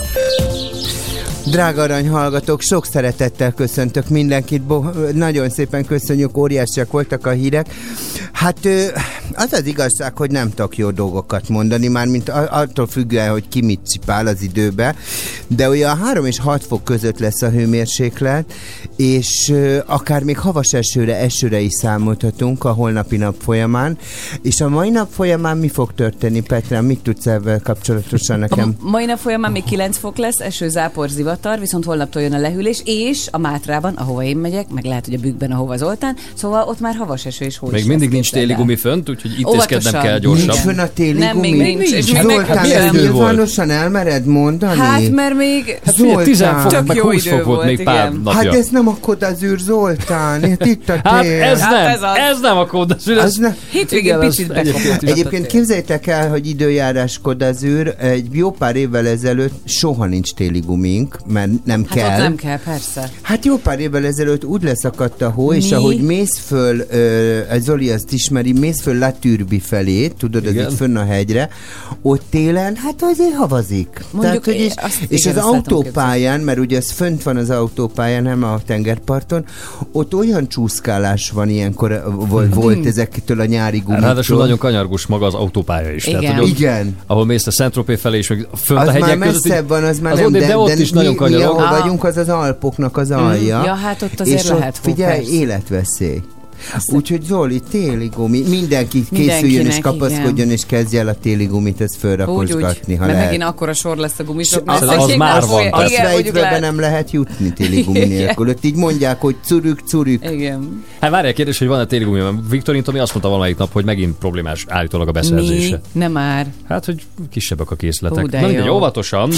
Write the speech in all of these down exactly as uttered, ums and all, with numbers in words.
Drága arany hallgatók, sok szeretettel köszöntök mindenkit, Bo- nagyon szépen köszönjük, óriásiak voltak a hírek. Hát az az igazság, hogy nem tudok jó dolgokat mondani, mármint attól függően, hogy ki mit cipál az időbe, de olyan három és hat fok között lesz a hőmérséklet, és akár még havas esőre, esőre is számolhatunk a holnapi nap folyamán, és a mai nap folyamán mi fog történni, Petra? Mit tudsz ebben kapcsolatosan nekem? A mai nap folyamán még kilenc fok lesz, eső, zápor, zivatar, viszont holnaptól jön a lehűlés, és a Mátrában, ahova én megyek, meg lehet, hogy a Bükkben, ahova Zoltán, szóval ott már havas eső és hó. Még mindig nincs téli gumi fönt, úgyhogy intézkednem kell gyorsan. Nincs fönn a téli nem, gumi? még nincs. És Zoltán, ezt nyilvánosan elmered mondani? Hát, mert még hát Zoltán, tíz fok, meg húsz fok volt még pár napja. Hát ez nem a Kodazűr, Zoltán. Itt a hát tél. ez hát nem, ez, az. ez nem a Kodazűr. Hétvégén picit bekopott. Egyébként képzeljétek el, hogy időjárás Kodazűr, egy jó pár évvel ezelőtt soha nincs téli gumink, mert nem hát kell. Hát nem kell, persze. Hát jó pár évvel ezelőtt úgy leszakadt a hó, Mi? és ahogy mész föl, uh, Zoli azt ismeri, mész föl Latürbi felé, tudod, igen. ez itt fönn a hegyre, ott télen, hát azért havazik. Mondjuk, Tehát, és, azt, és igen, az autópályán, mert ugye ez fönt van az autópályán, nem a tengerparton, ott olyan csúszkálás van ilyenkor, volt, volt ezektől a nyári gumiktól. Ráadásul nagyon kanyargós maga az autópálya is. Igen. Tehát, hogy ott, igen. Ahol mész a Saint-Tropez felé, és meg fönt az a hegyek már között. messzebb van, az már az nem, de, de, de ott de is mi, nagyon kanyarog. mi, ahol ah. vagyunk, az az Alpoknak az alja. Mm. Ja, hát ott azért és lehet ott figyelj, persze. életveszély. Úgyhogy Zoli, téli gumi, mindenki készüljön és kapaszkodjon, igen. és kezdje el a téli gumit, ezt fölrakozgatni, ha mert lehet. megint akkora sor lesz a gumisok. Az, az, az már van. A Svájcbe nem lehet jutni téli gumi nélkül. Ott így mondják, hogy curük, curük. Igen. Hát várjál, kérdés, hogy van-e téli gumi? Viktorin Tomi azt mondta valamelyik nap, hogy megint problémás állítólag a beszerzése. Mi? Nem már. Hát, hogy kisebbek a készletek. Hú, de na mindegy, jó. óvatosan.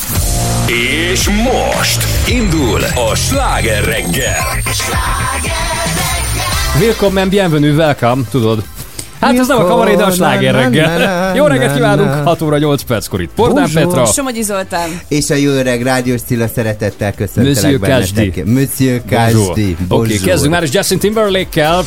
És most indul a Sláger reggel. Willkommen, bienvenue, welcome, tudod. Hát ez nem a kabaré, de a Sláger reggel. Jó reggelt kívánunk, hat óra nyolc perckor itt. Pordán Petra. Somogyi Zoltán. És a jó öreg Rádiós Cilla szeretettel köszöntelek Monsieur bennetek. Kásdi. Monsieur Kásdi. Oké, okay, kezdjünk már is Justin Timberlake-kel.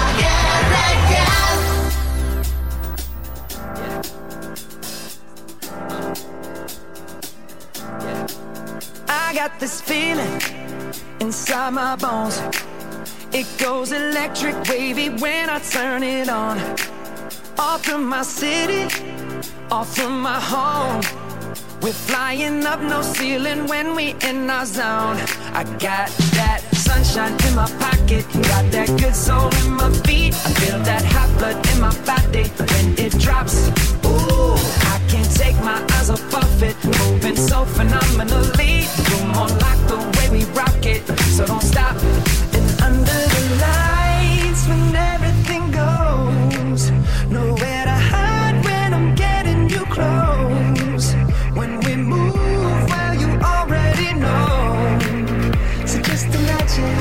I got this feeling inside my bones. It goes electric wavy when I turn it on. Off from my city, off from my home. We're flying up no ceiling when we in our zone. I got that sunshine in my pocket, got that good soul in my feet. I feel that hot blood in my body when it drops. Ooh, I can't take my eyes off of it, moving so phenomenally. You're more like the way we rock it, so don't stop. And under the lights when everything goes, nowhere to hide when I'm getting you close. When we move, well, you already know. So just imagine.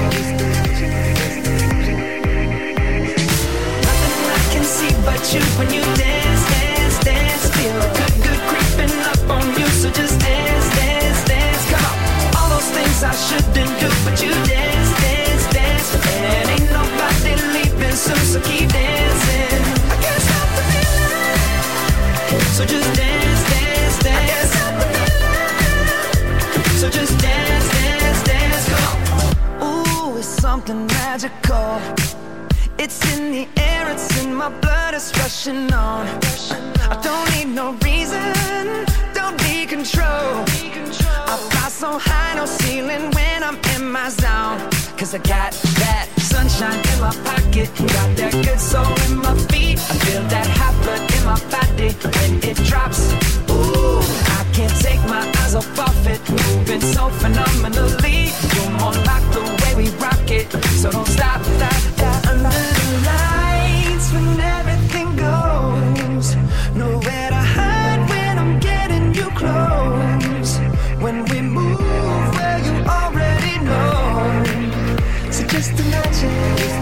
Nothing I can see but you when you dance, dance, dance. Feel good, good creeping up on you. So just dance, dance, dance. Come on. All those things I shouldn't do, but you dance, dance, dance. And ain't nobody leaving soon, so keep dancing. I can't stop the feeling. So just dance, dance, dance. So just dance, dance, dance, come on. Ooh, it's something magical. It's in the air, it's in my blood, it's rushing on. I don't need no reason, don't need control. I fly so high, no ceiling when I'm in my zone. Cause I got that sunshine in my pocket, got that good soul in my feet. I feel that hot blood in my body when it drops. Ooh, I can't take my eyes off of it, moving so phenomenally. You're more like the way we rock it, so don't stop, stop, stop. Under the lights when everything goes, nowhere to hide when I'm getting you close. When we move, well, you already know. So just imagine.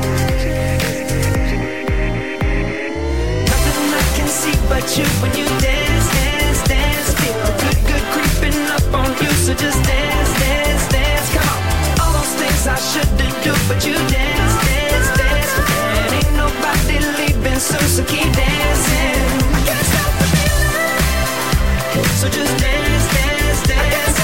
Nothing I can see but you when you dance, dance, dance. Feel good, good creeping up on you. So just dance, dance, dance. Come on. All those things I shouldn't do, but you dance, dance, dance. And ain't nobody leaving soon, so keep dancing. I can't stop the feeling. So just dance, dance, dance.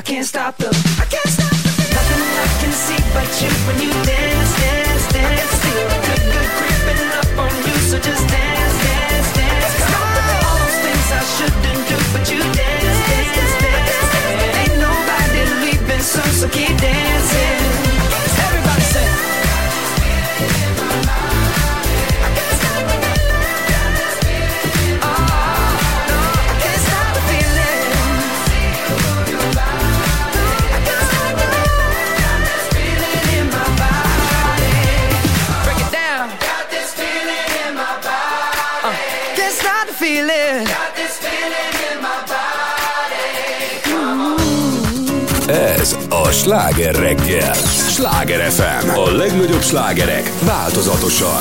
can't stop the, I can't stop the feeling. Nothing I can see but you when you dance, dance, dance. Feel the good, good creeping up on you, so just dance, dance, dance. All those things I shouldn't do, but you dance, dance, dance. Ain't nobody leaving soon, so keep dancing. Everybody say. Ez a Sláger reggel. Sláger ef em. A legnagyobb slágerek változatosan.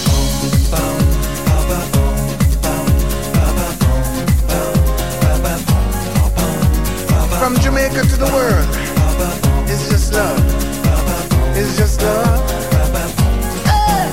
From Jamaica to the world, it's just love. It's just love. Hey!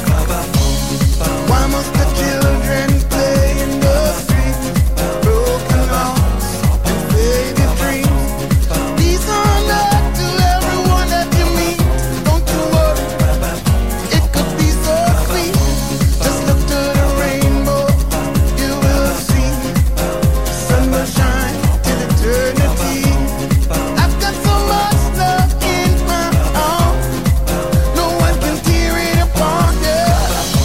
Why must the children play in the streets? Broken hearts and faded dreams. These are not to everyone that you meet. Don't you worry, it could be so sweet. Just look to the rainbow, you will see. The sun will shine till eternity. I've got so much love in my heart, no one can tear it apart, yeah.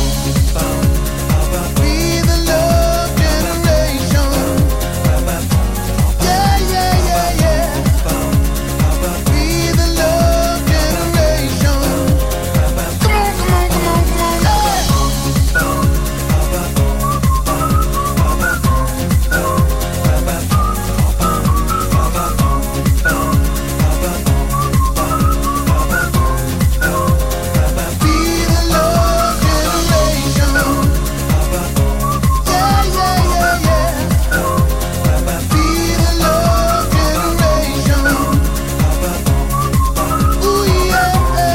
Be the love generation. Yeah, yeah, yeah, yeah. Be the love generation. Come on, come on, come on, come on, yeah. Be the love generation. Yeah, yeah, yeah, yeah. Be the love generation. Ooh, yeah.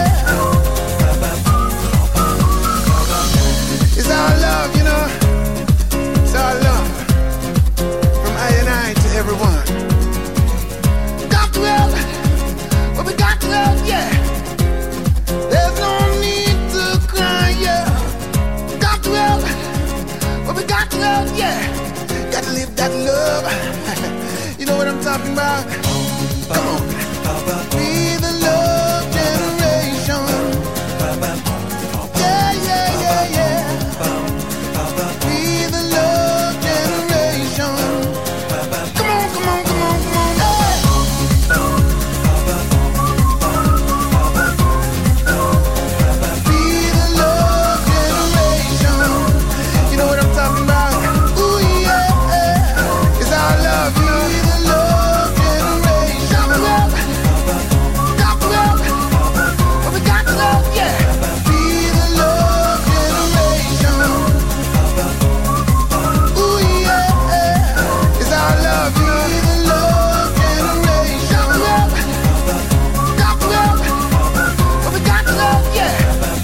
It's our love, you know. It's our love. From I and I to everyone. Got to help. But we got to help, yeah. There's no need to cry, yeah. Got to help. But we got to help, yeah. Got to live that love. You know what I'm talking about? Come on. Be the love generation. Yeah, yeah, yeah, yeah. Be the love generation. Come on, come on, come on, come on. Hey! Be the love generation. You know what I'm talking about? Ooh, yeah. It's our love, you know. Be the love generation. Got to help. Got to help. But we got to love, yeah. Be the love generation. Ooh, yeah. It's our love, you know. Be the love generation. Got to help. Got to help. But we got to love, yeah.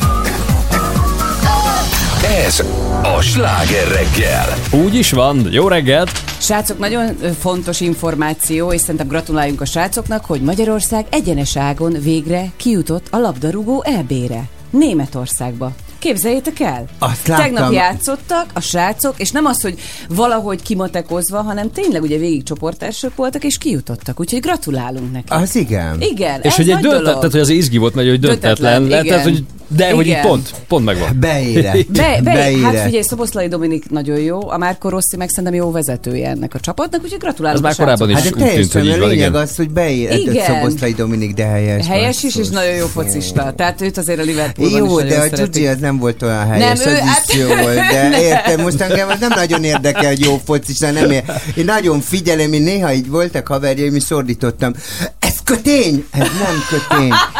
Ez a Sláger reggel. Úgy is van. Jó reggelt! Srácok, nagyon ö, fontos információ, és szerintem gratuláljunk a srácoknak, hogy Magyarország egyeneságon végre kijutott a labdarúgó é bé-re. Németországba. Képzeljétek el! Azt láttam. Tegnap játszottak a srácok, és nem az, hogy valahogy kimatekozva, hanem tényleg ugye végig csoportelsők voltak, és kijutottak. Úgyhogy gratulálunk neki. Az igen. Igen, És ez hogy egy nagy döntet, dolog. tehát hogy az izgi volt nagy, hogy döntetlen, Döntetlen, tehát, hogy de hogy így igen. pont, pont megvan. Beérett. Be, be, Beérett. hát figyelj, Szoboszlai Dominik nagyon jó, a Márko Rossi meg szerintem jó vezetője ennek a csapatnak, úgyhogy Ez gratulálunk már a srácok. korábban is Hát de úgy tűnt, teljesen hogy így a van, lényeg igen. az, hogy beérett Igen. Szoboszlai Dominik, de helyes. Helyes is, basszus. és nagyon jó focista. Tehát őt azért a Liverpoolban Jó, is de a nagyon Gyugyi az nem volt olyan helyes, Nem, ő- az hát- is jó volt, de értem, most engem az nem nagyon érdekel, hogy jó focista, nem ér. Én nagyon figyelem, én néha így voltak haverjaim, és ordítottam. Ez kötény! Ez nem kötény.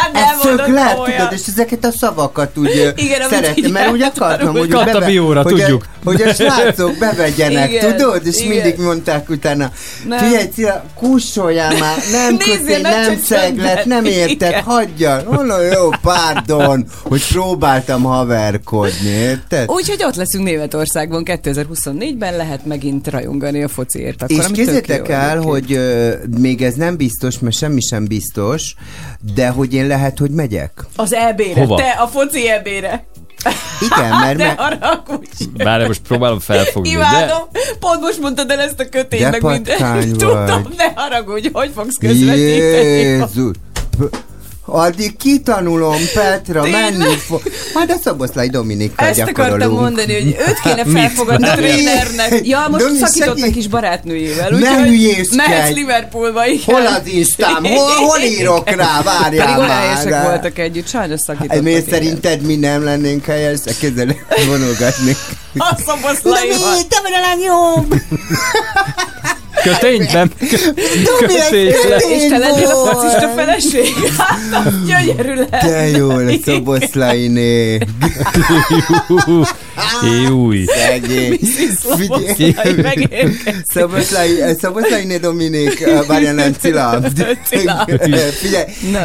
ez tök lehet, tudod, és ezeket a szavakat úgy szeretem, mert úgy akartam, hogy, Katta beve, bióra, hogy, tudjuk. A, hogy a srácok bevegyenek, igen, tudod, és igen. mindig mondták utána, figyelj, Cilla, kussoljál már, nem kötél, nem szeglet, nem érted, hagyjal. Mondom, jó, pardon, hogy próbáltam haverkodni, érted? Úgyhogy ott leszünk Németországban kétezer-huszonnégyben, lehet megint rajongani a fociért. Akkor, és képzeljétek el, jó, hogy uh, még ez nem biztos, mert semmi sem biztos, de hogy én lehet, hogy megyek. Az é bé-re, hova? Te a foci é bé-re. Igen, mert... De me- haragudj! Bár most próbálom felfogni, Imádom, de... pont most mondtad el ezt a kötényt, de meg minden. Tudom, ne haragudj, hogy fogsz közvetíteni. Jézus! Addig kitanulom, Petra, menni fog. Majd a Szoboszlai Dominikkal ezt gyakorolunk. Ezt akartam mondani, hogy őt kéne felfogadni a trénernek. Ja, most Domi, szakítottak is barátnőjével. Ne hülyéskedj! Mehetsz Liverpoolba, igen. Hol az Instám? Hol, hol írok rá? Várjál pedig már. Pedig olyan voltak együtt, sajnos szakítottak. Miért szerinted mi nem lennénk helyesek? Kezel vonulgatni. A Szoboszlaival. Domi, te vagy a legjobb! Kötényben? Kötényben! És te lennél a focista feleség? Hát, gyönyörű lehet. De jó, a Szoboszlainé. Júj. Szegény. Szoboszlai megérkezik. Szoboszlainé Dominik, várjál, nem, Cilla. Figyelj,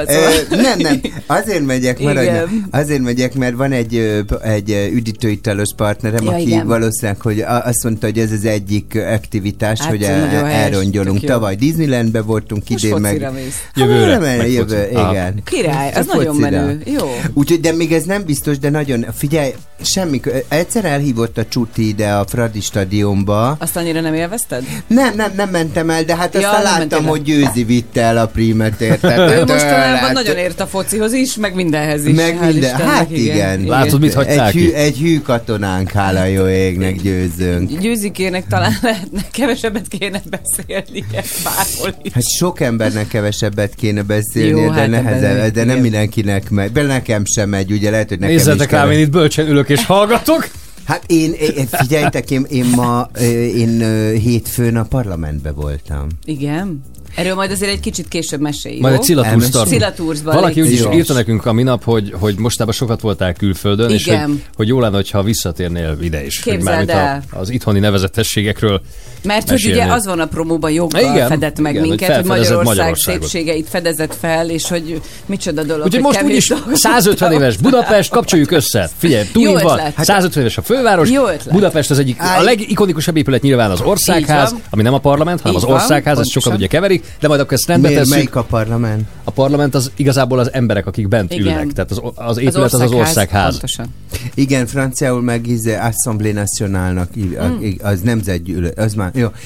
nem, nem, azért megyek, mert, azért megyek, mert van egy, egy üdítőitalos partnerem, ja, aki igen. valószínűleg, hogy azt mondta, hogy ez az egyik aktivitás, hát, hogy el, elrongyolunk. Tavaly Disneylandbe voltunk, most idén meg... Jövőre. Meg jövő, igen. Király, az nagyon menő. Jó. Úgyhogy, de még ez nem biztos, de nagyon, figyelj, semmi, egyszer elhívott a Csuti ide a Fradi stadionba. Azt annyira nem élvezted? Nem, nem, nem mentem el, de hát ja, aztán láttam, hogy Győzi vitte el a prímet, érted? Ő mostanában nagyon ért a focihoz is, meg mindenhez is. Meg minden, Istennek, hát igen. igen. Látod, mit hagyták egy hű, egy hű katonánk, hála jó égnek, Győzőnk. Győzikének talán lehetne, kevesebbet kéne beszélnie bárhol is. Hát sok embernek kevesebbet kéne beszélni, jó, de hát nehezen, de nem mindenkinek megy. De nekem sem megy, ugye lehet, hogy nekem Nézzetek is rám, én itt bölcsen ülök és hallgatok. Hát én, én figyeljetek, én, én ma én hétfőn a parlamentben voltam. Igen? Erről majd azért egy kicsit később mesélj, majd egy Cilatúrsz tartunk. Valaki úgy is írta nekünk a minap, hogy, hogy mostában sokat voltál külföldön, igen. és hogy, hogy jó lenne, ha visszatérnél ide is. Képzeld el. A, az itthoni nevezetességekről mert hogy ugye az van a promóban joggal igen, fedett meg igen, minket, hogy Magyarország szépségeit fedezett fel, és hogy micsoda dolog, úgyhogy most úgyis százötven éves Budapest, kapcsoljuk össze. Figyelj, túlva, százötven éves a főváros, Budapest az egyik, a legikonikusabb épület nyilván az Országház, ami nem a parlament, hanem az Országház, ezt sokan ugye keverik, de majd akkor ezt rendbe tesszük. Melyik a parlament? A parlament az igazából az emberek, akik bent igen. ülnek, tehát az, az épület az az Országház. Pontosan. Igen, franciául meg izé Assemblée Nationálnak, hmm. az nemzetgyűlölet, az már, jó.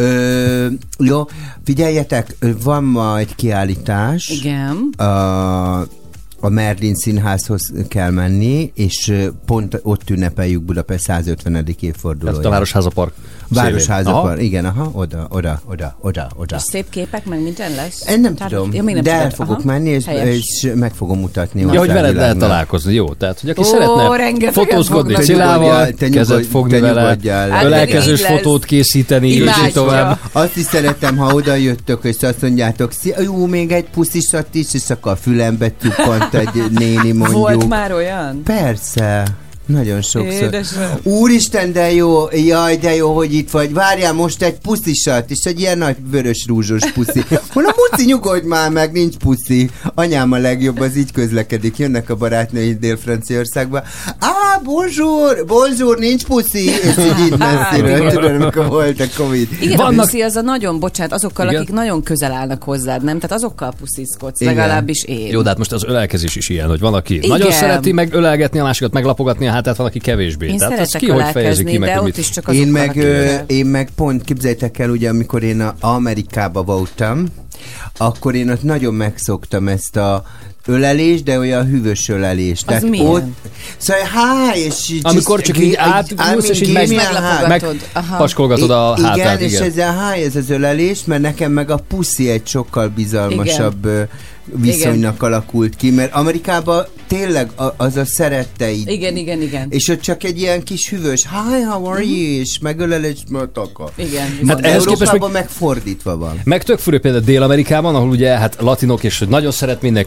Ö, jó, figyeljetek, van ma egy kiállítás. Igen. A, a Merlin Színházhoz kell menni, és pont ott ünnepeljük Budapest százötvenedik évfordulóját. Tehát a Városháza Park. Városháza Park, igen, aha, oda, oda, oda, oda, oda. És szép képek, meg minden lesz? Én nem Tehát, tudom, ja, nem de el fogok aha. menni, és, és meg fogom mutatni. Ja, hogy veled lehet találkozni, jó? Tehát, hogy aki Ó, szeretne fotózkodni Cillával, kezet fogni vele, ölelkezős fotót készíteni, így tovább. Azt is szeretem, ha oda jöttök, és azt mondjátok, jó, még egy puszisat is, és akkor a fülembe tuppant egy néni, mondjuk. Volt már olyan? Persze. Nagyon sokszor. Édesem. Úristen, de jó, jaj, de jó, hogy itt vagy. Várjál most egy puszisat, és egy ilyen nagy vörös rúzsos puszi. Mondom, Muci, nyugodj már meg, nincs puszi. Anyám a legjobb, az így közlekedik. Jönnek a barátnői Dél-Franciaországba. Á, bonjour, bonjour, nincs puszi. És így itt messziről, tudod, amikor volt a Covid. Igen, vannak... a puszi az a nagyon, bocsánat, azokkal, igen? akik nagyon közel állnak hozzád, nem? Tehát azokkal puszizkodsz, legalábbis én. Jó, de hát most az ölelkezés is ilyen, hogy van, aki igen. nagyon szereti meg ölelgetni a másikat, meglapogatni a hátát, van, aki kevésbé. Én tehát az ki, hogy fejezi ki meg, hogy mit... én, meg, ö, én meg pont képzeljétek el, ugye amikor én a Amerikába voltam, akkor én ott nagyon megszoktam ezt a ölelés, de olyan hűvös ölelés. Az tehát milyen? Ott, szóval háj, és így... Amikor csak így átnyúlsz, és így meg, megpaskolgatod a hátát. Igen, és ez a háj, ez az ölelés, mert nekem meg a puszi egy sokkal bizalmasabb igen. viszonynak igen. alakult ki, mert Amerikában tényleg az a szeretteid. Igen, igen, igen. És ott csak egy ilyen kis hűvös, hi, how are you, mm-hmm. és megölelés, mert akar. Igen. Hát Európában meg, meg fordítva van. Meg tök furő például Dél-Amerikában, ahol ugye hát latinok, és nagyon szeret mindenki mindenkit,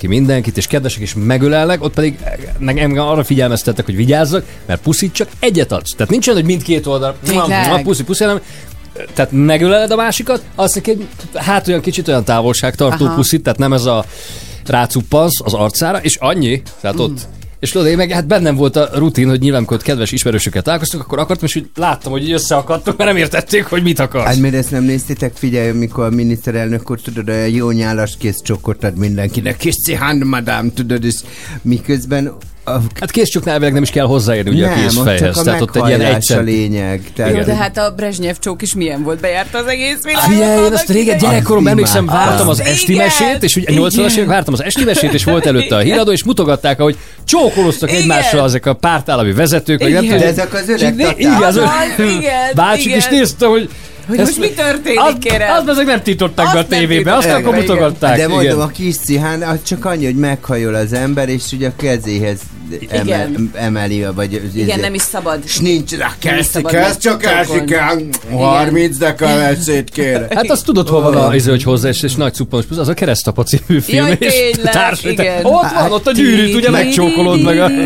mindenkit, és kedvesek, és megölelnek, ott pedig engem arra figyelmeztettek, hogy vigyázzak, mert puszit csak egyet adsz. Tehát nincs olyan, hogy mindkét oldal, a puszi, puszi, hanem tehát megöleled a másikat, azt neki hát olyan kicsit olyan távolságtartó Aha. puszit, tehát nem ez a rácuppansz az arcára, és annyi, tehát ott. Mm. És tudod, én meg hát bennem volt a rutin, hogy nyilván, amikor kedves ismerősöket találkoztunk, akkor akartam, és úgy láttam, hogy így összeakadtok, mert nem értették, hogy mit akarsz. Hát miért ezt nem néztétek? Figyelj, amikor a miniszterelnök úr, tudod, olyan jó nyálas kész csokot ad mindenkinek, kis cihán, madám, tudod, és miközben a... Hát készcsoknál elvileg nem is kell hozzáérni ugye nem, a kézfejhez. Csak a tehát ott egy ilyen egy a lényeg. Tehát jó, de hát a Brezsnyev csók is milyen volt? Bejárta az egész világot? Figyelj, én azt régen gyerekkorom emlékszem, vártam az, az esti igen. mesét, és ugye a nyolcvanas évek vártam az esti mesét, és volt előtte a híradó, és mutogatták, ahogy csókoloztak egymással ezek a pártállami vezetők. Igen. Nem de ezek az öreg tatár. Bácsik is néztem, hogy Hogy most mi történik, az, kérem? Azt azok nem tiltották be a tévébe, azt akkor mutogatták. De mondom, igen. A kis cihán az csak annyi, hogy meghajol az ember, és ugye a kezéhez emel, emeli, vagy... Igen, ezért. Nem is szabad. És nincs rá kezd, kezd csak elsikán. harminc dekalesét kér. Hát azt tudod, hol van a izé, hogy hozzá, és nagy cuppanos, az a Keresztapa című film. Jaj, tényleg, igen. Ott van, ott a gyűrűt, ugye megcsókolod meg a...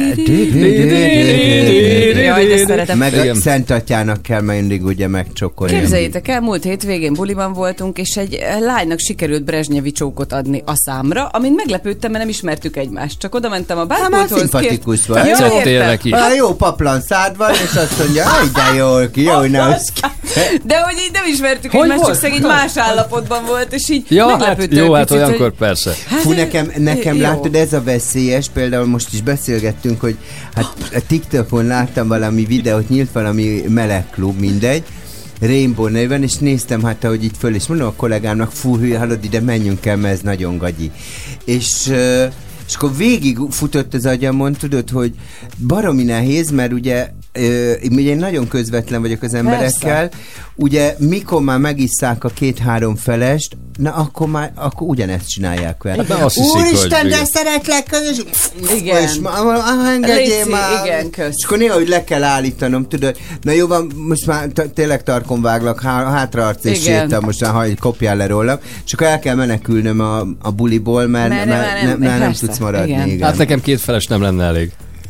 Jaj, de szeretem. Meg a Szent Atyának kell mindig ugye megcsókolni. Képzeljétek el, múlt hétvégén buliban voltunk, és egy lánynak sikerült brezsnyevi csókot adni a számra, amin meglepődtem, mert nem ismertük egymást. Csak oda mentem a bárpulthoz. Szimpatikus vagy. Tetszettél neki. A jó paplan szád van, és azt mondja, hogy de jól ki, jól néz ki. De hogy így nem ismertük hogy egymást, volt? Csak szegény más állapotban volt, és így ja, meglepődtem. Hát, jó, hát olyankor hogy... persze. Hát, Fú, nekem, nekem látod, ez a veszélyes, például most is beszélgettünk, hogy hát a TikTokon láttam valami videót, nyílt valami melegklub, mindegy, Rainbow néven, és néztem hát, ahogy itt föl, és mondom a kollégámnak, fú, hülye, hallod, ide menjünk el, mert ez nagyon gagyi. És... Uh, és akkor végig futott az agyamon, tudod, hogy baromi nehéz, mert ugye, ö, ugye én nagyon közvetlen vagyok az emberekkel, persze. Ugye mikor már megisszák a két-három felest, na akkor már akkor ugyanezt csinálják vele. Hát, Úristen, de szeretlek! És, igen. És engedjél már! Igen, kösz. És akkor néha, hogy le kell állítanom, tudod, na jó van, most már tényleg tarkon váglak, hátraarc és sétam, most már hagyj, kopjál le rólam, és akkor el kell menekülnöm a, a buliból, mert, mert, mert, mert, mert nem tudsz maradni. Igen. Igen. Hát nekem két feles nem lenne elég.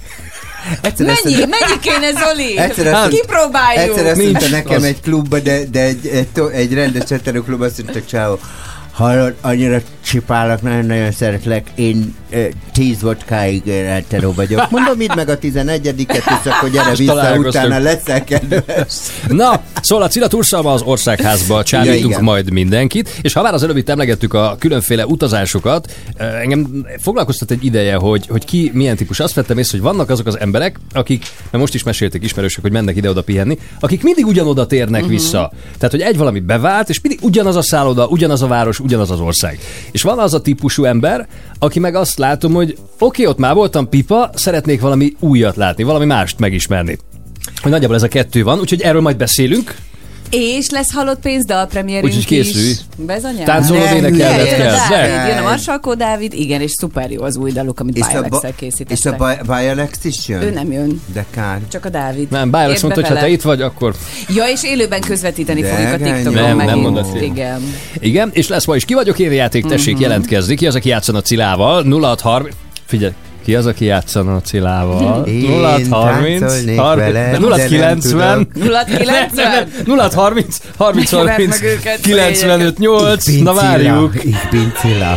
Egyszer mennyi? Ezt, mennyi kéne, Zoli? Egyszer kipróbáljuk. Egyszer azt mondta nekem az... egy klubba, de, de egy, egy, egy rendes csetelőklub azt mondta, csáó, hallod, annyira csipálok, nagyon-nagyon szeretlek, én e, tíz vodkáig elteró vagyok. Mondom, itt meg a tizenegyediket, és akkor gyere vissza, utána leszel kedves. Na, szóval a Cilla Turszalma az Országházba csábítunk ja, majd mindenkit, és ha már az előbb itt emlegettük a különféle utazásokat, engem foglalkoztat egy ideje, hogy, hogy ki milyen típus. Azt vettem észre, hogy vannak azok az emberek, akik, mert most is mesélték ismerősök, hogy mennek ide-oda pihenni, akik mindig ugyanoda térnek uh-huh. vissza. Tehát, hogy egy valami bevált, és mindig ugyanaz a szálloda, ugyanaz a város, ugyanaz az ország. És van az a típusú ember, aki meg azt látom, hogy oké, okay, ott már voltam pipa, szeretnék valami újat látni, valami mást megismerni. Hogy nagyjából ez a kettő van, úgyhogy erről majd beszélünk. És lesz halott pénz dalpremierünk is. Úgyhogy készülj. Bezanyám. Táncolod, énekelned kell. Jön a Marsalkó Dávid, igen, és szuper jó az új daluk, amit Bajalex-el készítettek. És a Bajalex is jön? Ő nem jön. De kár. Csak a Dávid. Nem, Bajalex mondta, hogy ha te itt vagy, akkor... Ja, és élőben közvetíteni fogjuk a TikTokon. Nem, nem mondod. Igen. Igen, és lesz ma is Ki vagyok én játék, tessék jelentkezni. Ki az, aki játszana a Cilával? nulla hat harminc Figyelj. Ki az, aki játszana a Cilával? nulla hat harminc nulla kilencven nulla harminc harminc harminc kilencvenöt nyolc Na várjuk. Ich bin Cilla.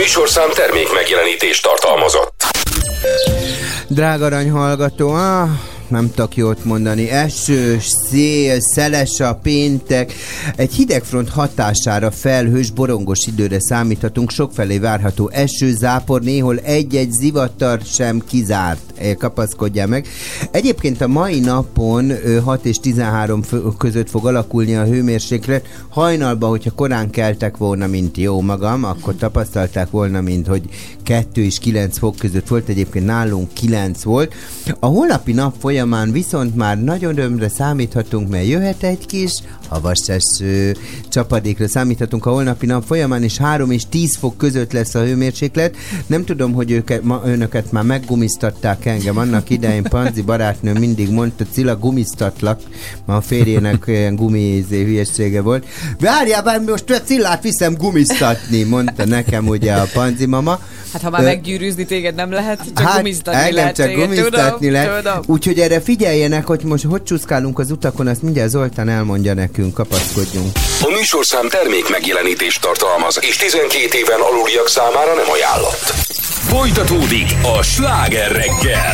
műsorszám termék megjelenítést tartalmazott. Drága arany hallgató, ah, nem tudok jót mondani. Esős, szél, szeles a péntek. Egy hidegfront hatására felhős, borongos időre számíthatunk. Sokfelé várható eső, zápor, néhol egy-egy zivatar sem kizárt. Kapaszkodjál meg. Egyébként a mai napon hat és tizenhárom között fog alakulni a hőmérséklet. Hajnalban, hogyha korán keltek volna, mint jó magam, akkor tapasztalták volna, mint hogy kettő és kilenc fok között volt. Egyébként nálunk kilenc volt. A holnapi nap folyamán viszont már nagyon örömre számíthatunk, mert jöhet egy kis havas eső. Csapadékra számíthatunk a holnapi nap folyamán, és három és tíz fok között lesz a hőmérséklet. Nem tudom, hogy őket, ma, önöket már meggumiztatták engem. Annak idején Panzi barátnőm mindig mondta, Cilla, gumiztatlak. Ma a férjének ilyen gumizé hülyessége volt. Várjál, bár most a Cillát viszem gumiztatni, mondta nekem ugye a Panzi mama. Hát ha már meggyűrűzni téged nem lehet, csak hát, gumiztatni lehet csak téged. gumiztatni lehet. Tudom. Úgyhogy erre figyeljenek, hogy most hogy csúszkálunk az utakon, azt mindjárt Zoltán elmondja nekünk, kapaszkodjunk. A műsorszám termék megjelenítést tartalmaz, és tizenkét éven aluliak számára nem ajánlott. Folytatódik a Sláger reggel.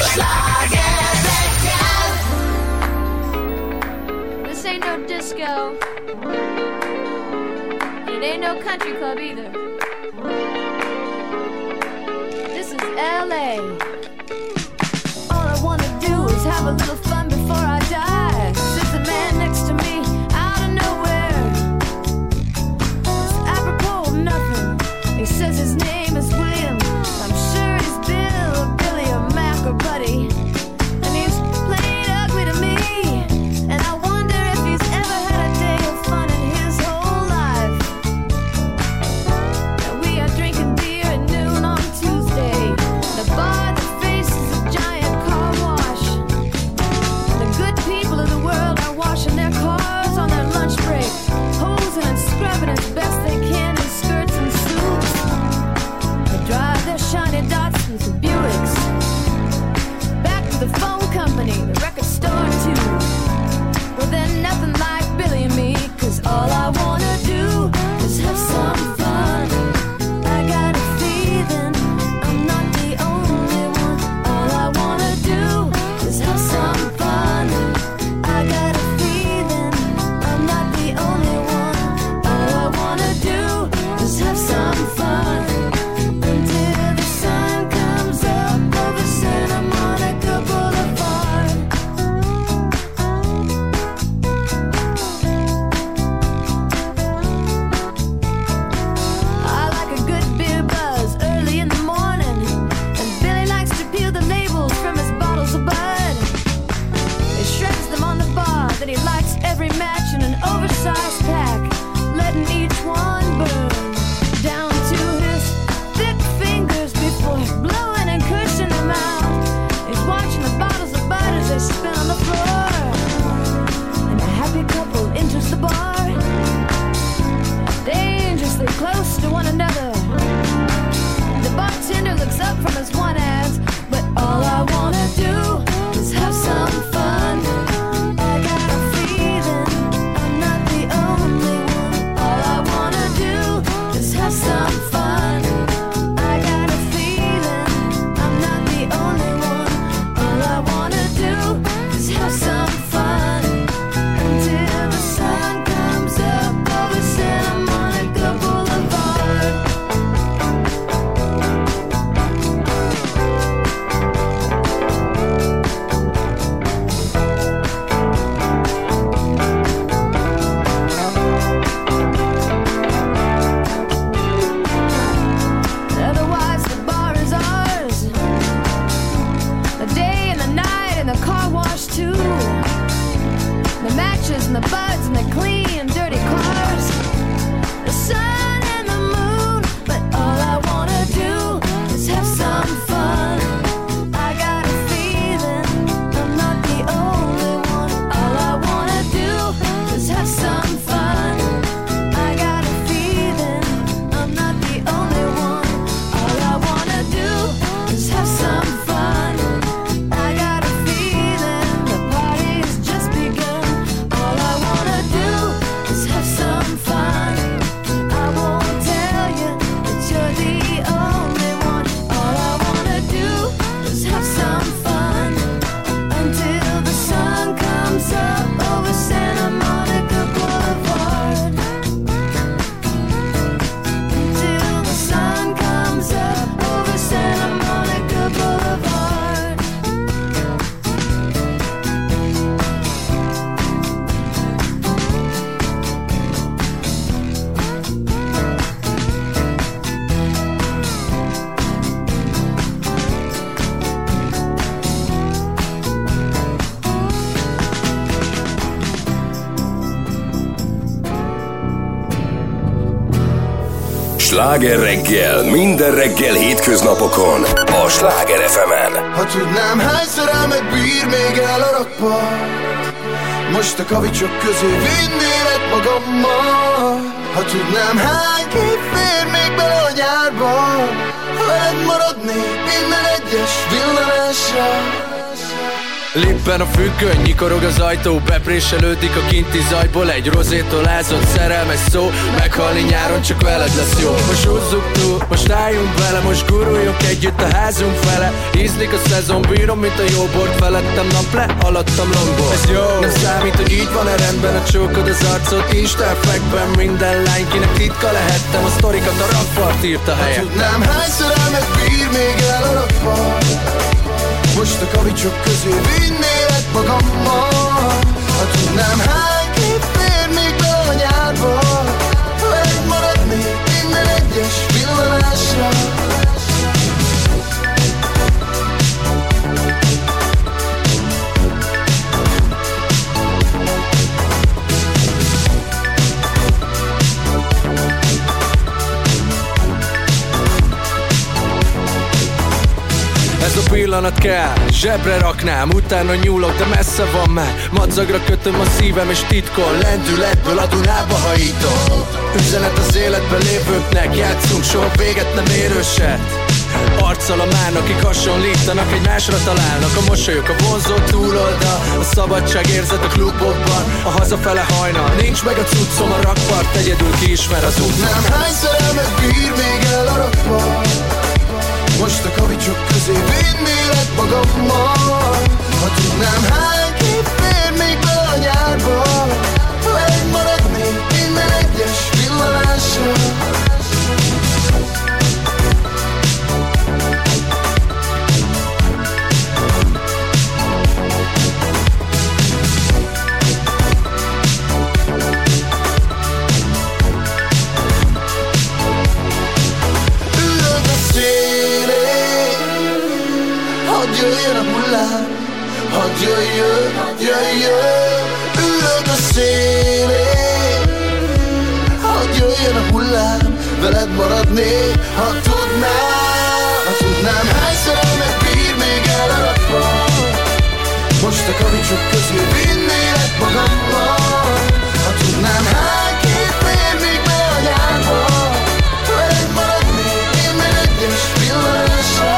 This ain't no disco. It ain't no country club either. This is L A. All I wanna do is have a little fun before I die. Sits a man next to me out of nowhere. It's apropos of nothing. He says his name is William. I'm sure he's Bill, Billy, or Mac, or Buddy. And he's played ugly to me. And I wonder if he's ever had a day of fun in his whole life. And we are drinking beer at noon on Tuesday. The bar that faces a giant car wash. Sláger reggel, minden reggel hétköznapokon a Sláger ef emen. Ha tudnám, hányszor elmegbír még el a rakpart, most a kavicsok közé vinnélek magammal. Ha tudnám, hány kép fér még bele a nyárba, ha veled maradnék minden egyes villanásra. Lippen a függöny, nyikorog az ajtó, bepréselődik a kinti zajból egy rozétól ázott szerelmes szó. Meghalni nyáron csak veled lesz jó. Most húzzuk túl, most álljunk vele, most guruljunk együtt a házunk fele. Ízlik a szezon, bírom, mint a jó bort, felettem nap le, alattam longból. Ez jó, nem számít, hogy így van-e rendben, a csókod az arcot, Isten fekben minden lány, kinek titka lehettem, a sztorikat a rakpart írta helyettem. Tudnám, hányszor elmegbír még el a rakpart, most a kavicsok közé vinnélek magammal. Ha tudnám, hány kép fér még be a nyárba, ha veled maradnék minden egyes villanásra. Ez a pillanat kell, zsebre raknám, utána nyúlok, de messze van már. Madzagra kötöm a szívem és titkon, lendületből a Dunába hajítom. Üzenet az életben lévőknek, játszunk, soha véget nem érőset. Arccal a mán, akik hasonlítanak, egymásra találnak. A mosolyok, a vonzó túloldal, a szabadság érzet a klubokban, a hazafele hajnal, nincs meg a cuccom, a rakpart egyedül kiismer az út. Nem hányszor elmegbír még el a rakpart, most a kavicsok közé vinnélek magammal. Ha tudnám, hány kép fér még be a nyárba, ha veled maradnék minden egyes villanásra. Jöjjön a hullám, hadd jöjjön, hadd jöjjön. Ülök a szélén, hadd jöjjön a hullám, veled maradnék, ha tudnám. Ha tudnám, hányszor elmegbír még el a rakpart, most a kavicsok közé vinnélek magammal. Ha tudnám, hány kép fér még be a nyárba, veled maradnék minden egyes villanásra.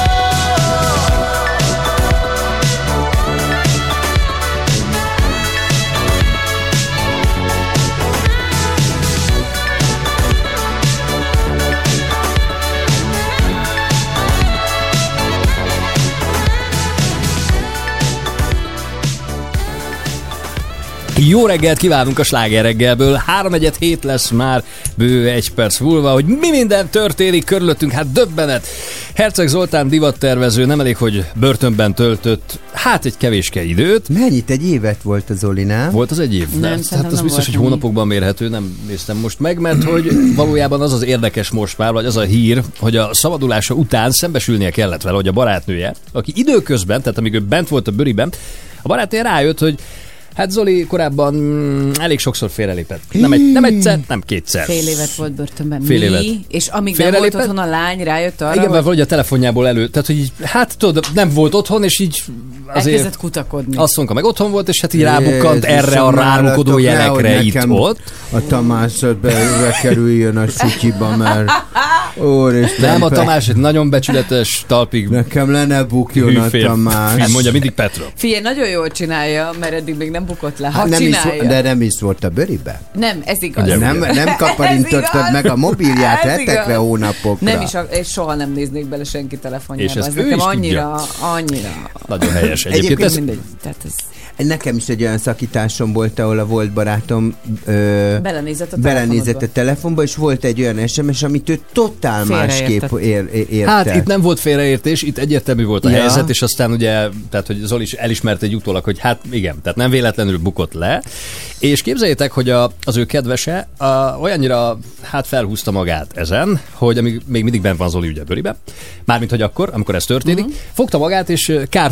Jó reggelt kívánunk a Sláger reggelből. három egyet hét lesz már bő egy perc múlva, hogy mi minden történik körülöttünk, hát döbbenet. Herceg Zoltán divattervező nem elég, hogy börtönben töltött, hát egy kevéske időt. Mennyit? Egy évet volt az Zoli, nem? Volt az egy év? Nem, hát az biztos, hogy hónapokban mérhető, nem néztem most meg, mert hogy valójában az az érdekes most már, vagy az a hír, hogy a szabadulása után szembesülnie kellett vele, hogy a barátnője, aki időközben, tehát amíg ő bent volt a bőriben, a barátnője rájött, hogy hát Zoli korábban mm, elég sokszor félrelépett. Nem, egy, nem egyszer, nem kétszer. Fél évet volt börtönben. Fél Mi? évet. És amíg nem volt otthon a lány, rájött arra, igen, hogy... mert valahogy a telefonjából elő. Tehát, hogy így, hát tudod, nem volt otthon, és így azért... elkezdett kutakodni. Asszonka meg otthon volt, és hát így rábukkant erre a rárukodó jelekre itt-ott. A Tamásod bekerüljön a sutyiba, mert... Úristen, nem, a Tamás egy nagyon becsületes talpig. Nekem le ne bukjon a Tamás. Hát mondja mindig Petra. Figyelj, nagyon jól csinálja, mert eddig még nem bukott le. Ha nem csinálja. is, de nem is volt a bőribe? Nem, ez igaz. Ugye, nem, nem kaparintottad meg a mobilját hetekre, hónapokra. Nem is, és soha nem néznék bele senki telefonjába. És ezt ez ő nekem is annyira, tudja. annyira. Nagyon helyes. Egyébként, Egyébként ez... mindegy. Tehát ez... Nekem is egy olyan szakításom volt, ahol a volt barátom ö, belenézett, a belenézett a telefonba, és volt egy olyan es em es, amit ő totál másképp ér, érte. Hát itt nem volt félreértés, itt egyértelmű volt a ja. helyzet, és aztán ugye, tehát hogy Zoli is elismerte egy utólag, hogy hát igen, tehát nem véletlenül bukott le, és képzeljétek, hogy a, az ő kedvese a, olyannyira hát felhúzta magát ezen, hogy amíg még mindig bent van Zoli ugye a bőribe, mármint hogy akkor, amikor ez történik, uh-huh. fogta magát, és kárt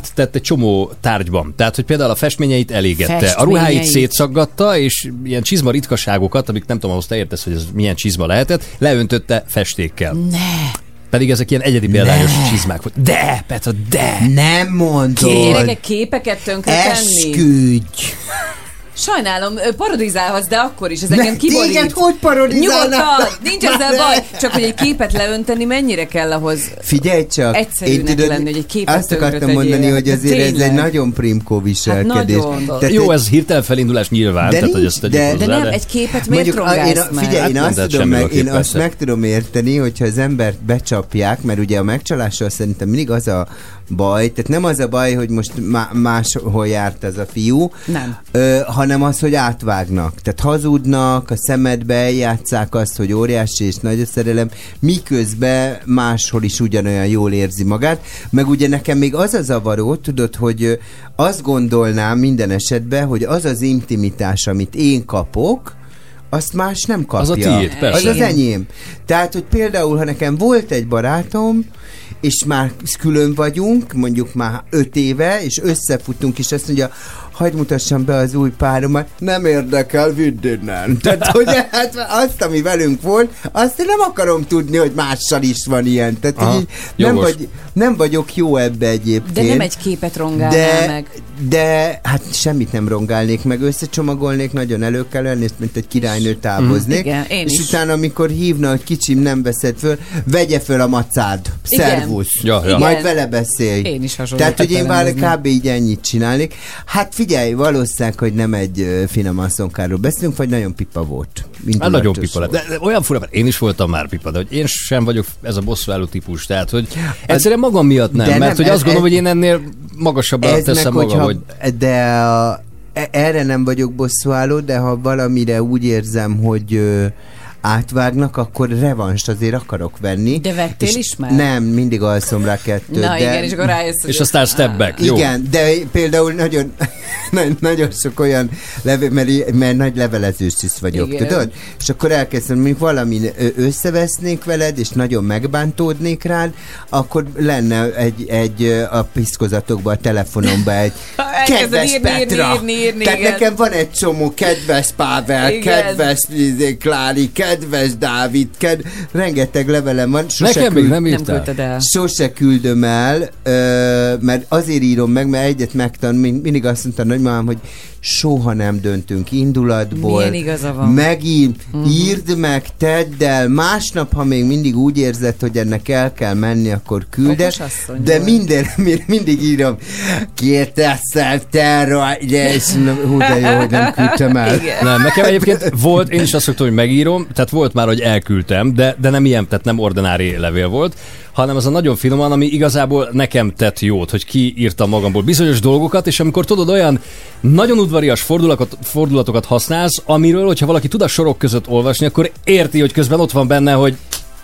kárt tett egy csomó tárgyban. Tehát, hogy például a festményeit elégette, Festményeit. a ruháit szétszaggatta, és ilyen csizma ritkaságokat, amik nem tudom, ahhoz te értesz, hogy ez milyen csizma lehetett, leöntötte festékkel. Ne! Pedig ezek ilyen egyedi példányos csizmák volt. De, Petra, de! Nem mondod. Gyerekek, képeket tönkretenni? Esküdj! Sajnálom, parodizálhatsz, de akkor is, ez engem kiborít. Téged hogy parodizálnak? Nyugodtan, nincs ezzel baj. Csak hogy egy képet leönteni, mennyire kell ahhoz Figyelj csak, egyszerűnek lenni, hogy egy képet azt akartam mondani, hogy azért ez egy nagyon primkó viselkedés. Hát nagyon. Tehát Jó, egy, ez hirtelen felindulás nyilván, de tehát, hogy nincs, ezt tegyük de- hozzá, De nem, egy képet miért mondjuk, a- én, rongálsz a- meg? figyelj, én, Hát azt nem tudom lehet meg, semmiről én kép, azt persze. meg tudom érteni, hogyha az embert becsapják, mert ugye a megcsalással szerintem mindig az a baj, tehát nem az a baj, hogy most má- máshol járt ez a fiú, Nem. Ö, hanem az, hogy átvágnak. Tehát hazudnak, a szemedbe eljátszák azt, hogy óriási és nagy a szerelem, miközben máshol is ugyanolyan jól érzi magát. Meg ugye nekem még az a zavaró, tudod, hogy ö, azt gondolnám minden esetben, hogy az az intimitás, amit én kapok, azt más nem kapja. Az a tiéd, persze. Az az enyém. Tehát, hogy például, ha nekem volt egy barátom, és már külön vagyunk, mondjuk már öt éve, és összefutunk, és azt mondja, hagyd mutassam be az új páromat, nem érdekel, vidd innen. Tehát, hogy hát azt, ami velünk volt, azt én nem akarom tudni, hogy mással is van ilyen. Tehát, Aha, hogy így nem, jogos. vagy, nem vagyok jó ebbe egyébként. De nem egy képet rongálnál de, meg. de hát semmit nem rongálnék meg, összecsomagolnék, nagyon elő kell lenni, és mint egy királynő távoznék. Igen, én és is. utána, amikor hívna, hogy kicsim, nem veszed föl, vegye föl a macád. Igen. Szervusz. Ja, ja. Majd Igen. vele beszélj. Én is hasonló. Tehát, hogy én vár, ellenezni. kb. Így ennyit csinálnék. Hát figyelj, valószínűleg, hogy nem egy ö, finom asszonkáról beszélünk, vagy nagyon pipa volt. Hát nagyon Indulatos pipa lett. volt. De, de olyan fura, mert én is voltam már pipa, de hogy én sem vagyok ez a bosszúálló típus. Tehát, hogy egyszerűen magam miatt nem, De mert nem, hogy ez- azt gondolom, ez- hogy én ennél magasabbra Ez teszem meg, magam, hogyha, hogy de a, e- erre nem vagyok bosszúálló, de ha valamire úgy érzem, hogy ö, átvágnak, akkor revanst azért akarok venni. De vettél És is már? Nem, mindig alszom rá kettőt. Na de, igen, és akkor rájössz, hogy és aztán step back. Jó. Igen, de például nagyon, nagyon sok olyan, leve, mert, mert nagy levelezős is vagyok, Igen. tudod? És akkor elkezdtem, mondjuk valami ö, összevesznék veled, és nagyon megbántódnék rád, akkor lenne egy, egy ö, a piszkozatokban, a telefonomban egy Elkezded kedves írni, Petra. írni, írni, írni, Tehát igen. nekem van egy csomó kedves Pável, Igen. kedves izé, Klári, kedves Dávid, ked... rengeteg levelem van. Sose Nekem még küld- nem nem írtál. küldted el. Sose küldöm el, ö, mert azért írom meg, mert egyet megtan, min- mindig azt mondta a nagymamám, hogy soha nem döntünk indulatból. Milyen igaza van. Megír, uh-huh. írd meg, tedd el, másnap, ha még mindig úgy érzed, hogy ennek el kell menni, akkor küld el. Okos asszony De volt. minden, mindig írom, kérdezzel te rá, és hú, de jó, hogy nem küldtem el. Igen. Nem, nekem egyébként volt, én is azt szoktam, hogy megírom, tehát volt már, hogy elküldtem, de, de nem ilyen, tehát nem ordinári levél volt, hanem az a nagyon finoman, ami igazából nekem tett jót, hogy kiírtam magamból bizonyos dolgokat, és amikor tudod, olyan nagyon udvarias fordulatokat, fordulatokat használsz, amiről, hogyha valaki tud a sorok között olvasni, akkor érti, hogy közben ott van benne, hogy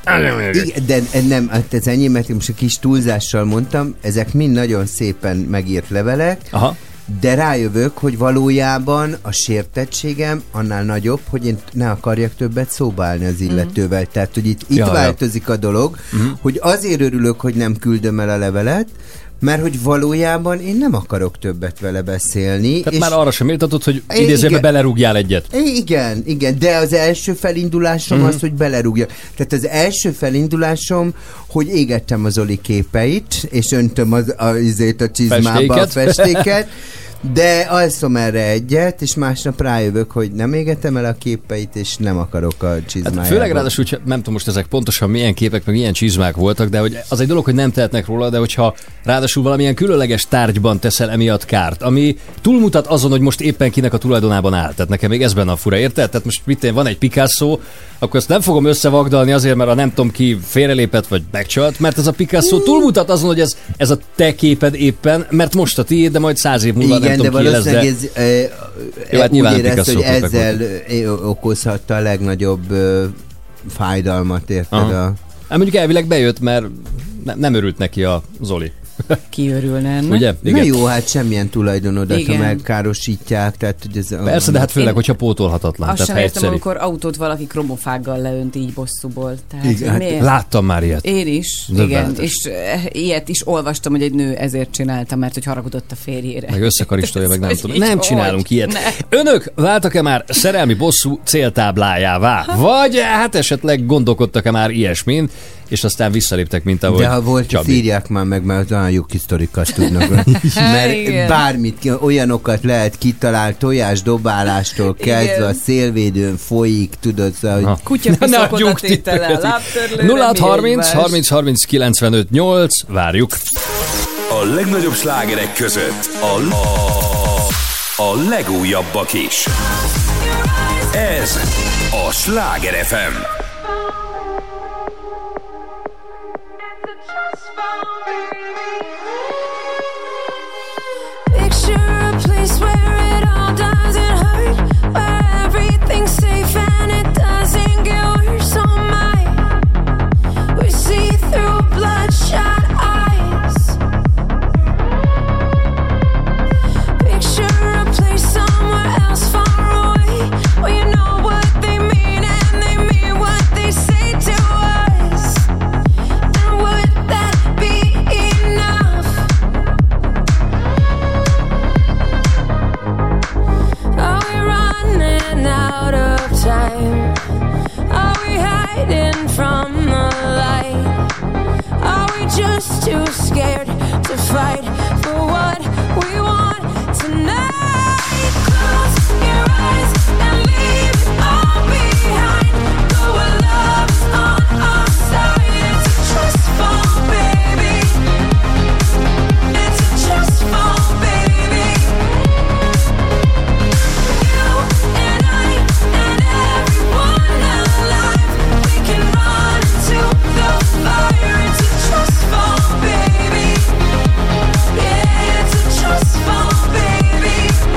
Igen, de nem, hát ez ennyi, mert én most a kis túlzással mondtam, ezek mind nagyon szépen megírt levelek, aha, de rájövök, hogy valójában a sértettségem annál nagyobb, hogy én ne akarjak többet szóba állni az illetővel. Tehát, hogy itt, itt Ja, ja. változik a dolog, hogy azért örülök, hogy nem küldöm el a levelet, mert hogy valójában én nem akarok többet vele beszélni. tehát már arra sem méltatod, hogy Igen. idézőbe belerúgjál egyet. Igen, igen, de az első felindulásom Mhm. az, hogy belerúgjak. Tehát az első felindulásom, hogy égettem az Zoli képeit, és öntöm az, a, azért a csizmába a Festéket. festéket, de alszom erre egyet, és másnap rájövök, hogy nem égetem el a képeit, és nem akarok a csizmájába. Hát főleg ráadásul, hogy nem tudom most ezek pontosan milyen képek, meg milyen csizmák voltak, de hogy az egy dolog, hogy nem tehetnek róla, de hogyha ráadásul valamilyen különleges tárgyban teszel emiatt kárt, ami túlmutat azon, hogy most éppen kinek a tulajdonában áll. Tehát nekem még ez benne a fura, érted? Tehát most mit én, van egy Picasso, akkor ezt nem fogom összevagdalni azért, mert a nem tudom ki félrelépett vagy megcsalt, mert ez a Picasso túlmutat azon, hogy ez, ez a te képed éppen, mert most a tiéd, de majd száz év múlva Igen, nem de tudom ki lesz, valószínűleg de... ez, e, Jó, hát úgy nyilván érezte, Picasso hogy képek ezzel e, okozhatta a legnagyobb ö, fájdalmat, érted? Aha. A... Hát mondjuk elvileg bejött, mert ne, nem örült neki a Zoli. kiörülne ennek. Ugye? Igen. Na jó, hát semmilyen tulajdonodat, ha megkárosítják. Tehát, hogy ez persze, a... de hát főleg, én... hogyha pótolhatatlan. Azt sem értem, amikor autót valaki kromofággal leönt így bosszúból. Tehát, igen, hát láttam már ilyet. Én is, igen. És ilyet is olvastam, hogy egy nő ezért csinálta, mert hogy haragudott a férjére. Meg összekaristolja, meg nem tudom. Nem csinálunk ilyet. Ne. Önök váltak-e már szerelmi bosszú céltáblájává? Ha? Vagy hát esetleg gondolkodtak-e már ilyesmin, és aztán visszaléptek, mint ahogy de ha volt, Csabi. Írják már meg, mert olyan jó kis sztorikat tudnak. Mert bármit, olyanokat lehet kitalálni, tojásdobálástól kezdve a szélvédőn folyik, tudod, hogy... Kutyapiszakot tétele, lábtörlőre, nulla hat harminc harminc harminc kilencvenöt nyolc, várjuk. A legnagyobb slágerek között a, a, a legújabbak is. Ez a Sláger ef em. Picture a place where it all doesn't hurt, where everything's safe and it doesn't get worse. Oh my, we see through bloodshot eyes. Picture a place somewhere else far away, where you know what they mean and they mean what they say to us. And would that be enough? Are we running out of time? Are we hiding from the light? Are we just too scared to fight for what we want tonight? Close your eyes and leave it all behind. Go where love's on our side. It's a trust fall, baby. It's a trust fall, baby. You and I and everyone alive, we can run into the fire. It's a trust fall, baby. Yeah, it's a trust fall, baby.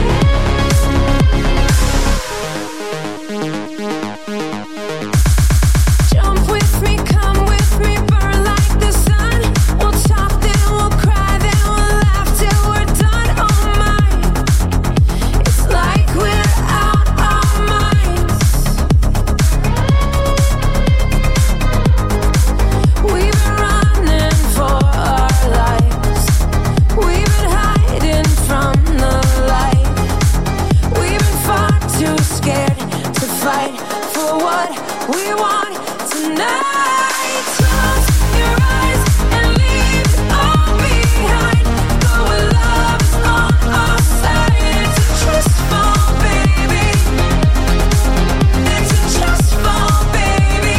Jump with me, come with me, burn like the sun. We'll talk, then we'll cry, then we'll laugh till we're done. Oh my, it's like we're out our minds. We've been running for our lives. We've been hiding from the light. We've been far too scared to fight for what we want tonight. Close your eyes and leave it all behind. Go where love is on our side. It's a trust fall, baby. It's a trust fall, baby.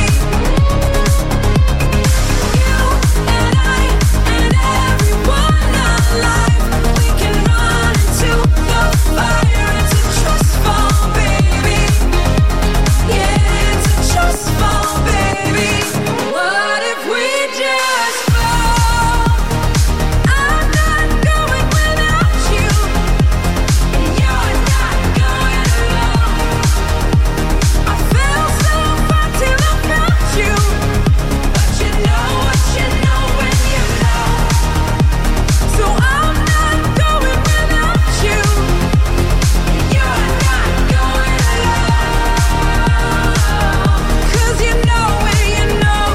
You and I and everyone alive, we can run into the fire. It's a trust fall, baby. Yeah, it's a trust fall, baby. What if we just fall? I'm not going without you, and you're not going alone. I fell so far till I found you, but you know what you know when you know. So I'm not going without you, and you're not going alone. 'Cause you know when you know.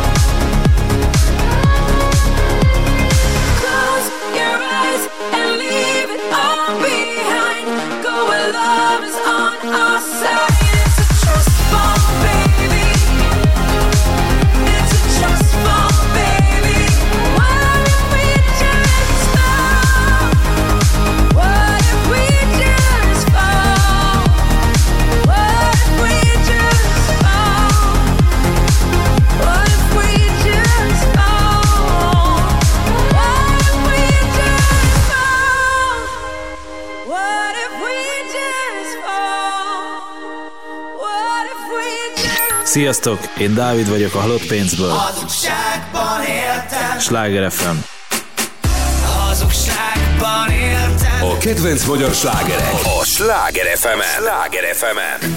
Close your eyes and leave it all behind. Go where love is on our side. It's a trust fall, baby. It's a trust fall, baby. What if we just fall? What if we just fall? What if we just fall? What if we just fall? What if we just fall? What if we just fall? What if we just... Sziasztok, én Dávid vagyok a Halott pénzből. Hazugságban éltem, Sláger ef em. hazugságban éltem. A kedvenc magyar slágerek a Sláger ef em-en. Sláger ef em-en.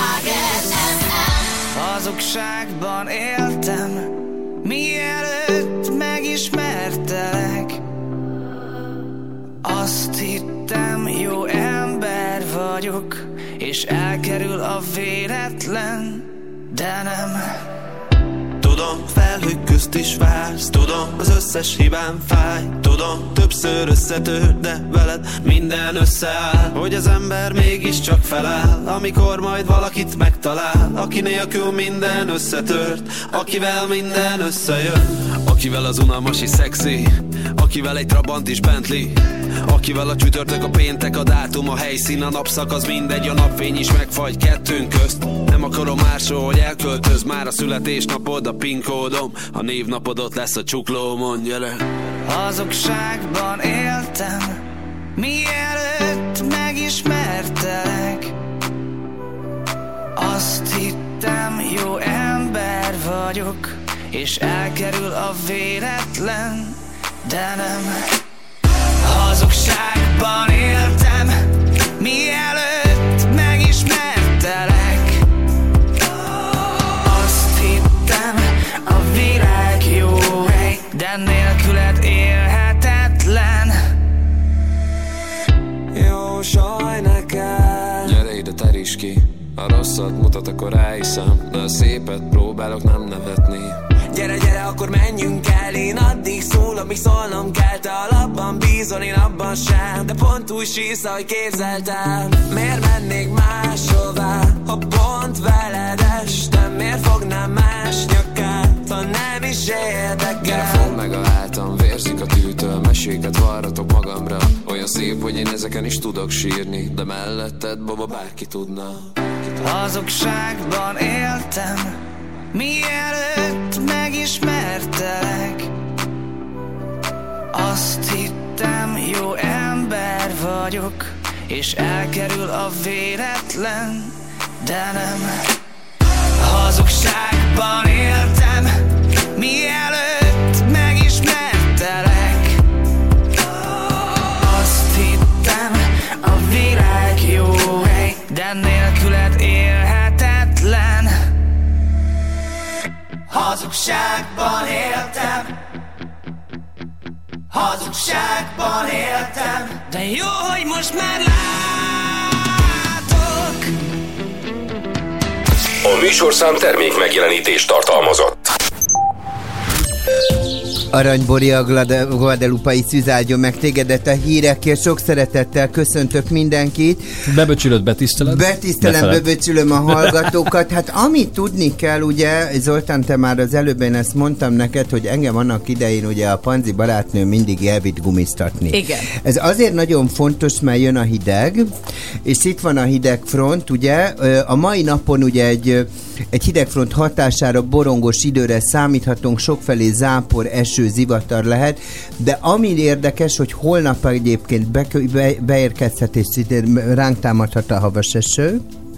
Hazugságban éltem, mielőtt megismertelek. vagyok, és elkerül a véletlen, de nem. Tudom, felhők közt is vársz, tudom, az összes hibám fáj, tudom, többször összetör, de veled minden összeáll. Hogy az ember mégiscsak feláll, amikor majd valakit megtalál, aki nélkül minden összetört, akivel minden összejön. Akivel az unalmas is szexi, akivel egy Trabant is Bentley, akivel a csütörtök, a péntek, a dátum, a helyszín, a napszak, az mindegy, a napfény is megfagy kettőnk közt. Nem akarom másról, hogy elköltöz, már a születésnapod, a PIN kódom, a névnapod ott lesz a csuklómon, gyere. Hazugságban éltem, mielőtt megismertelek. Azt hittem, jó ember vagyok, és elkerül a véletlen, de nem. Hazugságban éltem, mielőtt megismertelek. Azt hittem, a világ jó hely, de nélküled élhetetlen. Jósolj nekem, gyere ide, teríts ki, a rosszat mutat, akkor ráhiszem, de a szépet próbálok nem nevetni. Gyere, gyere, akkor menjünk el, én addig szól, amíg szólnom kell. Te alapban bízol, én abban sem, de pont úgy sírsz, ahogy képzeltem. Miért mennék máshová, ha pont veled estem? Miért fognám más nyakát, ha nem is érdekel? Gyere, fogd meg a hátam, vérzik a tűtől, meséket varratok magamra. Olyan szép, hogy én ezeken is tudok sírni, de melletted, baba, bárki tudna. Hazugságban éltem, mielőtt megismertelek. Azt hittem, jó ember vagyok, és elkerül a véletlen, de nem. Hazugságban éltem, mielőtt megismertelek. Azt hittem, a világ jó hely, de nélküled élhetetlen. Hazugságban éltem, hazugságban éltem, de jó, hogy most már látok. A műsorszám termék megjelenítést tartalmazott. Aranybori, a guadeloupai szűz áldjon meg tégedet a hírekért. Sok szeretettel köszöntök mindenkit. Beböcsülöd, betiszteled? Betisztelem, beböcsülöm a hallgatókat. Hát amit tudni kell, ugye, Zoltán, te már az előbb én ezt mondtam neked, hogy engem annak idején ugye a Panzi barátnő mindig elvitt gumiztatni. Igen. Ez azért nagyon fontos, mert jön a hideg, és itt van a hidegfront, ugye. A mai napon ugye egy, egy hidegfront hatására borongos időre számíthatunk, sokfelé zápor, eső, zivatar lehet, de ami érdekes, hogy holnap egyébként be, be, beérkezhet és ránk támadhat a havas eső,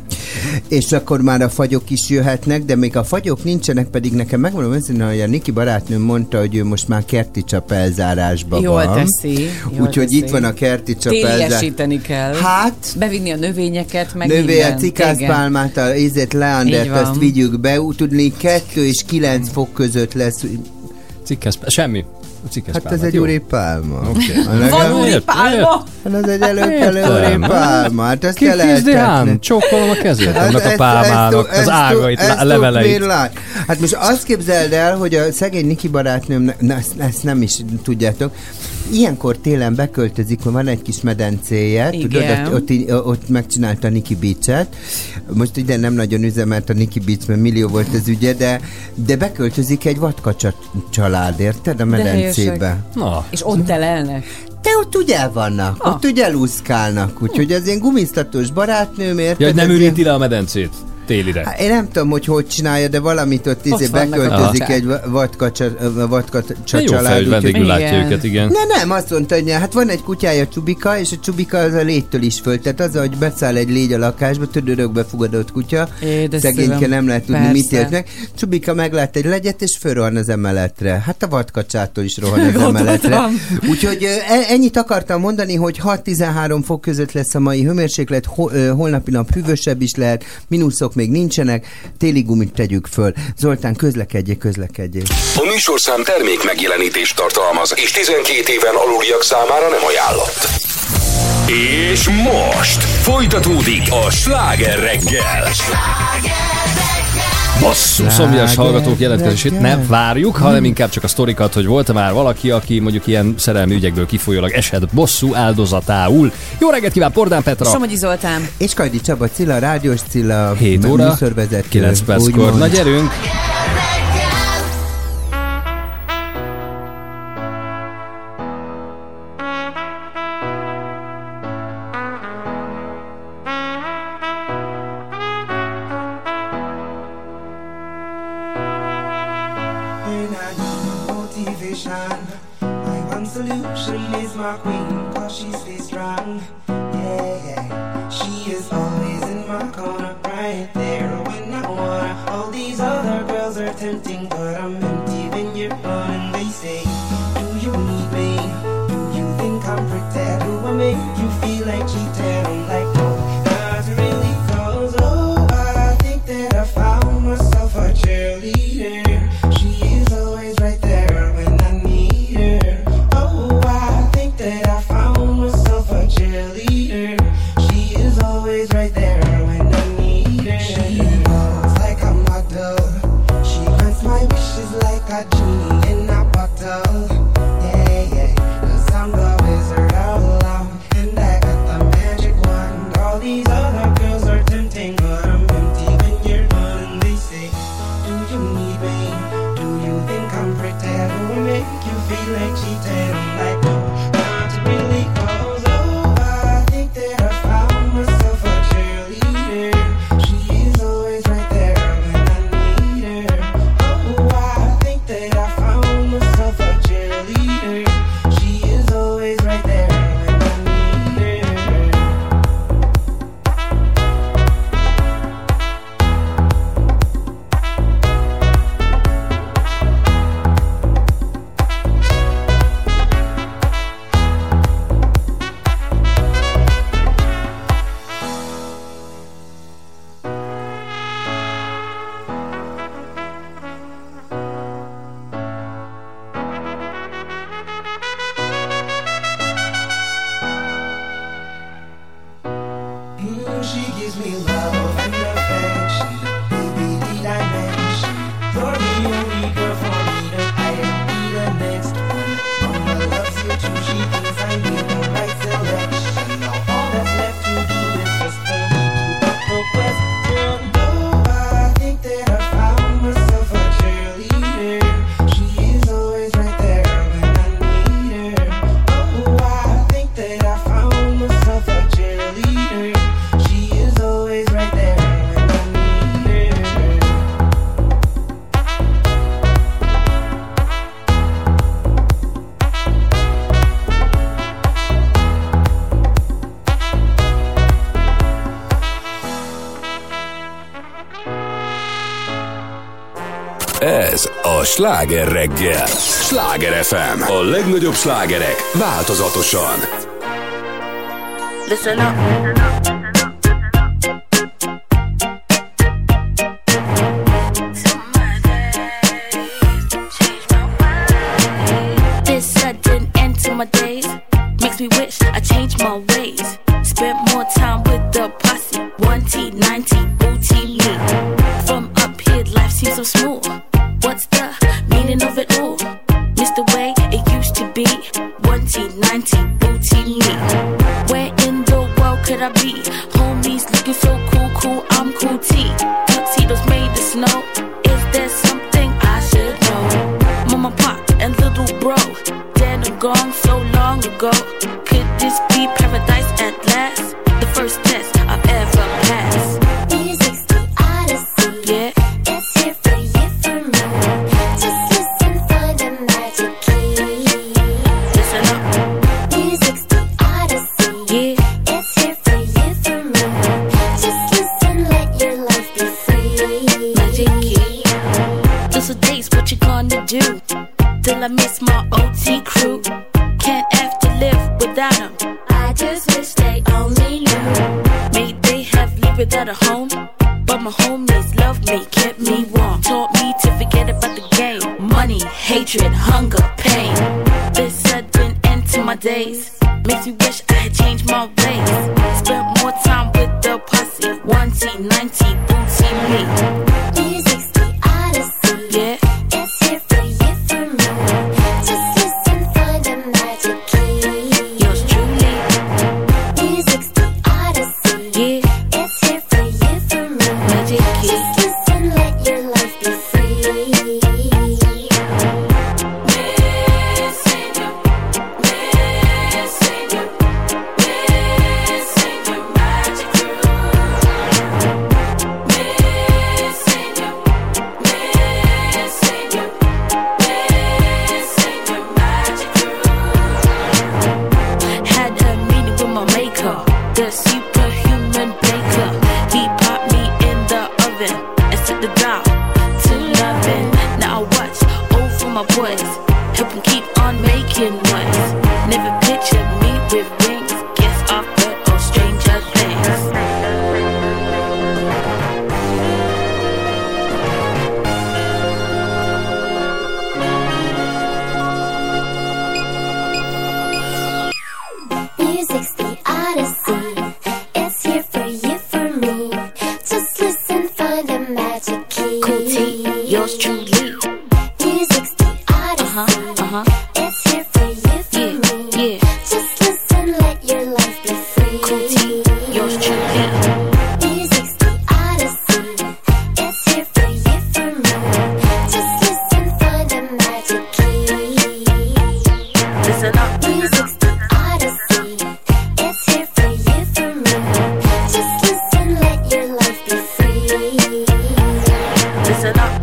és akkor már a fagyok is jöhetnek, de még a fagyok nincsenek, pedig nekem megmondom őszintén, hogy a Niki barátnőm mondta, hogy ő most már kerti csap elzárásban jól van. Teszi. Úgyhogy itt van a kerti csap elzárás. Téliesíteni kell. Hát. Bevinni a növényeket, meg Növény, minden. a cikászpálmát, a ízét, leandert, azt vigyük be. Úgy tudni, kettő és kilenc fok között lesz. Cikász, semmi. Hát ez egy úri pálma. Okay. Van úri pálma? Hát ez egy előkelő úri pálma. Hát ezt te lehet tenni. Csókolom a kezét annak a pálmának, az ágait, leveleit. Hát most azt képzeld el, hogy a szegény Niki barátnőm, ezt nem is tudjátok, ilyenkor télen beköltözik, hogy van egy kis medencéje, tudod, ott, ott, ott megcsinálta a Niki Beach-et. Most ugye nem nagyon üzemelt a Niki Beach, mert millió volt az ügye, de, de beköltözik egy vadkacsa család, érted? A medencébe. Na. És ott telelnek. De ott úgy el vannak, ah. ott ugye elúszkálnak, úgyhogy az én gumiztatós barátnőm, érted? Ja, hogy nem üríti le a medencét télire. Hát én nem tudom, hogy hogy csinálja, de valamit ott izé beköltözik egy vadkacsa, vadkacsa jó család. Jó fel, vendégül látja őket, igen. Ne, nem, azt mondta, hogy hát van egy kutyája, Csubika, és a Csubika az a légytől is föl. Tehát az, hogy beszáll egy légy a lakásba, tudod, örökbe fogadott kutya, szegényke nem lehet tudni, persze. Mit értnek. Csubika meglát egy legyet, és fölrohan az emeletre. Hát a vadkacsától is rohan az emeletre. Úgyhogy ennyit akartam mondani, hogy hat-tizenhárom fok között lesz a mai hőmérséklet, holnapi nap hűvösebb is lehet, mínuszok még nincsenek, téli gumit tegyük föl. Zoltán, közlekedjél, közlekedjél. A műsorszám termék megjelenítést tartalmaz, és tizenkét éven aluliak számára nem ajánlott. És most folytatódik a Sláger reggel. Basszus, szomjas hallgatók jelentkezését nem várjuk, hanem inkább csak a sztorikat, hogy volt-e már valaki, aki mondjuk ilyen szerelmi ügyekből kifolyólag esett bosszú áldozatául. Jó reggelt kíván, Pordán Petra! Somogyi Zoltán! És Kajdi Csaba, Cilla, Rádiós Cilla, hét óra, műsorvezető, kilenc perckor. Na gyerünk! Ez a Sláger reggel. Sláger ef em. A legnagyobb slágerek változatosan. Listen up. This sudden end to my days makes me wish I changed my ways. Spent more time with the posse. one T, nine T, booty me. From up here, life seems so smooth. What's the meaning of it all? Missed the way it used to be. one T, nine T, booty me. Where in the world could I be? Homies looking so cool, cool, I'm cool T. Tuxedos made of snow. Is there something I should know? Mama, pop, and little bro, dead and gone so long ago. Could this be paradise at last? The first test I've ever passed. Music's the odyssey. Yeah. It's here for you, for me. Just listen for the magic key. Listen up. Music's the odyssey. Yeah. It's here for you, for me. Just listen, let your life be free. Magic key. Those are days, what you gonna do? Till I miss my O T crew. Can't have to live without them. I just wish they only knew. May they have lived without a home, but my homies loved me, kept me warm, taught me to forget about the game. Money, hatred, hunger, pain. This sudden end to my days Makes me wish I had changed my ways. Spent more time with the posse. One T, ninety, booty me. Music's the odyssey. Yeah. It's here for you, for me. Just listen, find the magic key. Yours truly. Music's the odyssey. Yeah. It's here for you, for me. Magic key. Just listen, let your life be free. Had a meeting with my maker, the superhuman baker. He popped me in the oven and set the dial to loving. Now I watch over my boys, help them keep on making noise. Never pictured me with rings, guess I've heard of stranger things. Music's the odyssey. It's here for you, for me. Just listen, find the magic key. Cool T, yours truly. Music's the odyssey. Uh-huh, uh-huh. It's here for you, for Yeah, me. yeah. Just listen, let your life be free. Cool T, yours truly. Music's the odyssey. It's here for you, for me. Just listen, find the magic key. Listen up. Music's the odyssey. It's here for you, for me. Just listen, let your life be free. Listen up.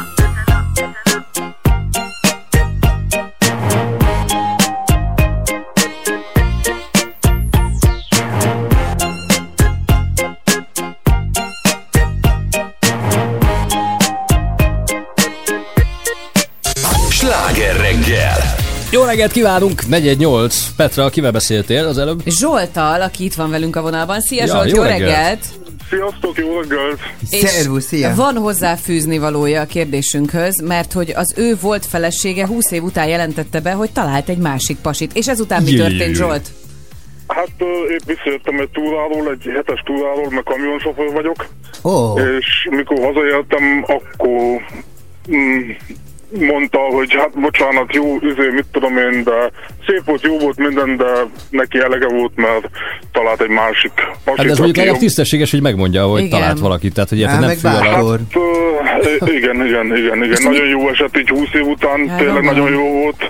Sláger reggel! Jó reggelt kívánunk! negyven nyolc. Petra, kivel beszéltél az előbb? Zsolttal, aki itt van velünk a vonalban. Szia Ja, Zsolt, jó jó reggelt. reggelt! Sziasztok, jó reggelt! Szervusz, szia! Van hozzáfűzni valója a kérdésünkhöz, mert hogy az ő volt felesége húsz év után jelentette be, hogy talált egy másik pasit. És ezután mi Jé, történt, jé, jé. Zsolt? Hát ö, épp visszajöttem egy túráról, egy hetes túráról, mert kamionsofőr vagyok, Ó, és mikor hazaértem, akkor mm, mondta, hogy hát bocsánat, jó, üzé, mit tudom én, de szép volt, jó volt minden, de neki elege volt, mert talált egy másik pasit. Hát ez mondjuk aki legalább jobb- tisztességes, hogy megmondja, hogy Igen. talált valakit, tehát hogy Á, érted, nem meg fül alatt. bátor. Hát, ö, igen, igen, igen, igen. Nagyon jó eset így húsz év után, Hát, tényleg van. nagyon jó volt.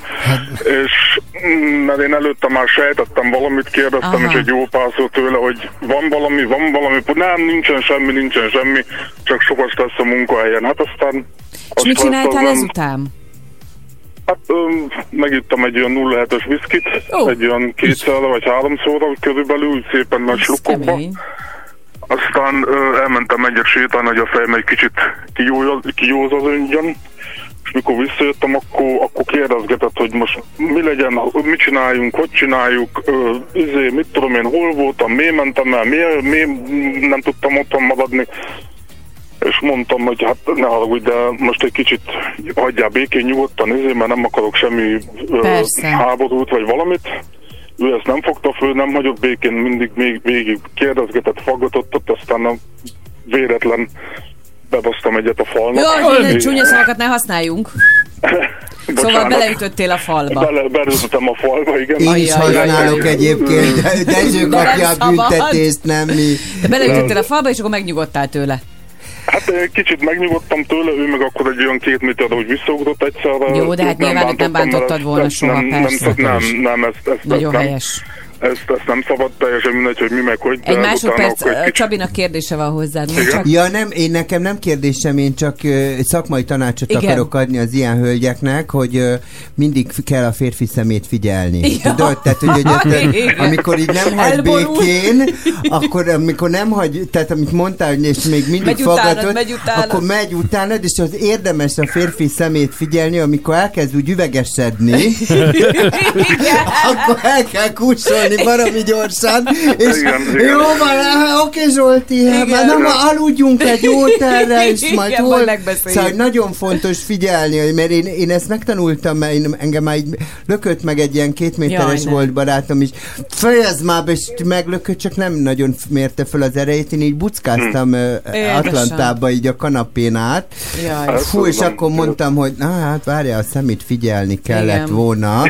És mm, mert én előtte már sejtettem valamit, kérdeztem, Aha. és egy jó pár szó tőle, hogy van valami, van valami, nem, nincsen semmi, nincsen semmi, csak sokat lesz a munkahelyen. Hát aztán... És mit csináltál nem- ezután? Hát öm, megittem egy olyan nulla hetes viszkit, Ó. egy olyan kétszerre vagy háromszorra körülbelül, úgy szépen nagy Ez slukkokba. kemény. Aztán ö, elmentem egyet sétálni, hogy a fejem egy kicsit kijóz- kijózaződjön, és mikor visszajöttem, akkor, akkor kérdezgetett, hogy most mi legyen, mit csináljunk, hogy csináljuk, ö, izé, mit tudom én, hol voltam, miért mentem el, miért, miért nem tudtam otthon maradni. És mondtam, hogy hát ne haragudj, de most egy kicsit hagyjál békén nyugodtan, izé, mert nem akarok semmi ö, Persze. háborút vagy valamit. Ő ezt nem fogta föl, nem hagyott békén, mindig még végig kérdezgetett, faggatott, ott aztán a véletlen bebasztam egyet a falnak. Jó, És- csúnya szavakat ne használjunk. Szóval Bocsánat. beleütöttél a falba. Bele, belőttem a falba, igen. én is Ajjaj, használok ajjaj. egyébként, de Dezső De nem kapja a szabad. büntetést, nem mi. Te beleütöttél a falba, és akkor megnyugodtál tőle. Hát egy kicsit megnyugodtam tőle, ő meg akkor egy olyan két méterre, hogy visszaugrott egyszerre. Jó, de hát Nem nyilván itt nem bántottam, bántottad mert volna ezt soha, nem, persze. Nem, nem, nem, ezt, ezt, Nagyon ezt, helyes. Nem, ezt, ezt nem szabad, teljesen mindegy, hogy mi meg hogy. de Egy utána másodperc, akkor egy kicsit- Csabinak kérdése van hozzád. Mondd Igen? csak. Ja, nem, én nekem nem kérdésem, én csak ö, szakmai tanácsot Igen. akarok adni az ilyen hölgyeknek, hogy ö, mindig kell a férfi szemét figyelni. Ja. Tudod? Tehát, hogy, hogy hogy Igen. amikor így nem hagy Elborul. békén, akkor amikor nem hagy, tehát amit mondtál, hogy és még mindig Megy utánad, faggatod, megy utánad. akkor megy utánad, és az érdemes a férfi szemét figyelni, amikor elkezd úgy üvegesedni, Igen. akkor el kell kúsolni figyelni baromi gyorsan. És Igen, jó van, oké Zsolti, hát már nem aludjunk egy jót erre, és Igen, majd majd hol... megbeszéljük. Szóval nagyon fontos figyelni, mert én, én ezt megtanultam, mert én, engem már így lökött meg egy ilyen két méteres Jaj, volt barátom, és fejezd már be, és meglökött, csak nem nagyon mérte fel az erejét, én így buckáztam hmm. Atlantába így a kanapén át. Jaj. Fú, és akkor mondtam, hogy na hát várjál, a szemét figyelni kellett Igen. volna.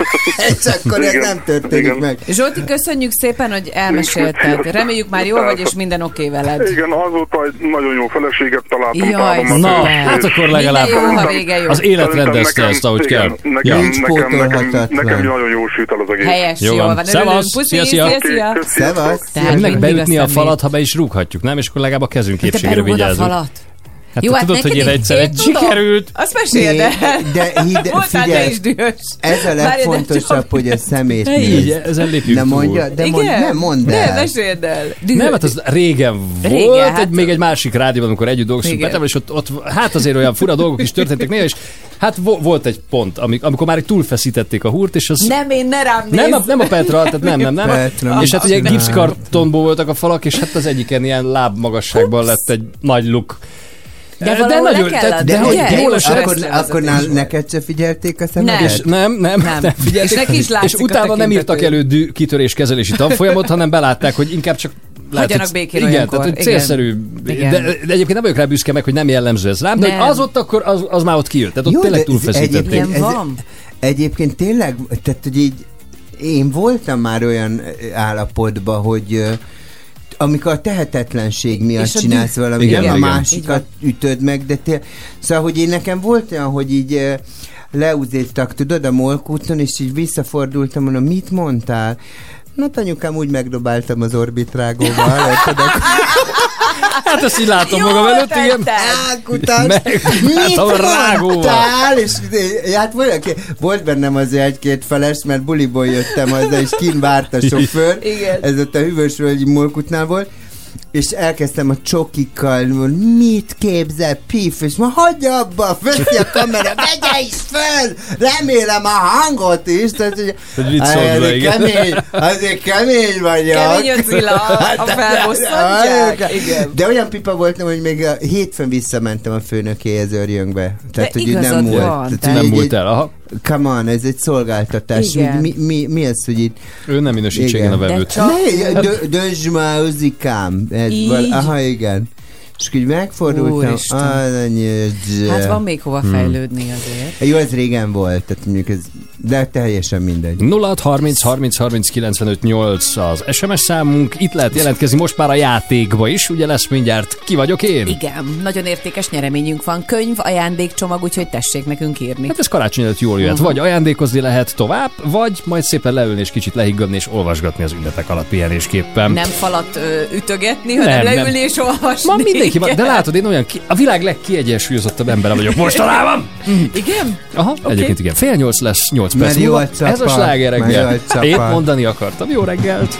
És akkor ez nem történik Igen. meg. Zsolti, köszönjük szépen, hogy elmesélted. Reméljük már jól vagy, és minden oké okay veled. Igen, azóta egy nagyon jó feleséget találtam. Jaj, na, hát akkor legalább jó, ha vége jó. Az élet rendezte ezt, ahogy igen, kell. Nekem, Ja. nekem, nekem, nekem nagyon jó sült el az egész. Helyes, jó jól van. van. Szevasz, szia, szia. Szevasz. Ennek beütni a falat, ha be is rúghatjuk, nem? És akkor legalább a kezünk épségére vigyázunk. Hát jó, hát tudod, hogy én egyszer egy sikerült. Azt meséld el. De hide, figyelj, ez a legfontosabb, hogy a szemét így, ezen lépjünk nem mondja, de mond, nem mondd el. Nem, meséld el. Nem, hát az régen volt, régen, hát egy, még egy másik rádióban, amikor együtt dolgoztunk Petrával, és ott, ott hát azért olyan fura dolgok is történtek néha, és hát volt egy pont, amikor már túlfeszítették a húrt, és az... Nem, én ne rám nézz. Nem a, nem a Petra, tehát nem, nem, nem. Petra, és hát ugye gipszkartonból voltak a falak, és hát az egyiken ilyen lábmagasságban lett egy nagy luk. De, de nagyon, de, de, de hogy jól akkor, akkor nál, neked se figyelték a szemedet? Nem. És nem, nem, nem, nem figyelték. És, is és utána nem írtak elő dű, kitöréskezelési tanfolyamot, hanem belátták, hogy inkább csak hagyjanak békén igen, olyankor. Tehát, hogy célszerű. Igen. De, de egyébként nem vagyok rá büszke meg, hogy nem jellemző ez rám, de hogy az ott akkor, az, az már ott kijött. Tehát ott jó, tényleg túlfeszítették. Egyébként, ez, egyébként tényleg, tehát hogy így én voltam már olyan állapotban, hogy amikor a tehetetlenség miatt csinálsz valamit, nem a másikat ütöd meg, de te... Szóval, hogy én nekem volt olyan, hogy így uh, leuzéztak, tudod, a Molkúton, és így visszafordultam, mondom, mit mondtál? Na, anyukám, úgy megdobáltam az orbitrágóval. Hát ezt így látom magam előtt, igen. Elkutasd. Mit mondtál? És hát volt, volt bennem azért egy-két feles, mert buliból jöttem haza, és kint várt a sofőr. Ez ott a Hűvösvölgyi Molkútnál volt. És elkezdtem a csokikkal, mit képzel, pif, és ma hagyja abba, veszi a kamera, vegye is föl, remélem a hangot is. Tehát, hogy, hogy azért kemény, azért kemény vagyok. Kemény a Cilla, a felbosszantják. De olyan pipa voltam, hogy még a hétfőn visszamentem a főnökéhez Örjönkbe. Tehát, de hogy nem volt. Van, tehát, nem múlt el, aha. Come on, ez egy szolgáltatás. Mi, mi, mi az, hogy itt... Ő nem minősítségen a vevőt. Döntsd már, Özikám. Aha, igen. És így megfordultam. Hát van még hova fejlődni azért. Jó, ez régen volt, tehát mondjuk ez, de teljesen mindegy. nulla hat harminc harminc harminc kilencvenöt nyolc az es em es számunk. Itt lehet jelentkezni most már a játékba is. Ugye lesz mindjárt Ki vagyok én? Igen, nagyon értékes nyereményünk van. Könyv, ajándékcsomag, úgyhogy tessék nekünk írni. Hát ez karácsony előtt jól jöhet. Uh-huh. Vagy ajándékozni lehet tovább, vagy majd szépen leülni és kicsit lehiggadni és olvasgatni az ünnepek alatt pihenésképpen. Nem falat ö, ütögetni, hanem nem, leülni nem. és olvasni. Ma mindenki van, de látod, én olyan ki, a világ legkiegyensúlyozottabb embere vagyok mostanában. Igen? Aha, okay. Egyébként igen. Fél nyolc lesz, nyolc perc múlva. Ez a Sláger reggel. Épp mondani akartam. Jó reggelt!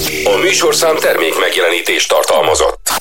A műsorszám termék megjelenítést tartalmazott.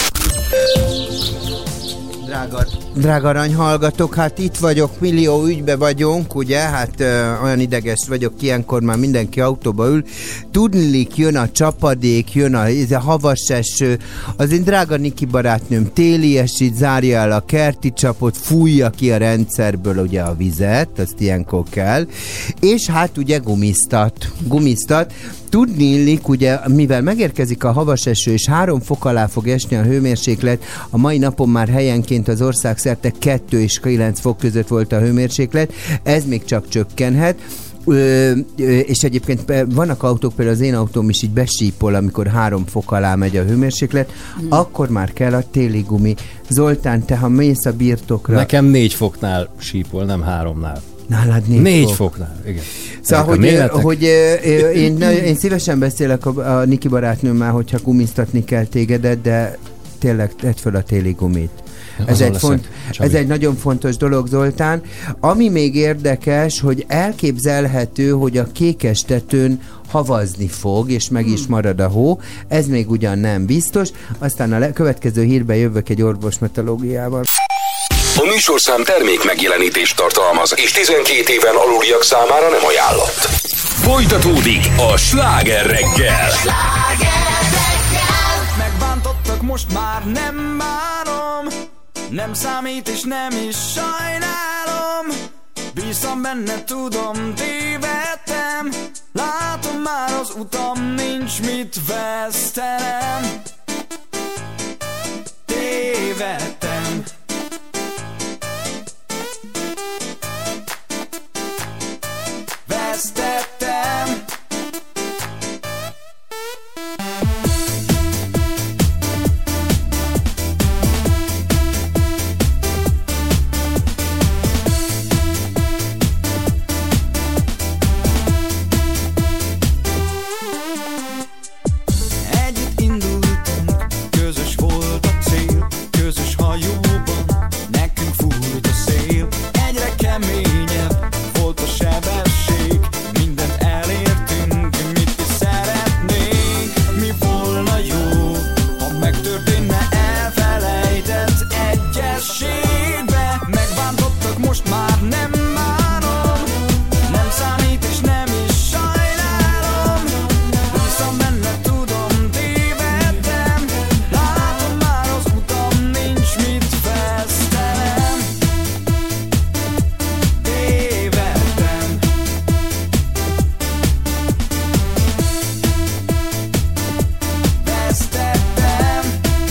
Drága, drága aranyhallgatók, hát itt vagyok, millió ügybe vagyunk, ugye, hát ö, olyan ideges vagyok, ilyenkor már mindenki autóba ül. Tudnilik, jön a csapadék, jön a, a havas eső, az én drága Niki barátnőm téli esít, zárja el a kerti csapot, fújja ki a rendszerből ugye a vizet, azt ilyenkor kell, és hát ugye gumiztat, gumiztat. Tudni illik, ugye, mivel megérkezik a havas eső, és három fok alá fog esni a hőmérséklet, a mai napon már helyenként az ország szerte kettő és kilenc fok között volt a hőmérséklet, ez még csak csökkenhet. Ö, ö, és egyébként vannak autók, például az én autóm is így besípol, amikor három fok alá megy a hőmérséklet, hmm. akkor már kell a téli gumi. Zoltán, te ha mész a birtokra... Nekem négy foknál sípol, nem háromnál. Nálad négy, négy fok. foknál, igen. Szóval, hogy, hogy én, én szívesen beszélek a, a Niki barátnőmmel, hogyha gumiztatni kell tégedet, de tényleg tedd föl a téli gumit. Ez egy, font, ez egy nagyon fontos dolog, Zoltán. Ami még érdekes, hogy elképzelhető, hogy a Kékestetőn havazni fog, és meg is marad a hó. Ez még ugyan nem biztos. Aztán a le- következő hírben jövök egy orvosmetológiával. A műsorszám termék megjelenítést tartalmaz, és tizenkét éven aluliak számára nem ajánlott. Folytatódik a Sláger reggel. Megbántottak, most már nem bánom, nem számít és nem is sajnálom. Bízom benne, tudom, tévedtem, látom már az utam, nincs mit vesztenem. Tévedtem. Vesztettem. Együtt indultunk, közös volt a cél, közös hajóban, nekünk fújt a szél. Egyre keményebb volt a sebesség, mindent elértünk, mit is szeretnénk. Mi volna jó, ha megtörténne elfelejtett egyességbe. Megbántottak, most már nem bánom, nem számít és nem is sajnálom. Bízom benne, tudom, tévedtem, látom már az utam, nincs mit vesztenem. Tévedtem. Vesztettem.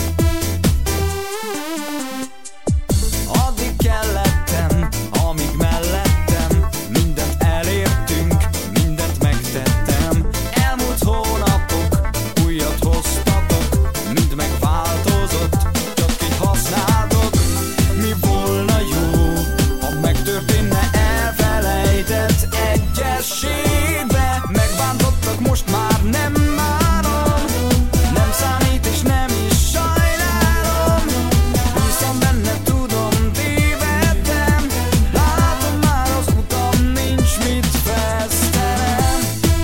Addig kellettem, amíg mellettem, mindent elértünk, mindent megtettem. Elmúlt hónapok újat hoztatok, mind megváltozott, csak így használtok. Mi volna jó, ha megtörténne elfelejtett egyességbe. Megbántottak, most már nem bánom, nem számít és nem is sajnálom. Bízom benne, tudom, tévedtem, látom már az utam, nincs mit vesztenem.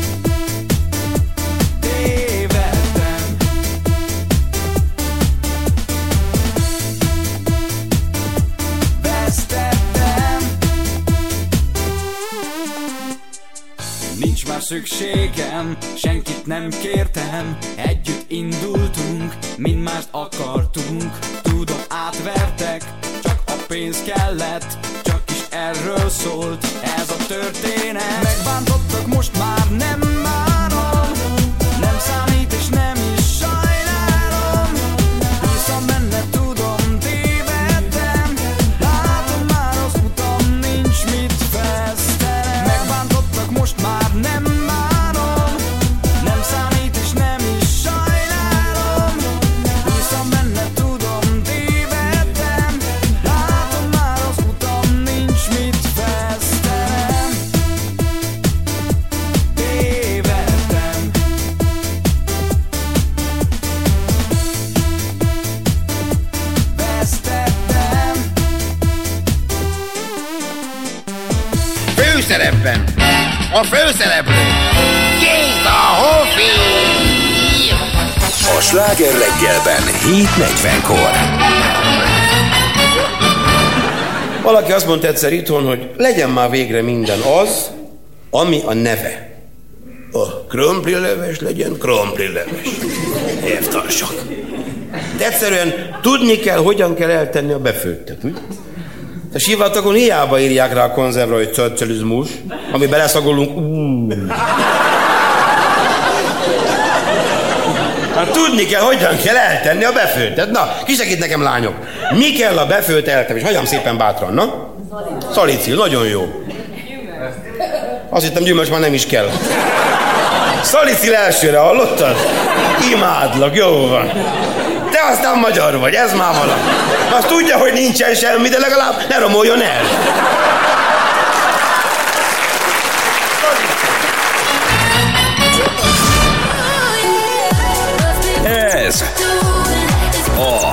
Tévedtem. Vesztettem. Nincs már szükségem, senkit nem kértem, együtt indultunk, mind mást akartunk. Tudom, átvertek, csak a pénz kellett, csak is erről szólt ez a történet. Megbántottak, most már nem bánom, nem számít és nem is sajnálom. Bízom benne, tudom, tévedtem, látom már az utam, nincs mit vesztenem. Megbántottak, most már nem bánom, nem számít és nem is sajnálom. Bízom benne, tudom, tévedtem, látom már az utam, nincs mit vesztenem. Tévedtem. Vesztettem. Főszerepben a főszereplő Géza Hofi! A Sláger reggelben hét negyvenkor. Valaki azt mondta egyszer itthon, hogy legyen már végre minden az, ami a neve. A krumplileves legyen krumplileves. Évtársak. De egyszerűen tudni kell, hogyan kell eltenni a befőttet, úgy? A sivatagon hiába írják rá a konzervra, hogy szocializmus, ami beleszagolunk. Uh. Hát tudni kell, hogyan kell eltenni a befőttet. Na, ki segít nekem, lányok? Mi kell a befőt eltenni? És hagyjam szépen bátran, na? Szalicil, nagyon jó. Azt hittem, gyümölcs már nem is kell. Szalicil elsőre, hallottad? Imádlak, jó van. Te aztán magyar vagy, ez már valami. Azt tudja, hogy nincsen semmi, de legalább ne romoljon el. Ez a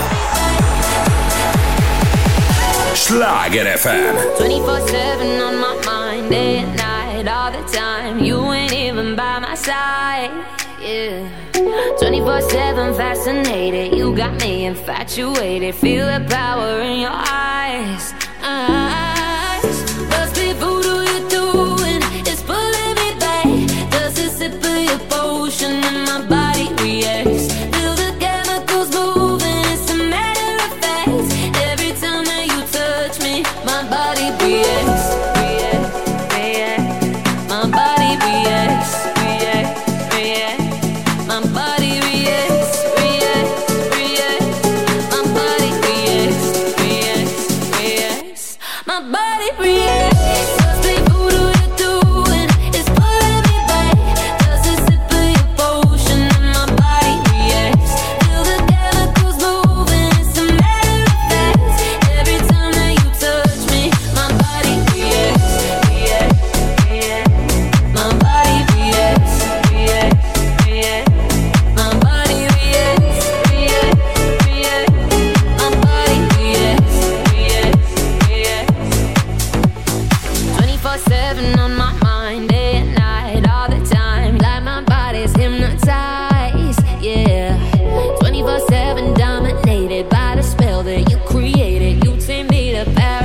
Sláger ef em. twenty-four seven on my mind, day and night, all the time. You ain't even by my side, yeah. twenty-four seven fascinated, you got me infatuated. Feel the power in your eyes, eyes. Must be voodoo you're doing, it's pulling me back. Does a sip of your potion and my body reacts? Feel the chemicals moving, it's a matter of fact. Every time that you touch me, my body reacts, reacts, reacts. My body reacts, reacts, reacts. My body reacts, reacts, reacts. My body reacts, reacts, reacts. My body reacts. Must be voodoo you're doing, it's pulling me back. Does a sip of your potion and my body reacts? Feel the chemicals moving, it's a matter of fact. Every time that you touch me, my body reacts, reacts, reacts. My body reacts, reacts, reacts. My body reacts, reacts, reacts. My body reacts, reacts, reacts. twenty-four seven on my mind, day and night, all the time. Like my body's hypnotized, yeah. twenty-four seven dominated by the spell that you created. You take me to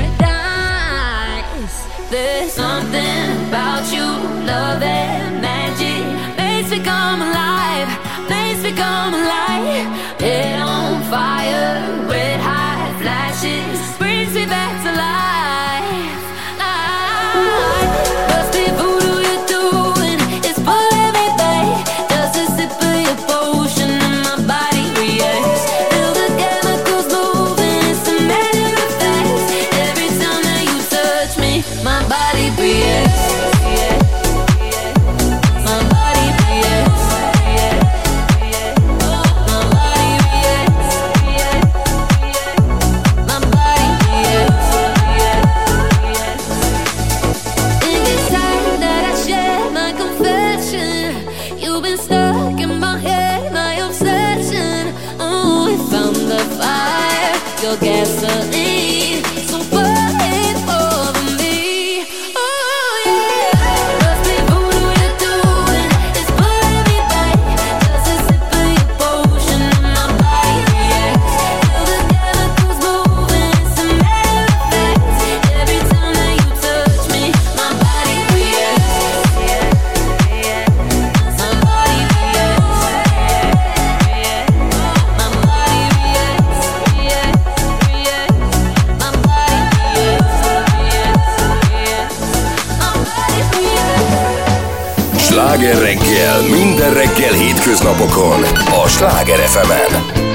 paradise. There's something about you, love and magic. Makes me come alive, makes me come alive. Head on fire, red hot flashes, brings me back to life, life. Must be voodoo you're doing, it's pulling me back. Does a sip of your potion and my body reacts? Feel the chemicals moving, it's a matter of fact. Every time that you touch me, my body reacts, reacts, reacts. My body reacts, reacts, reacts. My body reacts, reacts, reacts. My body reacts, reacts, reacts. In this time that I share my confession, you've been stuck in my head, my obsession. Oh, we found the fire, your gasoline. So burn it over me. Oh yeah. Must be voodoo you're doing, it's pulling me back. Does a sip of your potion and my body reacts? Feel the chemicals moving, it's a matter of fact. Every time that you touch me, my body reacts, reacts, reacts. My body reacts, reacts, reacts. My body reacts, reacts, reacts. My body reacts, reacts, reacts. My body reacts. Sláger reggel, minden reggel hétköznapokon a Sláger ef emen.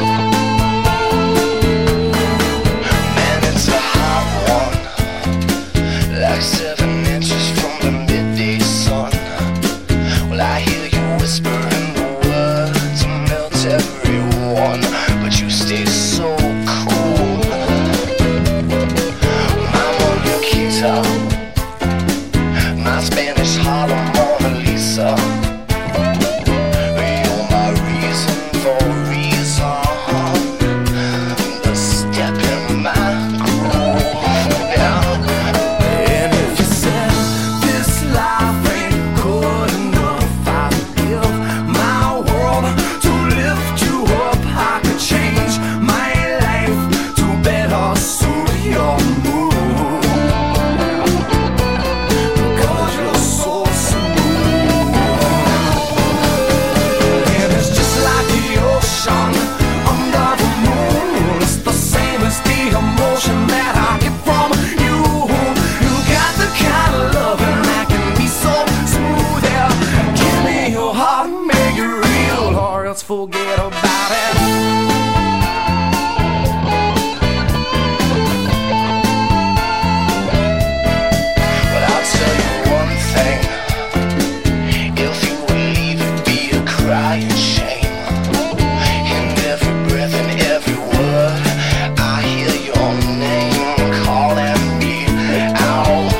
Man, it's a hot one, like seven inches from the midday sun. Well, I hear you whispering the words and melt everyone, but you stay so cool. I'm on your guitar, my Spanish Harlem Mona Lisa. You're my reason for reason, the step in my groove. Yeah. And if you forget about it. But I'll tell you one thing. If you would leave it be a crying shame. In every breath and every word I hear your name calling me out.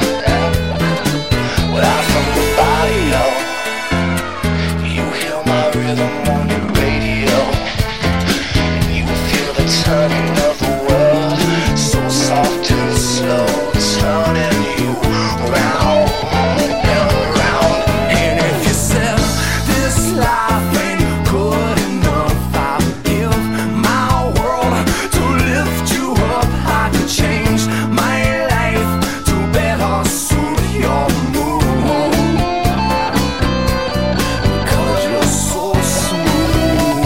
Without from the body, oh, you hear my rhythm on your radio. You feel the turning of the world, so soft and slow, turning you round and round. And if you said this life ain't good enough, I would give my world to lift you up. I could change my life to better suit your mood, because you're so smooth.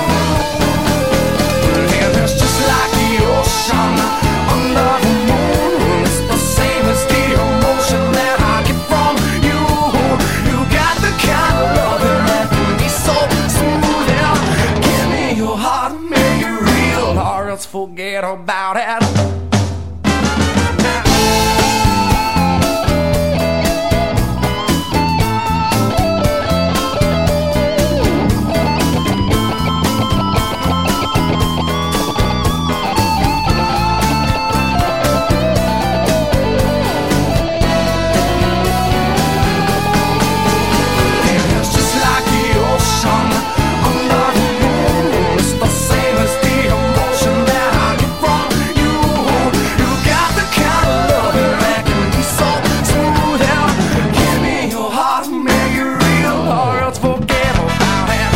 And it's just like the ocean under the moon. It's the same as the emotion that I get from you. You got the kind of loving that can be so smooth. Yeah. Give me your heart, make it real, or else forget about it. It's just like the ocean under the moon. It's the same as the emotion that I get from you. You got the kind of loving that can be so smooth. Yeah. Give me your heart, make it real, or else forget about it.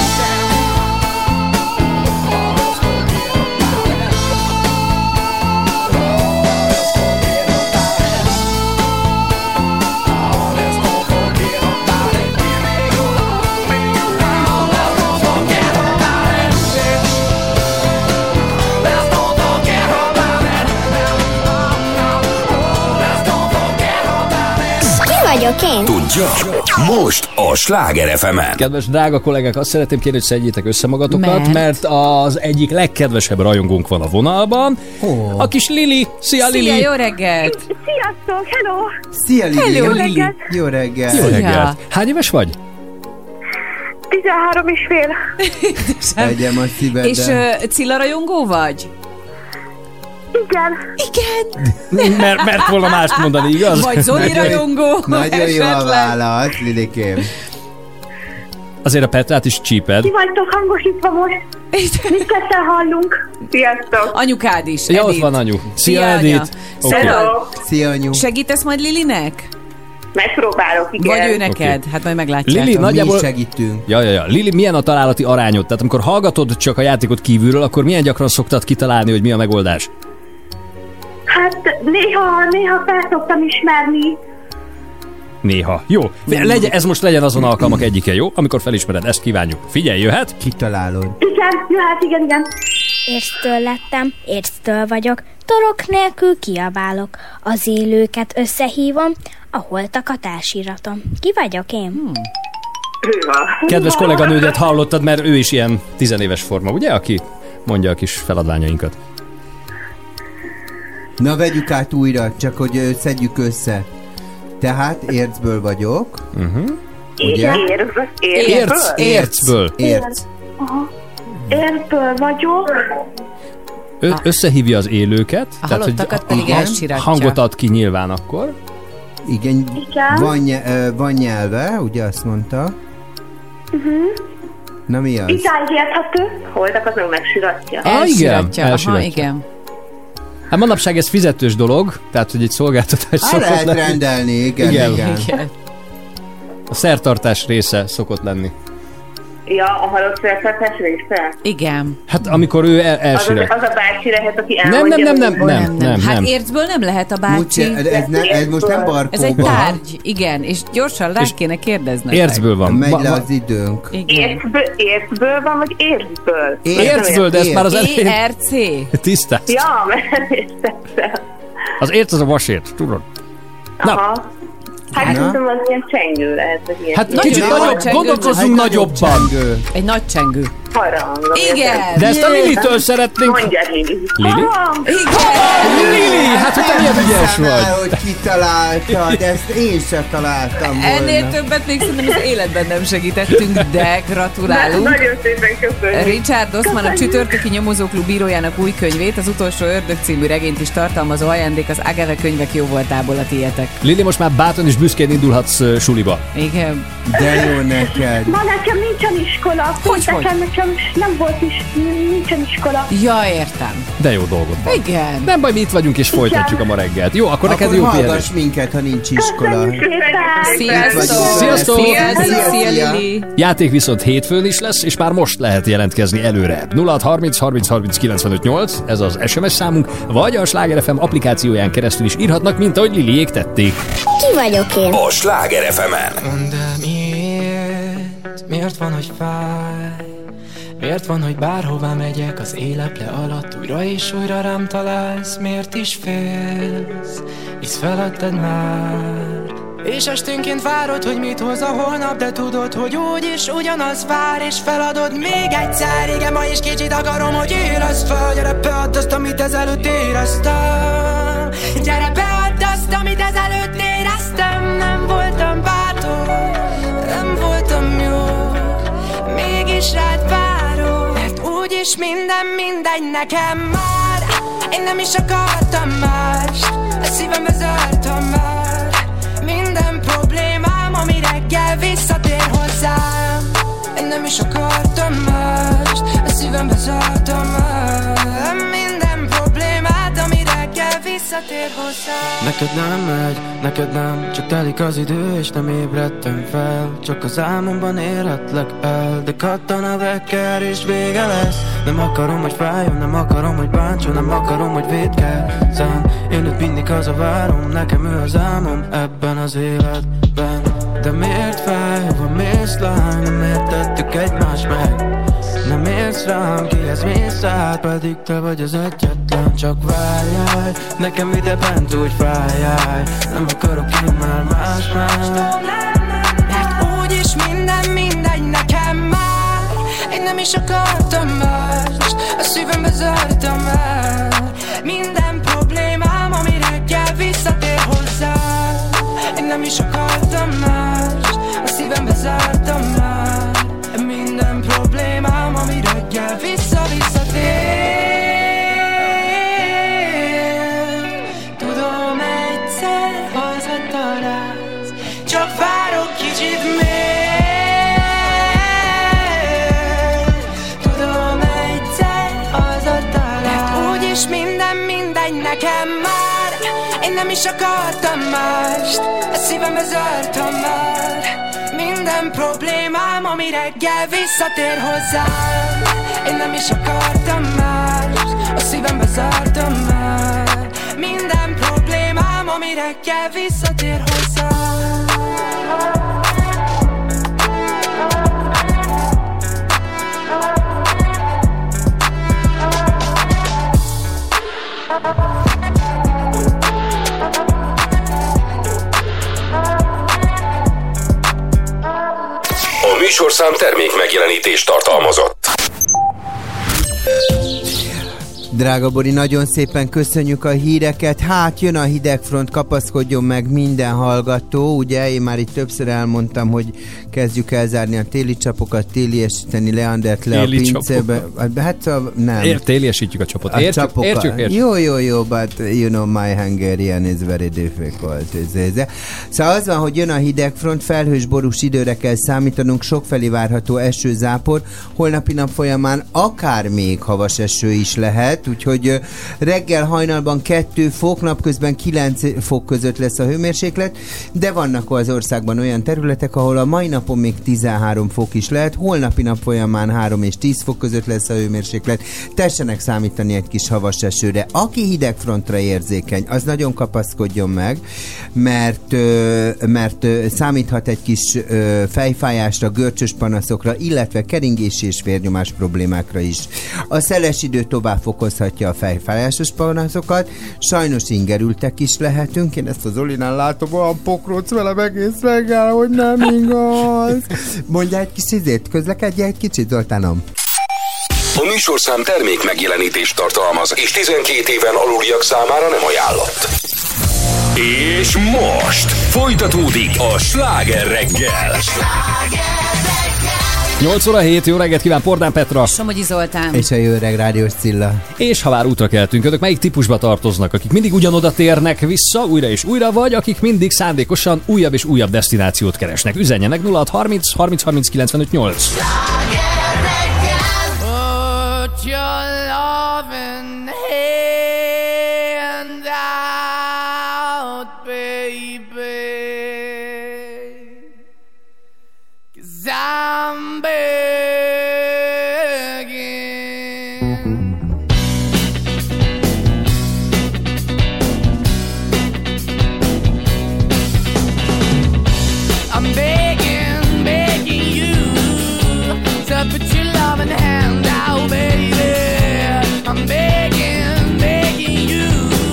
Ki vagyok én? Tudja? Most a Sláger ef emen. Kedves drága kollégák, azt szeretném kérni, hogy szedjétek össze magatokat, mert, Mert? mert az egyik legkedvesebb rajongónk van a vonalban. Oh. A kis Lili. Szia, Lili! Szia, jó reggelt! Sziasztok, hello! Szia, Lili! Hello, Jó Lili. reggelt! Jó reggelt! Jó reggelt! Hány éves vagy? tizenhárom és fél. Egyem a szívedbe. És uh, Cilla rajongó vagy? Igen. Igen. Mert, mert volna mást mondani, igaz? Vagy Zoli rajongó? Nagyon jó a esetleg? válasz, Lilikém. Azért a Petrát is csíped. Ki vagytok hangosítva most? Mindketten hallunk. Sziasztok. Anyukád is, Ja, ott Edith. van anyu. Szia, Szia, anya. Edith. Oké. Hello. Szia, anyu. Segítesz majd Lilinek? Megpróbálok, igen. Vagy ő neked? Oké. Hát majd meglátjátok. Lili, Mi nagyjából... is segítünk. Ja, ja, ja. Lili, milyen a találati arányod? Tehát amikor hallgatod csak a játékot kívülről, akkor milyen gyakran szoktad kitalálni, hogy mi a megoldás? Hát néha, néha fel szoktam ismerni. Néha. Jó. Legyen, ez most legyen azon alkalmak egyike, jó? Amikor felismered, ezt kívánjuk. Figyelj, jöhet? Kitalálod. Igen, jöhet, igen, igen. Érctől lettem, érctől vagyok, torok nélkül kiabálok. Az élőket összehívom, a holtakat elsíratom. Ki vagyok én? Hmm. Kedves kolléganődet hallottad, mert ő is ilyen tizenéves forma, ugye? Aki mondja a kis feladványainkat. Na, vegyük át újra, csak hogy ö, szedjük össze. Tehát ércből vagyok. Uh-huh. Ugye? Érc, Érc, ércből. Érc. Aha. Ércből vagyok. Ő összehívja az élőket. A halottakat pedig igen, elsiratja. hangot ad ki nyilván akkor. Igen, Igen. van, nye- ö, van nyelve, ugye azt mondta. Uh-huh. Na, mi az? Itáig érthető. Holtak az meg megsiratja. Ah, igen, Elsiratja. Aha, elsiratja. igen. Hát manapság ez fizetős dolog, tehát hogy egy szolgáltatás Á, szokott lehet lenni. rendelni, igen, igen. igen. Igen. A szertartás része szokott lenni. Ja, a halott szertartás része? Igen. Hát amikor ő el, Az, elsirat. az a bácsi lehet, aki Nem, elmondja. nem, nem, hogy- nem, nem, nem, Hát nem. ércből nem lehet a bácsi. Mucsi, ez, ne, ez most nem barkóba. Ez egy tárgy, igen, és gyorsan rá kéne kérdezni. Ércből van. Megy Ba- le ba- az időnk. Igen. Ércből, ércből van, vagy ércből? Ércből, de ezt már az elején é er cé. tisztáz. Ja, mert értettem. Az érc az a vasért, tudod? Na. Aha. Hát Na. szerintem az ilyen csengő lehet, vagy ilyen. Hát Nagyon kicsit jó nagyobb, csengő, gondolkozzunk Egy nagyobb nagyobban. csengő. Egy nagy csengő. Harangom. Igen. De ezt a Lilitől szeretnénk. Mondja, Lili. Lili? Harang. Igen. Lili, hát hogy te milyen ügyes vagy. El, hogy kitaláltad, ezt én sem találtam volna. Ennél többet még szerintem az életben nem segítettünk, de gratulálunk. Nagyon szépen köszönjük. Richard Dossman, a Csütörtöki Nyomozóklub bírójának új könyvét, az Utolsó ördög című regényt is tartalmazó ajándék az Agave könyvek jó voltából a tietek. Lili, most már bátran és büszkén indulhatsz uh, suliba. Igen. De jó neked. Ma nekem nincsen iskola. Hogy, hogy? Nekem, nekem nem volt is, nincsen iskola. Ja, értem. De jó dolgod van. Igen. Nem baj, mi itt vagyunk és folytatjuk a ma reggelt. Jó, akkor, neked jó pihenés. Akkor hallgass minket, ha nincs iskola. Sziasztok! Sziasztok! Szia, Lili! Játék viszont hétfőn is lesz, és már most lehet jelentkezni előre. nulla hat harminc harminc harminc kilencvenöt nyolc, ez az es em es számunk, vagy a Sláger ef em applikációján keresztül is írhatnak, mint ahogy Liliék tették. Ki vagyok én? A Sláger ef emen. Mondd el miért, miért van, hogy fáj? Miért van, hogy bárhová megyek az éleple alatt újra és újra rám találsz? Miért is félsz, hisz feladtad már? És esténként várod, hogy mit hoz a holnap, de tudod, hogy úgy is ugyanaz vár, és feladod még egyszer. Igen, ma is kicsit akarom, hogy érezd fel. Gyere, beadd azt, amit ezelőtt éreztem. Gyere, beadd azt, amit ezelőtt éreztem. Nem voltam bátor, nem voltam jó, mégis rád várok, mert úgyis minden mindegy nekem már. Én nem is akartam mást, a szívembe zártam már. Minden problémám, ami reggel visszatér hozzám. Én nem is akartam mást, a szívembe zártam már. Minden problémát, ami reggel visszatér hozzám. Neked nem megy, neked nem, csak telik az idő és nem ébredtem fel. Csak az álmomban érhetlek el, de kattan a vekker és vége lesz. Nem akarom, hogy fájjon, nem akarom, hogy bántson, nem akarom, hogy védkezzem. Én őt mindig hazavárom, nekem ő az álmom ebben az életben. De miért fáj, hova mész lány, nem értettük egymást meg. Nem érsz rám, kihez mész át, pedig te vagy az egyetlen. Csak várjál, nekem ide bent úgy fájjál. Nem akarok én már más más. Mert úgyis minden mindegy nekem már. Én nem is akartam mást, a szívembe zártam el. Minden problémám, ami reggel visszatér hozzám. Én nem is akartam mást, a szívembe zártam már. Minden problémám, ami reggel vissza-visszatér. Tudom, egyszer hazatalálsz, csak várok kicsit még. Tudom, egyszer hazatalálsz, mert úgyis minden mindegy nekem már. Én nem is akartam mást, a szívembe zártam már. Minden problémám, ami reggel visszatér hozzám. Én nem is akartam mást, a szívembe zártam már. Minden problémám, ami reggel visszatér hozzám. A műsorszám termék megjelenítést tartalmazott. Drága Bori, nagyon szépen köszönjük a híreket. Hát jön a hidegfront, kapaszkodjon meg minden hallgató. Ugye én már itt többször elmondtam, hogy kezdjük elzárni a téli csapokat, téliesíteni Leandert le téli a pincébe. Hát a, nem. Ér, téliesítjük a csapot. A értjük, értjük, értjük. Jó, jó, jó, but you know my Hungarian is very difficult. Szóval az van, hogy jön a hidegfront, felhős borús időre kell számítanunk, sokfelé várható eső, zápor. Holnapi nap folyamán akár még havas eső is lehet, úgyhogy reggel hajnalban kettő fok, napközben kilenc fok között lesz a hőmérséklet, de vannak az országban olyan területek, ahol a mai napon még tizenhárom fok is lehet, holnapi nap folyamán három és tíz fok között lesz a hőmérséklet. Tessenek számítani egy kis havas esőre. Aki hidegfrontra érzékeny, az nagyon kapaszkodjon meg, mert, mert számíthat egy kis fejfájásra, görcsös panaszokra, illetve keringési és vérnyomás problémákra is. A szeles idő tovább fokozhatja a fejfájásos panaszokat, sajnos ingerültek is lehetünk, én ezt az Olinán látom, olyan pokróc velem egész reggel, hogy nem igaz. Mondja egy kis izét, közlekedje egy kicsit, Zoltánom. A műsorszám termék megjelenítést tartalmaz, és tizenkét éven aluliak számára nem ajánlott. És most folytatódik a Sláger reggel. nyolc óra hét, jó reggelt kíván Pordán Petra. Somogyi Zoltán. És a jó öreg rádiós Cilla. És ha már útra keltünk, önök melyik típusba tartoznak? Akik mindig ugyanoda térnek vissza, újra és újra, vagy akik mindig szándékosan újabb és újabb desztinációt keresnek? Üzenjenek nulla hat harminc harminc harminc kilencvenöt nyolc. I'm begging. I'm begging, begging you to put your loving hand out, baby. I'm begging, begging you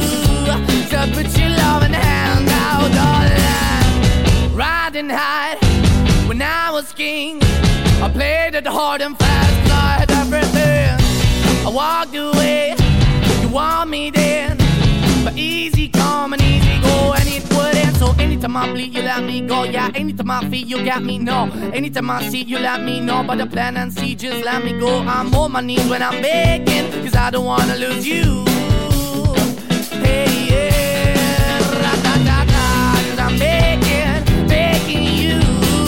to put your loving hand out, darling. Riding high when I was king, I played it hard and fast, I had everything. I walked away, you want me then, but easy come and easy go, and it wouldn't. So anytime I bleed, you let me go. Yeah, anytime I feel, you got me, no. Anytime I see, you let me know. But the plan and see, just let me go. I'm on my knees when I'm begging, cause I don't wanna lose you. Hey, yeah, ra-da-da-da, cause I'm begging, begging you.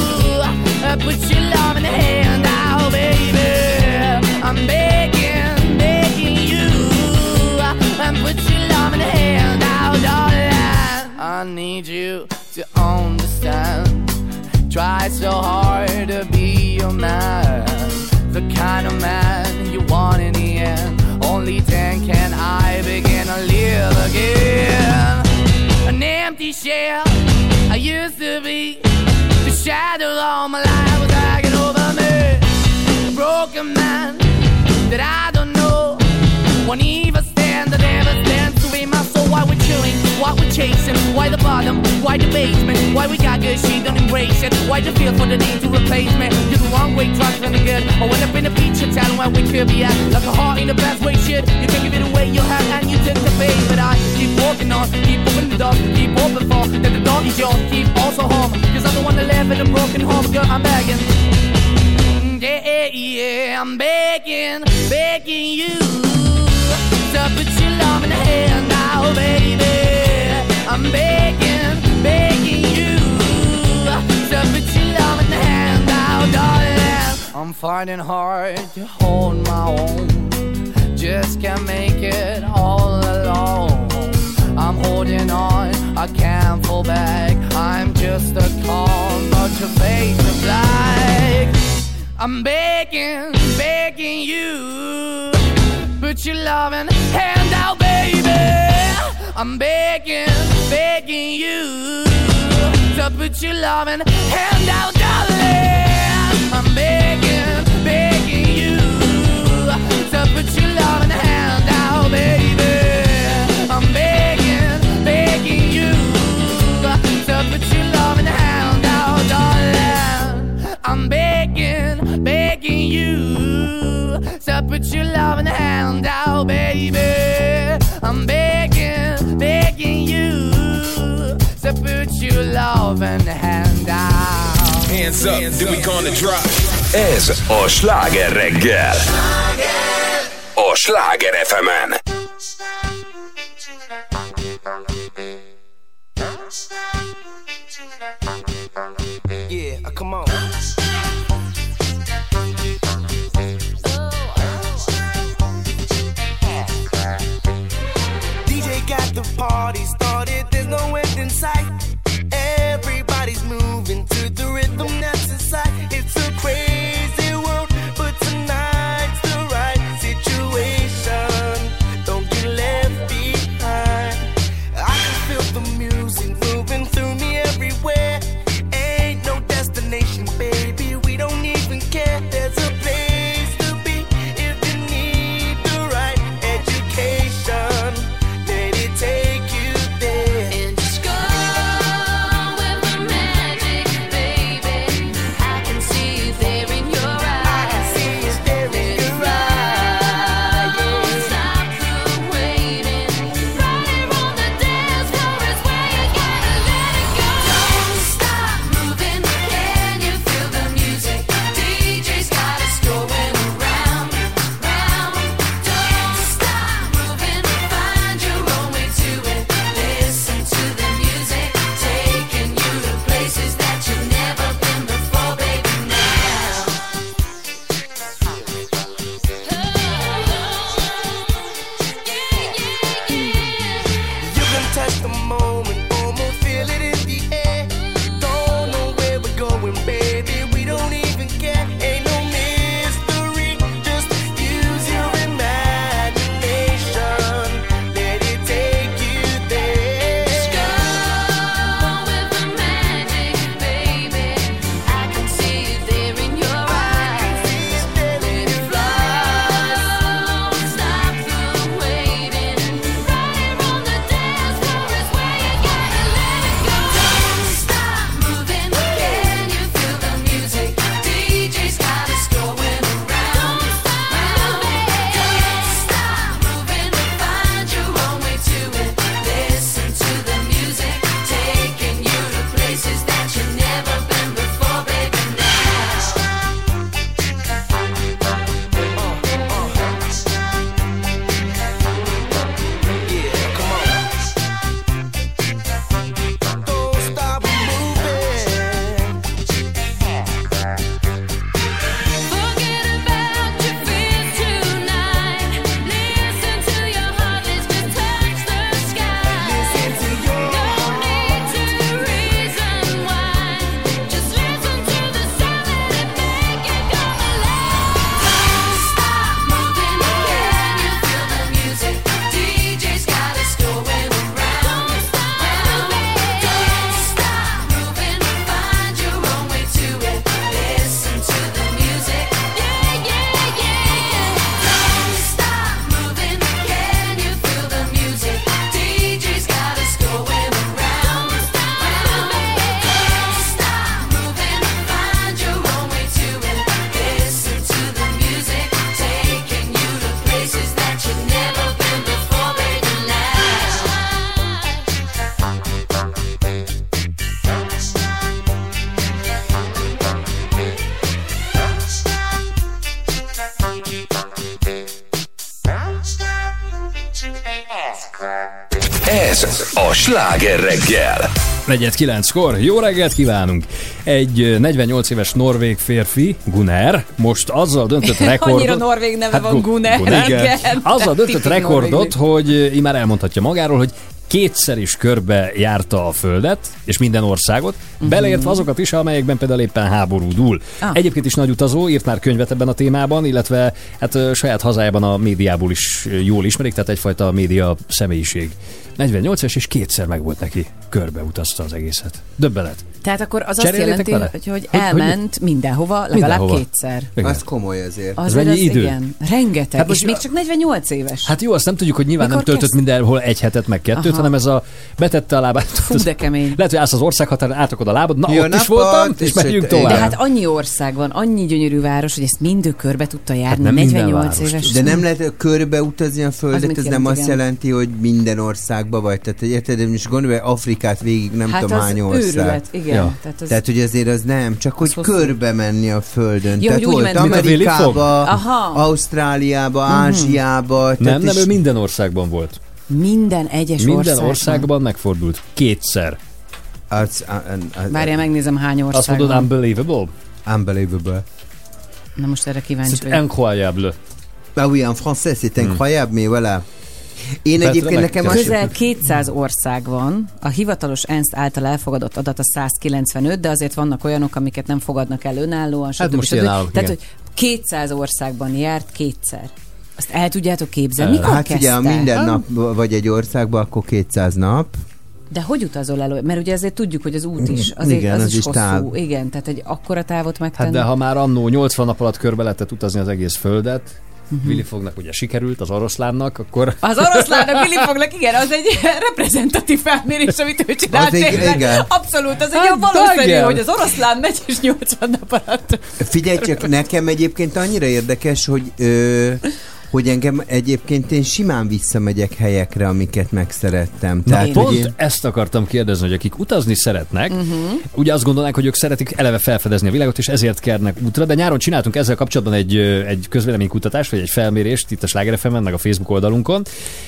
Put your love in the hand out, baby. I'm begging, begging you. And put your love in the hand out, darling. I need you to understand. Try so hard to be your man, the kind of man you want in the end. Only then can I begin to live again. An empty shell I used to be. The shadow all my life was hanging over me. A broken man that I don't know won't even stand, that never stands to be my soul. Why we're chilling, why we're chasing, why the bottom, why the basement, why we got good, she don't embrace it. Why the feel for the need to replace me? You're the wrong way, trying to the good. I went up in the feature town where we could be at, like a heart in the best way, shit. You can give it away, you have, and you took the bait. But I keep walking on, keep opening the door, keep open for that the dog is yours, keep also home. Cause I'm the one that live in a broken home, girl, I'm begging. Yeah, yeah, I'm begging, begging you to put your love in the hand now, baby. I'm begging, begging you to put your love in the hand now, darling. I'm fighting hard to hold my own, just can't make it all alone. I'm holding on, I can't fall back. I'm just a call, but your face is black. I'm begging, begging you, put your loving hand out, baby. I'm begging, begging you to put your loving hand out, darling. I'm begging, begging you to put your loving hand out, baby. I'm begging, begging you to put your loving hand out, darling. I'm begging, begging you to put your loving hand out, baby. I'm begging, begging you to put your loving hand out. Hands up, do we gonna drop? Ez a Sláger reggel. A Sláger ef emen. Yeah, come on. D J got the party started, there's no end in sight. Everybody's moving to the rhythm that's inside. It's a crazy world, but tonight's the right situation. The Ez a Sláger reggel. Negyed kilenckor, jó reggelt kívánunk! Egy negyvennyolc éves norvég férfi, Gunnar, most azzal döntött rekordot... Annyira norvég neve hát, van Gunnar. Gunnar igen. Azzal döntött rekordot, hogy immár elmondhatja magáról, hogy kétszer is körbe járta a Földet, és minden országot, uh-huh. beleértve azokat is, amelyekben például éppen háború dúl. Ah. Egyébként is nagy utazó, írt már könyvet ebben a témában, illetve hát saját hazájában a médiából is jól ismerik, tehát egyfajta média személyiség. negyvennyolc éves, és kétszer meg volt neki. Körbe utazta az egészet. Döbbenet. Tehát akkor az azt jelenti, hogy, hogy elment hogy, mindenhova, legalább mindenhova. kétszer. Igen. Az komoly azért. Az mennyi idő? Igen, rengeteg. Hát és még csak negyvennyolc éves. Hát jó, azt nem tudjuk, hogy nyilván Mikor nem töltött kezd? mindenhol egy hetet, meg kettőt, Aha. hanem ez a betette a lábát. Fú, de kemény. Lehet, hogy állsz az országhatáron, átrakod a lábad, na jó, ott is voltam, és megyünk tovább. De hát annyi ország van, annyi gyönyörű város, hogy ezt mind körbe tudta járni, hát negyvennyolc éves. De nem lehet körbe utazni a Földet, ez nem azt jelenti, hogy minden országba vagy. Tehát érted, most gondolj, Afrikát végig nem hát tudom hány ország. Igen. Ja. Tehát, az... Tehát, hogy azért az nem, csak hogy körbe menni a Földön. Jó, tehát volt Amerikába, Ausztráliába, mm. Ázsiába. Nem, nem, ő minden országban volt. Minden egyes minden országban? Minden országban megfordult. Kétszer. Az, Várjál, megnézem hány országban. Azt mondod, unbelievable? Unbelievable. Na most erre kíváncsi vagyok. C'est incroyable. Ah oui, en français, c'est incroyable, mais voilà. Én Petra egyébként nekem... Közel kétszáz ország van, a hivatalos ENSZ által elfogadott adat a száz kilencvenöt, de azért vannak olyanok, amiket nem fogadnak el önállóan. Hát most ilyen állok, Tehát, hogy kétszáz országban járt kétszer. Azt el tudjátok képzelni? Mikor hát ugye, minden nap vagy egy országban, akkor kétszáz nap. De hogy utazol elő? Mert ugye azért tudjuk, hogy az út is, azért igen, az, az is, is hosszú. Táv. Igen, tehát egy akkora távot megtenni. Hát de ha már annó nyolcvan nap alatt körbe lehetett utazni az egész Földet, Uh-huh. Willy Fognak ugye sikerült, az oroszlánnak, akkor... Az oroszlánnak, Willy Fognak, igen, az egy reprezentatív felmérés, amit ő csinált. Az igen. Abszolút, az egy hát, valószínű, igen. hogy az oroszlán megy és nyolcvan nap alatt. Figyelj csak, nekem egyébként annyira érdekes, hogy... Ö... hogy engem egyébként én simán visszamegyek helyekre, amiket megszerettem. Na, Tehát, pont én... ezt akartam kérdezni, hogy akik utazni szeretnek, uh-huh. ugye azt gondolnák, hogy ők szeretik eleve felfedezni a világot, és ezért kernek útra, de nyáron csináltunk ezzel kapcsolatban egy, egy közvéleménykutatást, vagy egy felmérést itt a Sláger ef emen, meg a Facebook oldalunkon,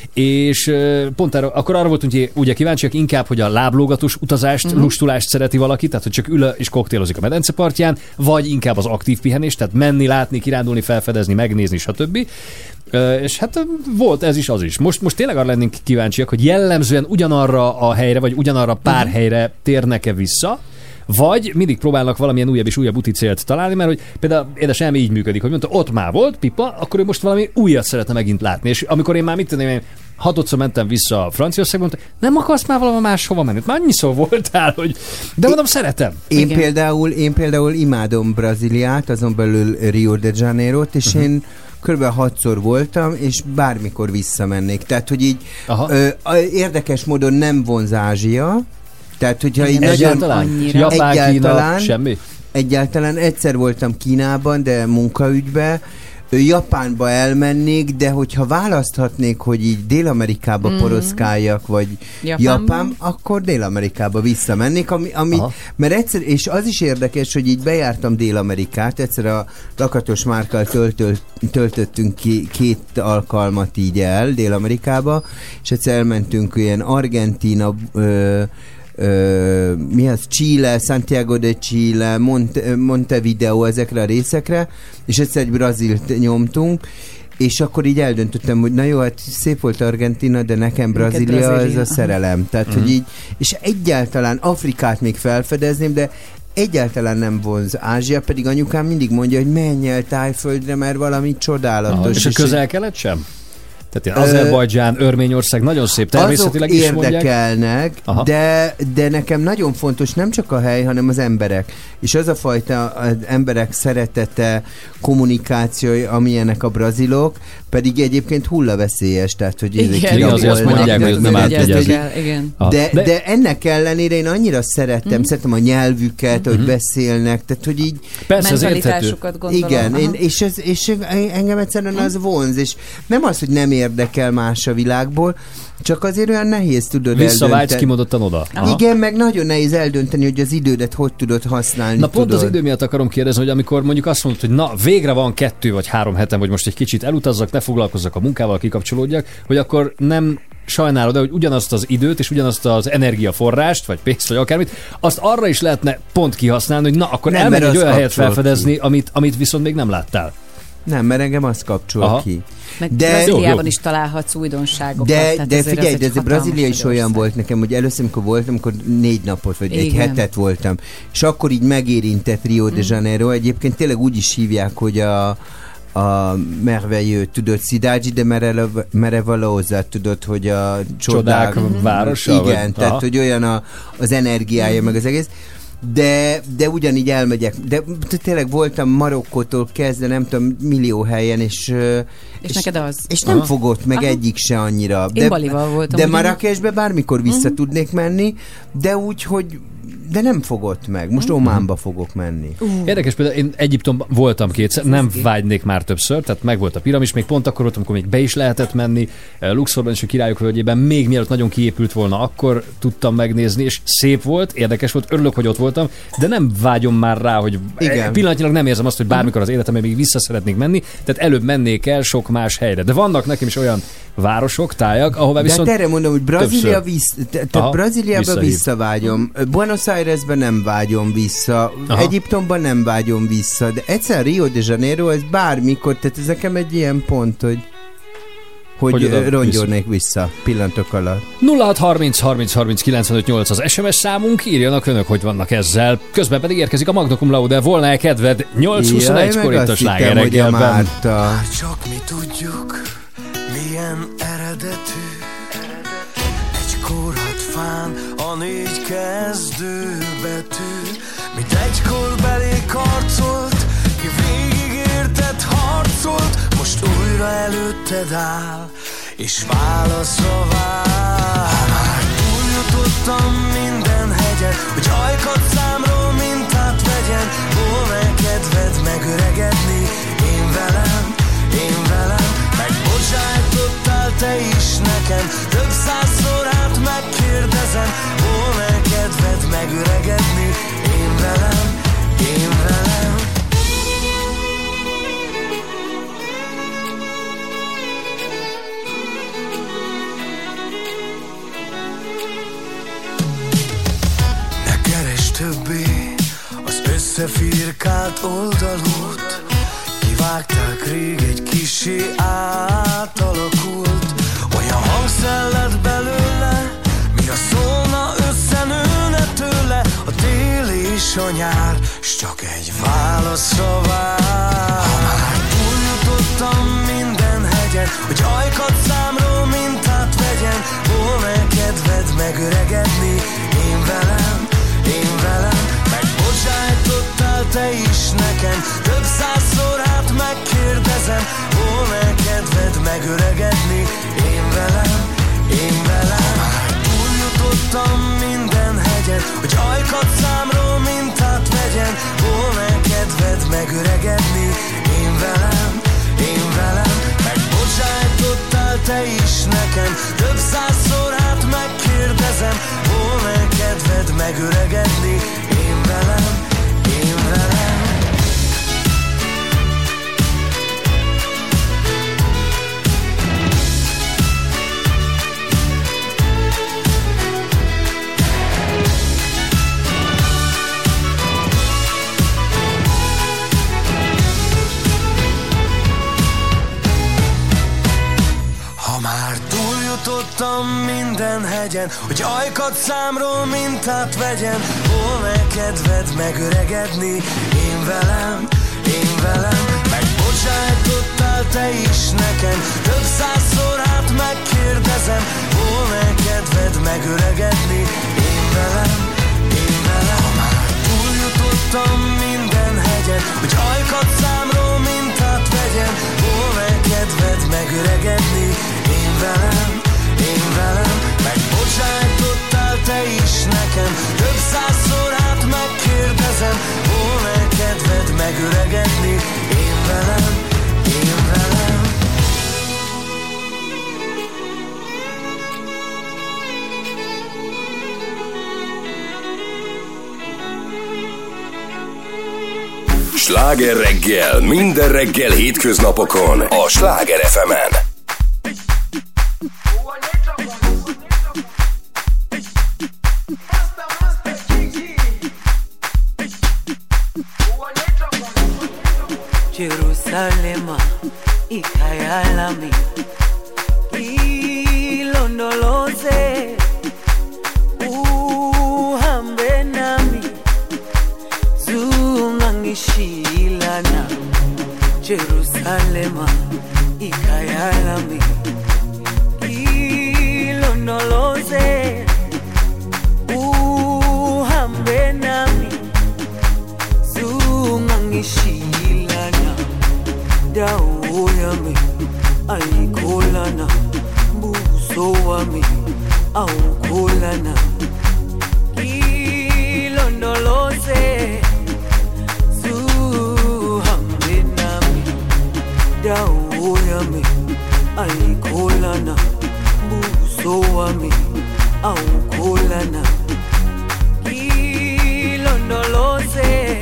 és pont arra, akkor arra voltunk ugye, ugye kíváncsiak inkább, hogy a láblógatós utazást, uh-huh. lustulást szereti valaki, tehát hogy csak ül és koktélozik a medencepartján, vagy inkább az aktív pihenés, tehát menni, látni, kirándulni, felfedezni, megnézni, stb. Uh, és hát volt ez is, az is. Most, most tényleg arra lennénk kíváncsiak, hogy jellemzően ugyanarra a helyre, vagy ugyanarra pár uh-huh. helyre térnek-e vissza, vagy mindig próbálnak valamilyen újabb és újabb úti célt találni, mert hogy például édes elme így működik, hogy mondta, ott már volt pipa, akkor ő most valami újat szeretne megint látni. És amikor én már mit tudom, én hatodszor mentem vissza a Franciaországba, mondta, nem akarsz már valami máshova menni? Már annyiszor voltál, hogy... De mondom, szeretem. Én például, én például imádom Brazíliát, azon belül Rio de Janeiro-t, és uh-huh. én körülbelül hatszor voltam, és bármikor visszamennék. Tehát, hogy így ö, érdekes módon nem vonz Ázsia, tehát, hogyha így egyáltalán, nagyon annyira. Japán, egyáltalán, Kína, semmi? Egyáltalán egyszer voltam Kínában, de munkaügyben, Japánba elmennék, de hogyha választhatnék, hogy így Dél-Amerikába mm. poroszkáljak, vagy Japánban? Japán, akkor Dél-Amerikába visszamennék, ami, ami mert egyszer, és az is érdekes, hogy így bejártam Dél-Amerikát, egyszer a Lakatos Márkkal töltöl, töltöttünk ki két alkalmat így el Dél-Amerikába, és egyszer elmentünk ilyen Argentína, ö, Uh, mi az? Chile, Santiago de Chile, Monte, Montevideo, ezekre a részekre, és egyszer egy Brazilt nyomtunk, és akkor így eldöntöttem, hogy na jó, hát szép volt Argentína, de nekem Brazília az a szerelem. Tehát, uh-huh. hogy így, és egyáltalán Afrikát még felfedezném, de egyáltalán nem vonz Ázsia, pedig anyukám mindig mondja, hogy menj el Tájföldre, mert valami csodálatos. Aha, és a közel-kelet sem? Tehát Azerbajdzsán, Örményország nagyon szép természetileg is mondják. Érdekelnek, de, de nekem nagyon fontos nem csak a hely, hanem az emberek. És az a fajta az emberek szeretete, kommunikációja, amilyenek a brazilok, pedig egyébként hullaveszélyes, tehát hogy igen, azért azt mondják, hogy nem áttegyezik. De, de ennek ellenére én annyira szerettem, mm. szeretem a nyelvüket, mm-hmm. hogy beszélnek, tehát hogy így... Persze, az érthető. Igen, én, és, ez, és engem egyszerűen az vonz, és nem az, hogy nem érdekel más a világból, csak azért olyan nehéz tudod Visszavágysz kimondottan oda. Aha. Igen, meg nagyon nehéz eldönteni, hogy az idődet hogy tudod használni. Na pont tudod. Az idő miatt akarom kérdezni, hogy amikor mondjuk azt mondod, hogy na végre van kettő vagy három hetem, hogy most egy kicsit elutazzak, ne foglalkozzak a munkával, kikapcsolódjak, hogy akkor nem sajnálod, de hogy ugyanazt az időt és ugyanazt az energiaforrást, vagy pénzt, vagy akármit, azt arra is lehetne pont kihasználni, hogy na, akkor nem, elmenj egy olyan helyet felfedezni, amit, amit viszont még nem láttál. Nem, mert engem az kapcsol Aha. ki. Meg de Brazíliában is találhatsz újdonságokat. De, de figyelj, de ez a Brazília is olyan volt nekem, hogy először, amikor voltam, akkor négy napot, vagy Igen. egy hetet voltam. És akkor így megérintett Rio de Janeiro. Mm. Egyébként tényleg úgy is hívják, hogy a a merveilleux, tudod, Cidade de Meravilhosa, tudod, hogy a csodák, csodák városa? Igen, vagy? tehát, Aha. hogy olyan a, az energiája, mm. meg az egész. De, de ugyanígy elmegyek. De tényleg voltam Marokkótól kezdve, nem tudom, millió helyen, és... És, és neked az? És nem Aha. fogott meg Aha. egyik se annyira. Én de, Balival voltam. De Marrakesbe bármikor vissza uh-huh. tudnék menni, de úgy, hogy de nem fogott meg. Most uh-huh. Ománba fogok menni. Uh. Érdekes, például én Egyiptomban voltam kétszer, nem vágynék már többször, tehát meg volt a piramis, még pont akkor voltam, amikor még be is lehetett menni, Luxorban és a Királyok völgyében, még mielőtt nagyon kiépült volna, akkor tudtam megnézni, és szép volt, érdekes volt, örülök, hogy ott voltam, de nem vágyom már rá, hogy Igen. pillanatnyilag nem érzem azt, hogy bármikor az életemben még vissza szeretnék menni, tehát előbb mennék el sok más helyre. De vannak nekem is olyan városok, tájak, ahová viszont de erre mondom, hogy Brazília visz, tehát Brazíliába visszavágyom. Buenos Airesben nem vágyom vissza, Aha. Egyiptomban nem vágyom vissza, de egyszer Rio de Janeiro, ez bármikor, tehát ez nekem egy ilyen pont, hogy hogy, hogy rongyolnék vissza. vissza pillantok alatt. nulla hat harminc harminc harminc kilencvenöt nyolc az es em es számunk, írjanak önök, hogy vannak ezzel. Közben pedig érkezik a Magna Cum Laude, volna-e kedved nyolc huszonegykor itt a Sláger reggelben. Már csak mi tudjuk, milyen eredetű egy korhatfán a négy kezdő betű, mit egykor belék harcolt, ki végig érted harcolt, most újra előtted áll, és válaszra vár. Ha már túljutottam minden hegyen, hogy ajkat számról mintát vegyen, volna kedved megöregedni, én velem, én velem, megbocsájtottál te is nekem, több százszor át megkérdezem, volna kedved megöregedni, én velem, én velem. Ne keresd többé az összefirkált oldalút, kivágták rég, egy kissé átalakult, olyan hangszell lett belőle, mi a szólna összenőne tőle, a tél és a nyár, s csak egy válaszra vár. Ha már túljutottam minden hegyen, hogy ajkat számról mintát vegyen, volna kedved megöregedni, én velem, én velem, megbocsájtottál te is nekem, több százszor át megkérdezem, volna kedved megöregedni, én velem, én velem. Már túljutottam minden hegyen, hogy ajkat számról mintát vegyen, volna kedved megöregedni, én velem, én velem, megbocsájtottál te is nekem, több százszor át megkérdezem, volna kedved megöregedni, én velem, én velem. Túljutottam minden hegyen, hogy ajkat számról mintát vegyen, volna kedved megöregedni, én velem, én velem, megbocsájtottál te is nekem, több százszor át megkérdezem, volna kedved megöregedni, én velem, én velem. Ha már túljutottam minden hegyen, hogy ajkat számról mintát vegyen, volna kedved megöregedni, én velem, én velem, megbocsájtottál te is nekem, több százszor át megkérdezem, volna kedved megöregedni, én velem, én velem. Sláger reggel, minden reggel hétköznapokon a Sláger ef emen. Jerusalema ikayalami ilondoloze uhambe nami zungangishilana Jerusalema ikayalami ilondoloze uhambe nami zungangishilana dawo yami ayikholana buso wami awukholana ilondoloze zuhambe nami dawo yami ayikholana buso wami awukholana ilondoloze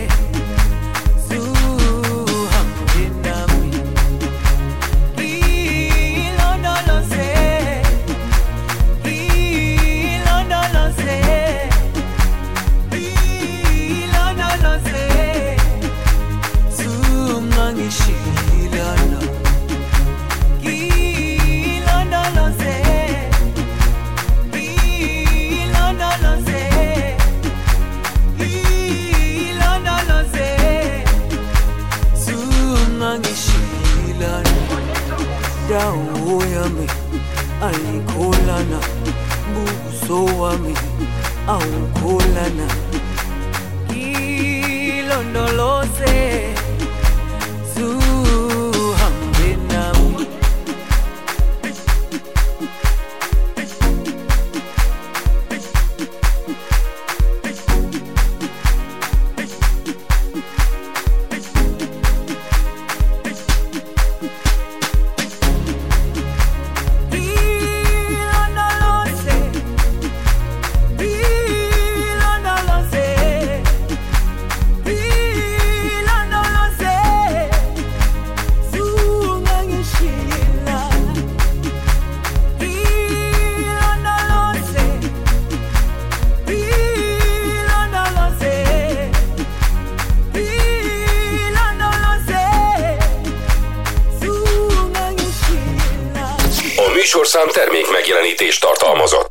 dawo yami ayikholana buso wami awukholana ilondoloze zuhambe nami Műsorszám termék megjelenítést tartalmazott.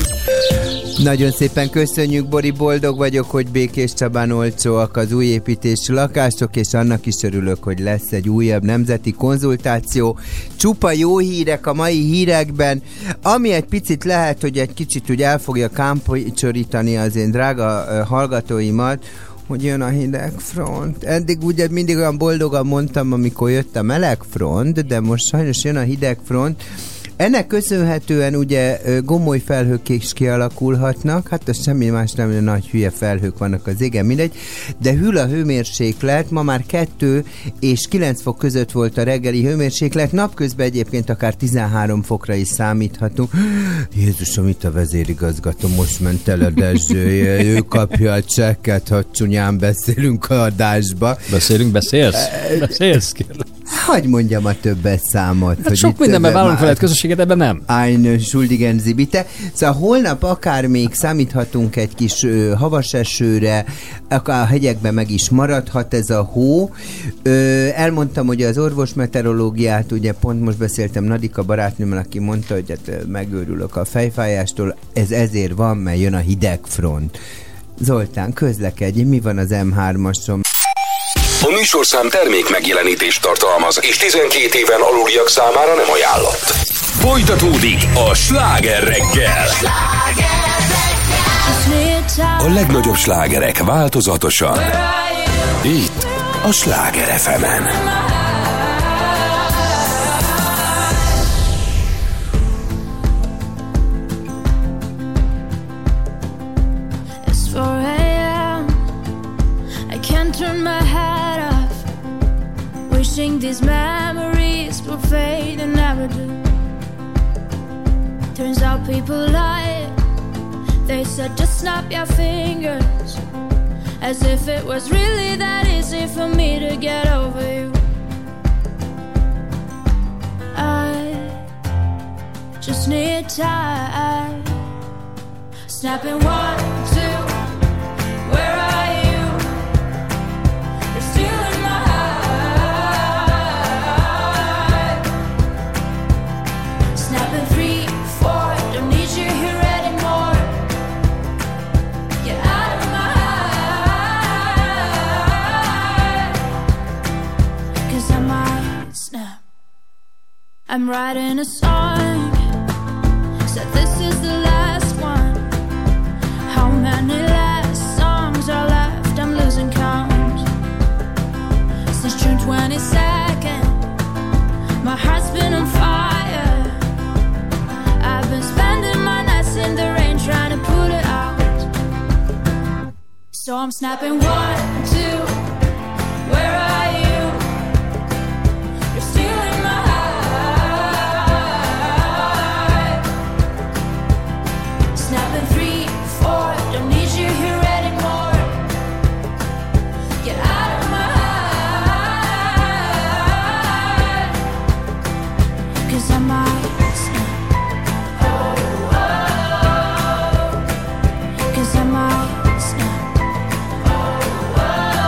Nagyon szépen köszönjük, Bori, boldog vagyok, hogy Békés Csabán olcsóak az új építésű lakások, és annak is örülök, hogy lesz egy újabb nemzeti konzultáció. Csupa jó hírek a mai hírekben, ami egy picit lehet, hogy egy kicsit úgy el fogja kámpicsorítani az én drága uh, hallgatóimat, hogy jön a hideg front. Eddig ugye mindig olyan boldogan mondtam, amikor jött a meleg front, de most sajnos jön a hideg front. Ennek köszönhetően ugye gomoly felhők is kialakulhatnak, hát az semmi más nem, hogy nagy hülye felhők vannak az égen, mindegy, de hűl a hőmérséklet, ma már kettő és kilenc fok között volt a reggeli hőmérséklet, napközben egyébként akár tizenhárom fokra is számíthatunk. Jézusom, itt a vezérigazgató, most ment el a Dezsője, ő kapja a csekket, ha csúnyán beszélünk a adásba. Beszélünk, beszélsz? Beszélsz, kérlek. Hagy mondjam a többes számot. Hát sok mindenben vállalunk fel egy közösséget, ebben nem. Ein Schuldigen Sie bitte. Szóval holnap akár még számíthatunk egy kis ö, havas esőre, akár a hegyekben meg is maradhat ez a hó. Ö, elmondtam, hogy az orvosmeteorológiát, ugye pont most beszéltem Nadika barátnőmmel, aki mondta, hogy hát megőrülök a fejfájástól. Ez ezért van, mert jön a hidegfront. Zoltán, közlekedj, mi van az em hármason? A műsorszám termék megjelenítést tartalmaz, és tizenkét éven aluliak számára nem ajánlott. Folytatódik a Sláger reggel. A legnagyobb slágerek változatosan. Itt a Sláger ef emen. Wishing these memories will fade and never do. Turns out people lie. They said just snap your fingers as if it was really that easy for me to get over you. I just need time. Snapping one, two, where are you? You're still in my heart. Snapping three, four, don't need you here anymore. Get out of my heart. 'Cause I might snap. I'm writing a song, said this is the last one. How many last songs are left? I'm losing count. Since June twenty-second, my heart's been on fire. I've been spending my nights in the rain trying to put it out. So I'm snapping one, two, where are you? You're still in my heart. Snapping three, four, don't need you here anymore. Get out of my heart. 'Cause I might snap. Oh, oh. 'Cause I might snap. Oh,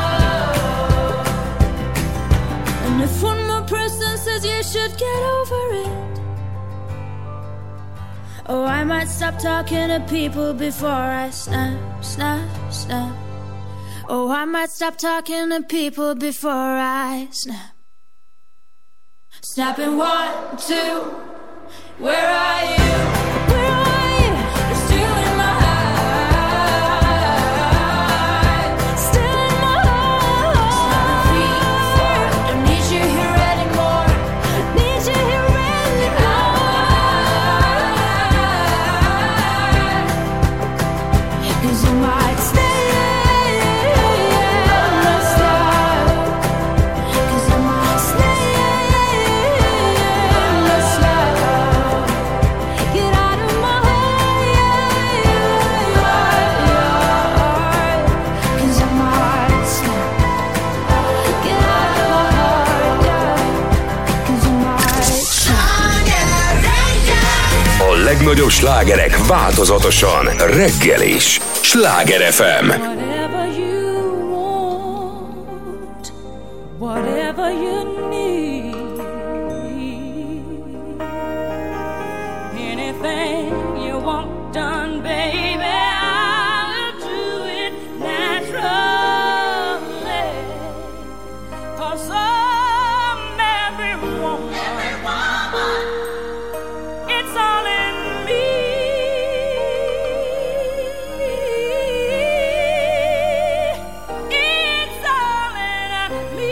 oh. And if one more person says you should get over it, oh, I might stop talking to people before I snap, snap, snap. Oh, I might stop talking to people before I snap. Snapping one, two, where are you? Where are you? You're still in my heart. Still in my heart. Snapping three, four, don't need you here anymore. Need you here anymore. 'Cause you might stay, not stop. 'Cause you might stay, not stop. Get out of my heart. 'Cause I might snap. Get out of my heart. 'Cause I might snap. A legnagyobb slágerek változatosan reggel is. Sláger ef em. Whatever you want, whatever you need, anything you want done, baby, I'll do it naturally. 'Cause I'm every woman, it's all in me. It's all in me.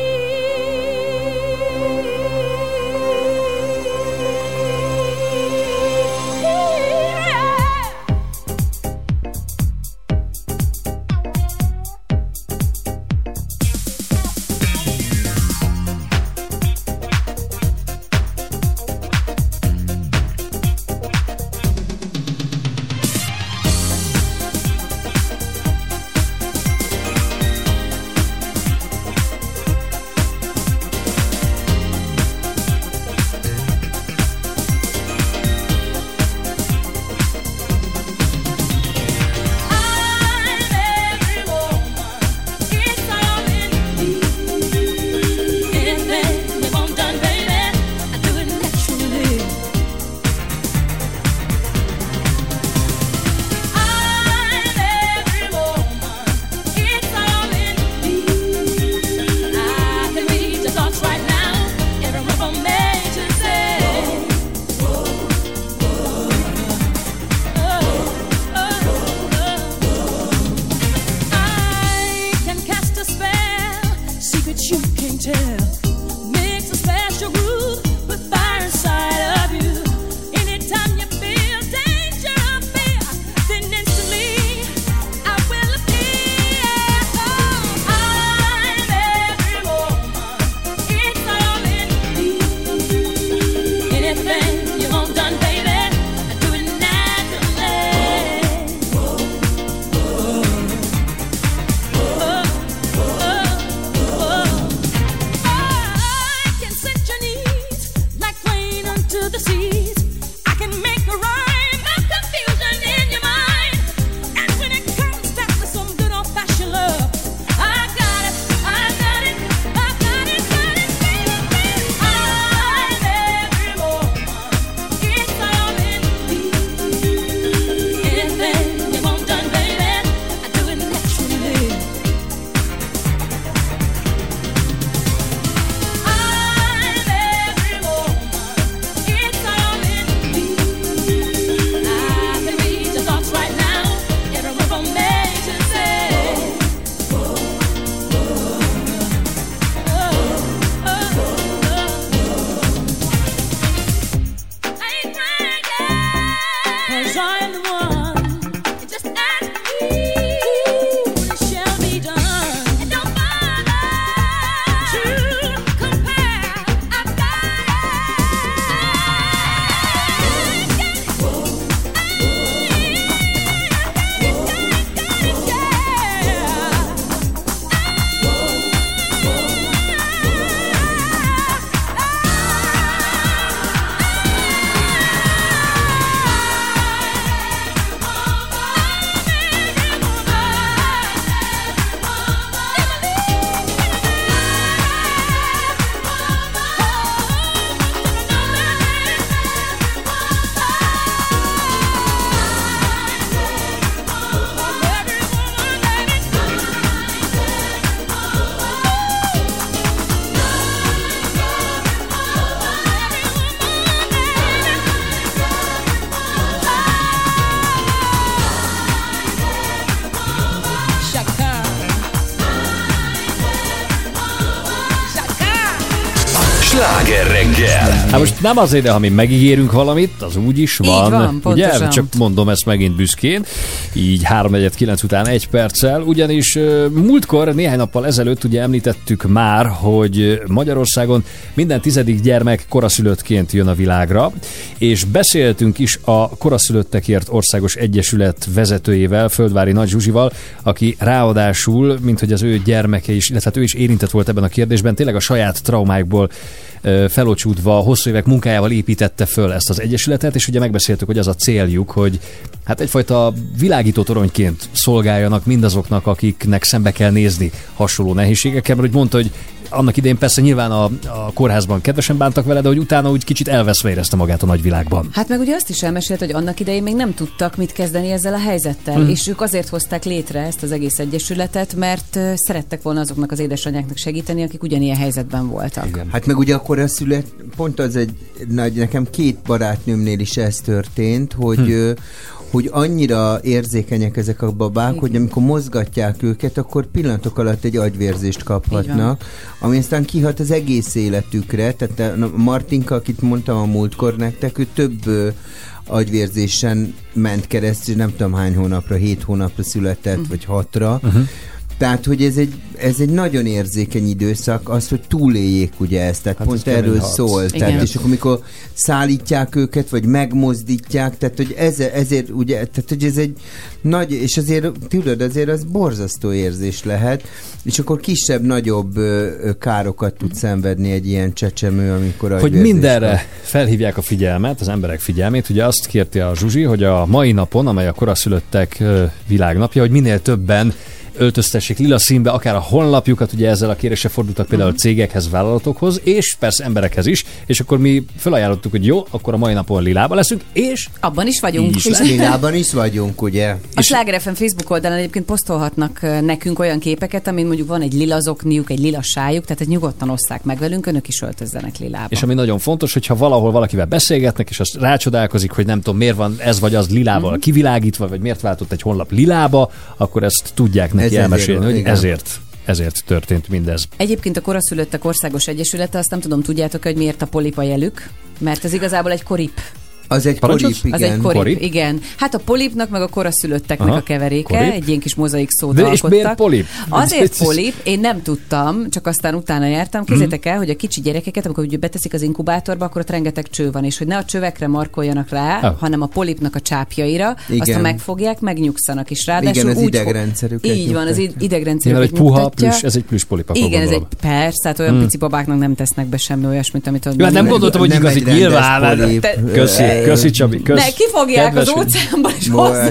Sláger reggel. Hát most nem azért, de ha mi megígérünk valamit, az úgy is van. Így van, ugye? pontosan. Csak mondom ezt megint büszkén. Így háromnegyed kilenc után egy perccel. Ugyanis uh, múltkor, néhány nappal ezelőtt ugye említettük már, hogy Magyarországon minden tizedik gyermek koraszülöttként jön a világra, és beszéltünk is a Koraszülöttekért Országos Egyesület vezetőjével, Földvári Nagy Zsuzsival, aki ráadásul, mint hogy az ő gyermeke is, illetve ő is érintett volt ebben a kérdésben, tényleg a saját traumáikból felocsúdva, hosszú évek munkájával építette föl ezt az egyesületet, és ugye megbeszéltük, hogy az a céljuk, hogy hát egyfajta világító toronyként szolgáljanak mindazoknak, akiknek szembe kell nézni hasonló nehézségekkel, mert úgy mondta, hogy annak idején persze nyilván a, a kórházban kedvesen bántak vele, de hogy utána úgy kicsit elveszve érezte magát a nagyvilágban. Hát meg ugye azt is elmesélt, hogy annak idején még nem tudtak mit kezdeni ezzel a helyzettel, hmm. és ők azért hozták létre ezt az egész egyesületet, mert szerettek volna azoknak az édesanyáknak segíteni, akik ugyanilyen helyzetben voltak. Igen. Hát meg ugye akkor a szület, pont az egy nagy, nekem két barátnőmnél is ez történt, hogy hmm. hogy annyira érzékenyek ezek a babák, igen, hogy amikor mozgatják őket, akkor pillanatok alatt egy agyvérzést kaphatnak, ami aztán kihat az egész életükre. Tehát a Martinka, akit mondtam a múltkor nektek, ő több ö, agyvérzésen ment keresztül, nem tudom hány hónapra, hét hónapra született, uh-huh. vagy hatra. Uh-huh. Tehát, hogy ez egy, ez egy nagyon érzékeny időszak, az, hogy túléljék ugye ezt, tehát hát pont erről szól. Tehát, és akkor, amikor szállítják őket, vagy megmozdítják, tehát, hogy ez, ezért ugye, tehát, hogy ez egy nagy, és azért, tudod, azért az borzasztó érzés lehet, és akkor kisebb-nagyobb károkat tud szenvedni egy ilyen csecsemő, amikor hogy mindenre van. Felhívják a figyelmet, az emberek figyelmét, ugye azt kérte a Zsuzsi, hogy a mai napon, amely a koraszülöttek világnapja, hogy minél többen öltöztessék lila színbe, akár a honlapjukat, ugye ezzel a kérésre fordultak például uh-huh. cégekhez, vállalatokhoz, és persze emberekhez is, és akkor mi felajánlottuk, hogy jó, akkor a mai napon lilába leszünk, és abban is vagyunk. Is és lilában is vagyunk, ugye? A Sláger ef em Facebook oldalán egyébként posztolhatnak nekünk olyan képeket, amin mondjuk van egy lila zokniuk, egy lila sájuk, tehát egy nyugodtan osszák meg velünk, önök is öltözzenek lilába. És ami nagyon fontos, hogyha valahol valakivel beszélgetnek, és azt rácsodálkozik, hogy nem tudom, miért van ez vagy az lilával uh-huh. kivilágítva, vagy miért váltott egy honlap lilába, akkor ezt tudják neki elmesélni, hogy ezért, ezért történt mindez. Egyébként a Koraszülöttek Országos Egyesülete, azt nem tudom, tudjátok, hogy miért a polip a jelük, mert ez igazából egy korip. Az egy korip, igen. Az egy korip, korip, igen. Hát a polipnak meg a koraszülötteknek aha, a keveréke, korip. Egy ilyen kis mozaik szót de alkottak. És miért polip? Azért polip, én nem tudtam, csak aztán utána jártam. Képzeljétek el, hogy a kicsi gyerekeket, amikor ugye beteszik az inkubátorba, akkor ott rengeteg cső van, és hogy ne a csövekre markoljanak rá, oh. hanem a polipnak a csápjaira, igen. Azt ha megfogják, megnyugszanak is rá. Igen, az idegrendszerüket. Így van, az idegrendszerüket nyugtatja. Puha, plüss, ez egy plusz polip. Igen, ez egy persze, hát olyan hmm. pici babáknak nem tesznek be semmi olyasmit, amit ott nem gondoltam, hogy igazi nyilván. Köszi, köszi Csabi. Ne, kifogják az óceánban is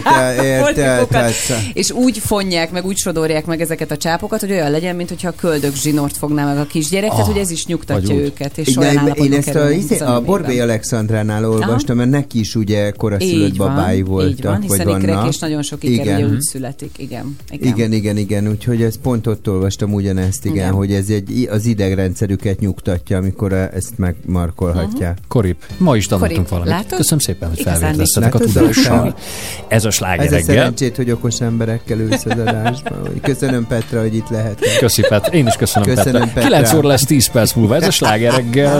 hozzá és úgy fonják, meg úgy sodorják meg ezeket a csápokat, hogy olyan legyen, mint hogyha a köldök zsinort fogná meg a kisgyerek, ah, tehát hogy ez is nyugtatja őket. És olyan állapotban én ezt a, a Borbély Alexandránál olvastam, mert neki is ugye koraszülött babái voltak. Így van, hiszen ikrek, és nagyon sok iker ugye úgy születik. Igen, igen. Igen, igen, igen. Úgyhogy ez pont ott olvastam ugyanezt, igen, igen. hogy ez egy, az idegrendszerüket nyugtatja, amikor ezt megmarkolhatják. Uh-huh. Korip. Ma is tanultunk valamit. Látod? Köszönöm szépen, hogy felvételeztetek a tudással. Ez a Sláger reggel. Ez a szerencsét, hogy okos emberekkel ülsz az adásban. Köszönöm, Petra, hogy itt lehetek. Köszi, Petra. Én is köszönöm, köszönöm Petra. Petra. kilenc óra lesz tíz perc múlva. Ez a Sláger reggel.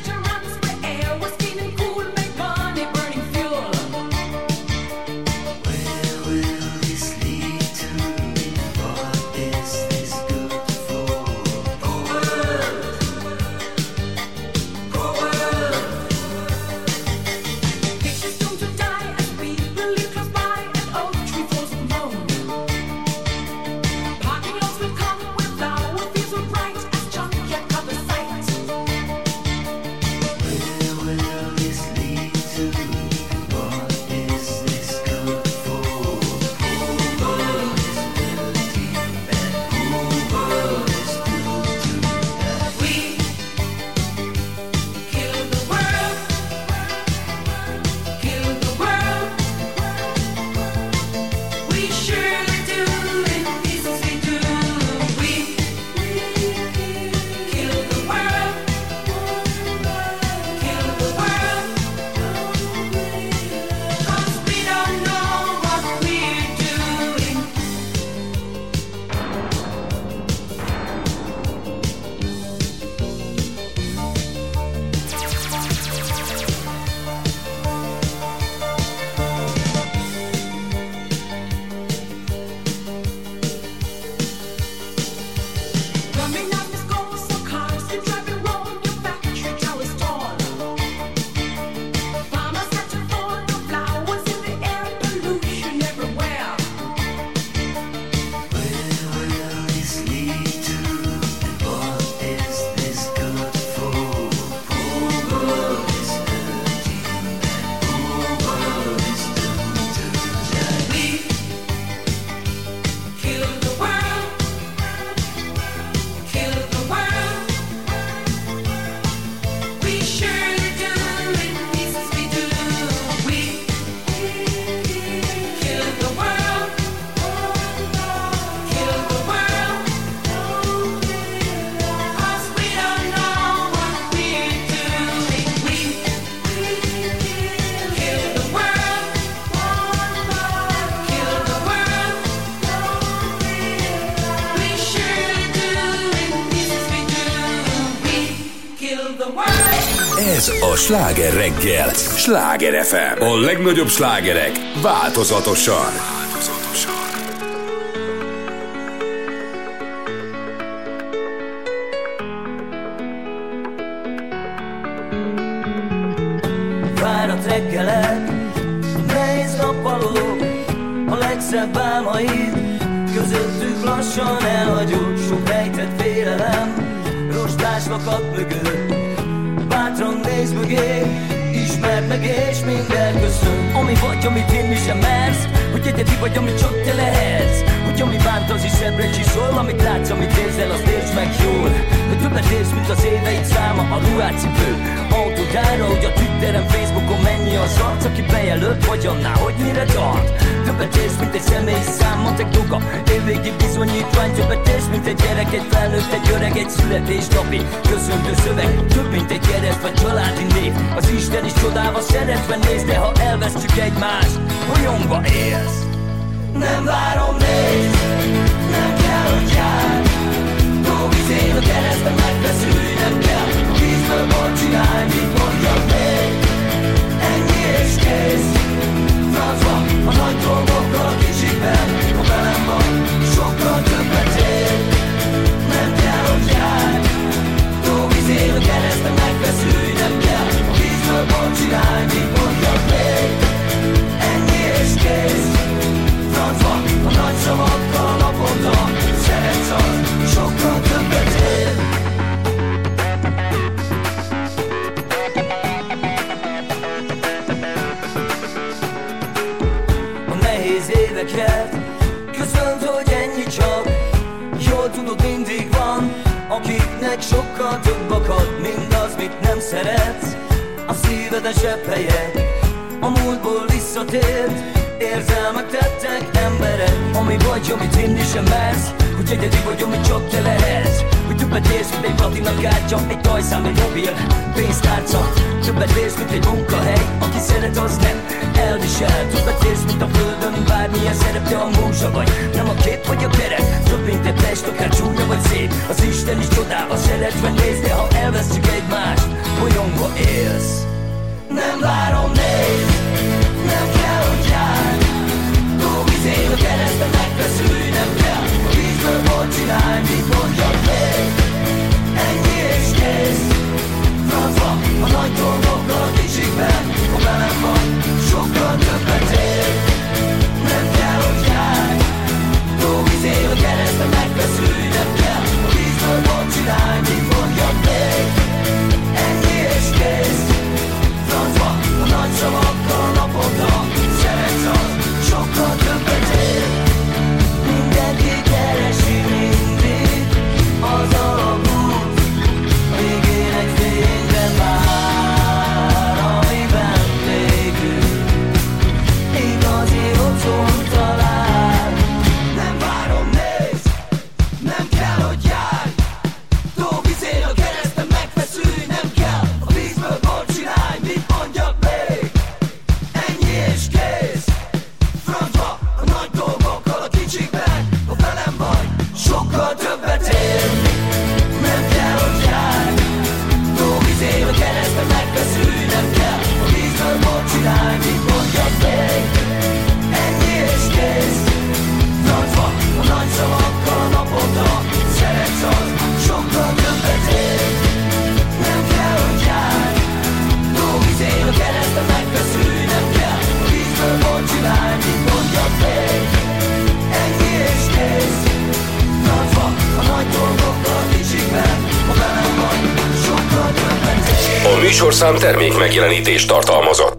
When Ez a Sláger reggel. Sláger ef em. A legnagyobb slágerek változatosan. Fáradt reggelek, nehéz nappalók, a legszebb álmaid, közöttük lassan elhagyott sok rejtett félelem, rostás lakat mögött. Bátran nézd mögé, ismerd meg és minden köszön. Ami vagy, amit én sem mersz, hogy egyedi vagy, amit csak te lehetsz. Hogy ami bánt, az is ebbre csiszol, amit látsz, amit érzel, azt értsd meg jól. Hogy többet érsz, mint az éveid száma, a ruhátcipő, autógyára, hogy a Twitteren, Facebookon mennyi az arc, aki bejelölt, vagy annál, hogy mire tart. Többet érsz, mint egy személyi szám, matek doga, évvégi bizonyítvány. Többet érsz, mint egy gyerek, egy felnőtt, egy öreg, egy születésnapi köszöntő szöveg. Több, mint egy kereszt vagy családi név, az Isten is csodálva szeretve néz. De ha elvesztjük egymást, bolyongva élsz. Nem várom, nézd, nem kell, hogy jár. Dolgozén a kereszten, megfeszülj, nem kell. A vízből bort csinálj, mit mondjak még. Ennyi és kész. Francba, a nagy dolgokkal, a kicsikben, ha velem van, sokkal többet ér. Nem kell, hogy jár. Dolgozén a kereszten, megfeszülj, nem kell. A vízből bort csinálj, mit mondjak még. Ennyi és kész. Francba, a nagy szavakkal naponta, szeretsz az, sokkal többet ér. A nehéz éveket köszönt, hogy ennyi csak. Jól tudod, mindig van, akiknek sokkal több akad, mindaz, mit nem szeretsz. A szíved a zsebhelye, a múltból visszatért. Érzelmek tettek emberek, ami vagy, amit hinni sem mersz. Hogy egyedi vagy, amit csak te lehetsz. Hogy többet érsz, mint egy platinakártya, egy tajszám, egy mobil, pénztárca. Többet érsz, mint egy munkahely, aki szeret, az nem elvisel. Többet érsz, mint a földön, bármilyen szerepte a múzsa vagy. Nem a kép vagy a keret, több mint egy test, akár csúnya vagy szép. Az Isten is csodálva szeretve néz, de ha elvesztjük egymást, bolyongva élsz. Nem várom, nézd, nem kell, hogy jár. Dolgozén a kereszten, megfeszülj, nem kell. A vízből bort csinálj, mit mondjak még. Ennyi és kész. Francba, a nagy dolgokkal, a kicsikben, ha velem van, sokkal többet ér. Nem kell, hogy jár. Dolgozén a kereszten, megfeszülj, nem kell. A vízből bort csinálj, mit mondjak még. Ennyi és kész. Francba, a nagy szavakkal naponta, szeretsz az, sokkal többet ér. Mindenki keresi mindig az alapút, végén egy fényre vár, amiben végül igazi otthon talál. Nem várom, nézd, nem kell, hogy járj. Dolgozén a kereszten, megfeszülj, nem kell. A vízből bort csinálj, mit mondjak még. Ennyi és kész. Francba, a nagy dolgokkal, a kicsikben, ha velem vagy, sokkal többet ér. Nem kell, hogy járj. Dolgozén a kereszten, megfeszülj, nem kell. A vízből bort csinálj, mit mondjak még. Ennyi és kész. Francba, a nagy szavakkal naponta, szeretsz az, sokkal többet ér. Nem kell, hogy járj. Dolgozén a kereszten, megfeszülj, nem kell. A vízből bort csinálj, mit mondjak még. Ennyi és kész. Francba, a nagy dolgokkal, a kicsikben, ha velem vagy, sokkal többet ér. A műsorszám termék megjelenítést tartalmazott.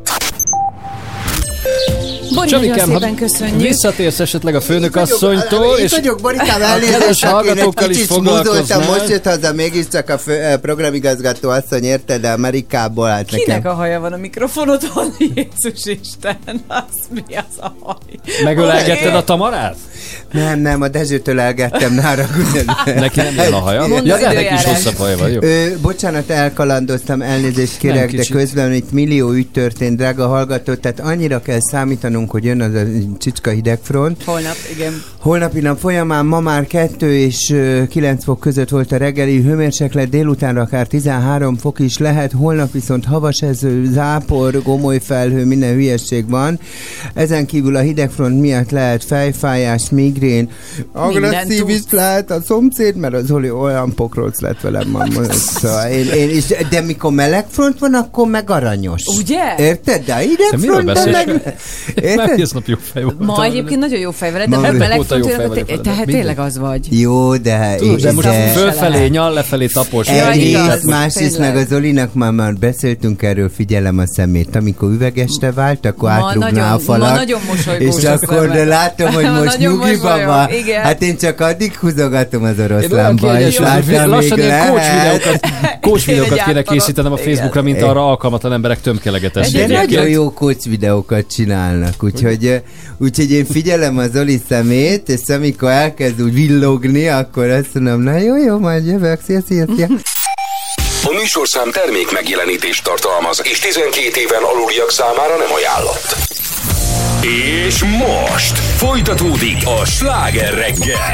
Bori, nagyon szépen köszönjük. Visszatérsz esetleg a főnökasszonytól, és... Itt vagyok, Borikám, elnézést, hallgatókkal is foglalkoznál. Most jött haza, mégiscsak a fő, programigazgató asszony, érted, de Amerikából állt nekem. Kinek nekem. a haja van a mikrofonodon? Jézus Isten, az mi az a haj? Megölelgetted a Tamarát? Nem, nem, a Dezsőtől elgettem nára. Neki nem ilyen a haja? Ja, de neki is hosszabb haja van, jó? Ö, bocsánat, elkalandoztam, elnézést kérek, de közben itt millió ügy történt, drága hallgató, tehát annyira kell számítanunk, hogy jön az a csicska hidegfront. Holnap, igen. Holnapi nap folyamán ma már kettő és kilenc fok között volt a reggeli hőmérséklet, délutánra akár tizenhárom fok is lehet, holnap viszont havas eső, zápor, gomoly felhő, minden hülyesség van. Ezen kívül a hidegfront miatt lehet fejfájás, migrén, agresszív is lehet a szomszéd, mert az Zoli olyan pokroc lett velem ma. Szóval én, én is, de mikor meleg front van, akkor meg aranyos. Ugye? Érted? De hidegfront meg... Érted? Nap jó fej volt. Ma egyébként nagyon jó fej veled, de Ma meleg front jó van, te, tehát tényleg az vagy. Jó, de... Tudod, de most fölfelé, nyal lefelé tapos. Egyrészt, másrészt meg a Zolinak már, már beszéltünk erről, figyelem a szemét. Amikor üvegeste vált, akkor átrugná a falat. Ma nagyon mosolygós. És akkor de látom, hogy most nyugiban van. Hát én csak addig húzogatom az oroszlánba, és láttam még lehet. Coach videókat kéne készítenem a Facebookra, mint arra alkalmatlan emberek tömkelegetésére. De nagyon jó coach videókat csinálnak, úgyhogy, úgyhogy én figyelem a Zoli szemét, és amikor elkezd úgy villogni, akkor azt mondom, na jó, jó, majd jövök, szia, szia, szia. A műsorszám termék megjelenítést tartalmaz, és tizenkét éven aluliak számára nem ajánlott. És most folytatódik a Sláger reggel.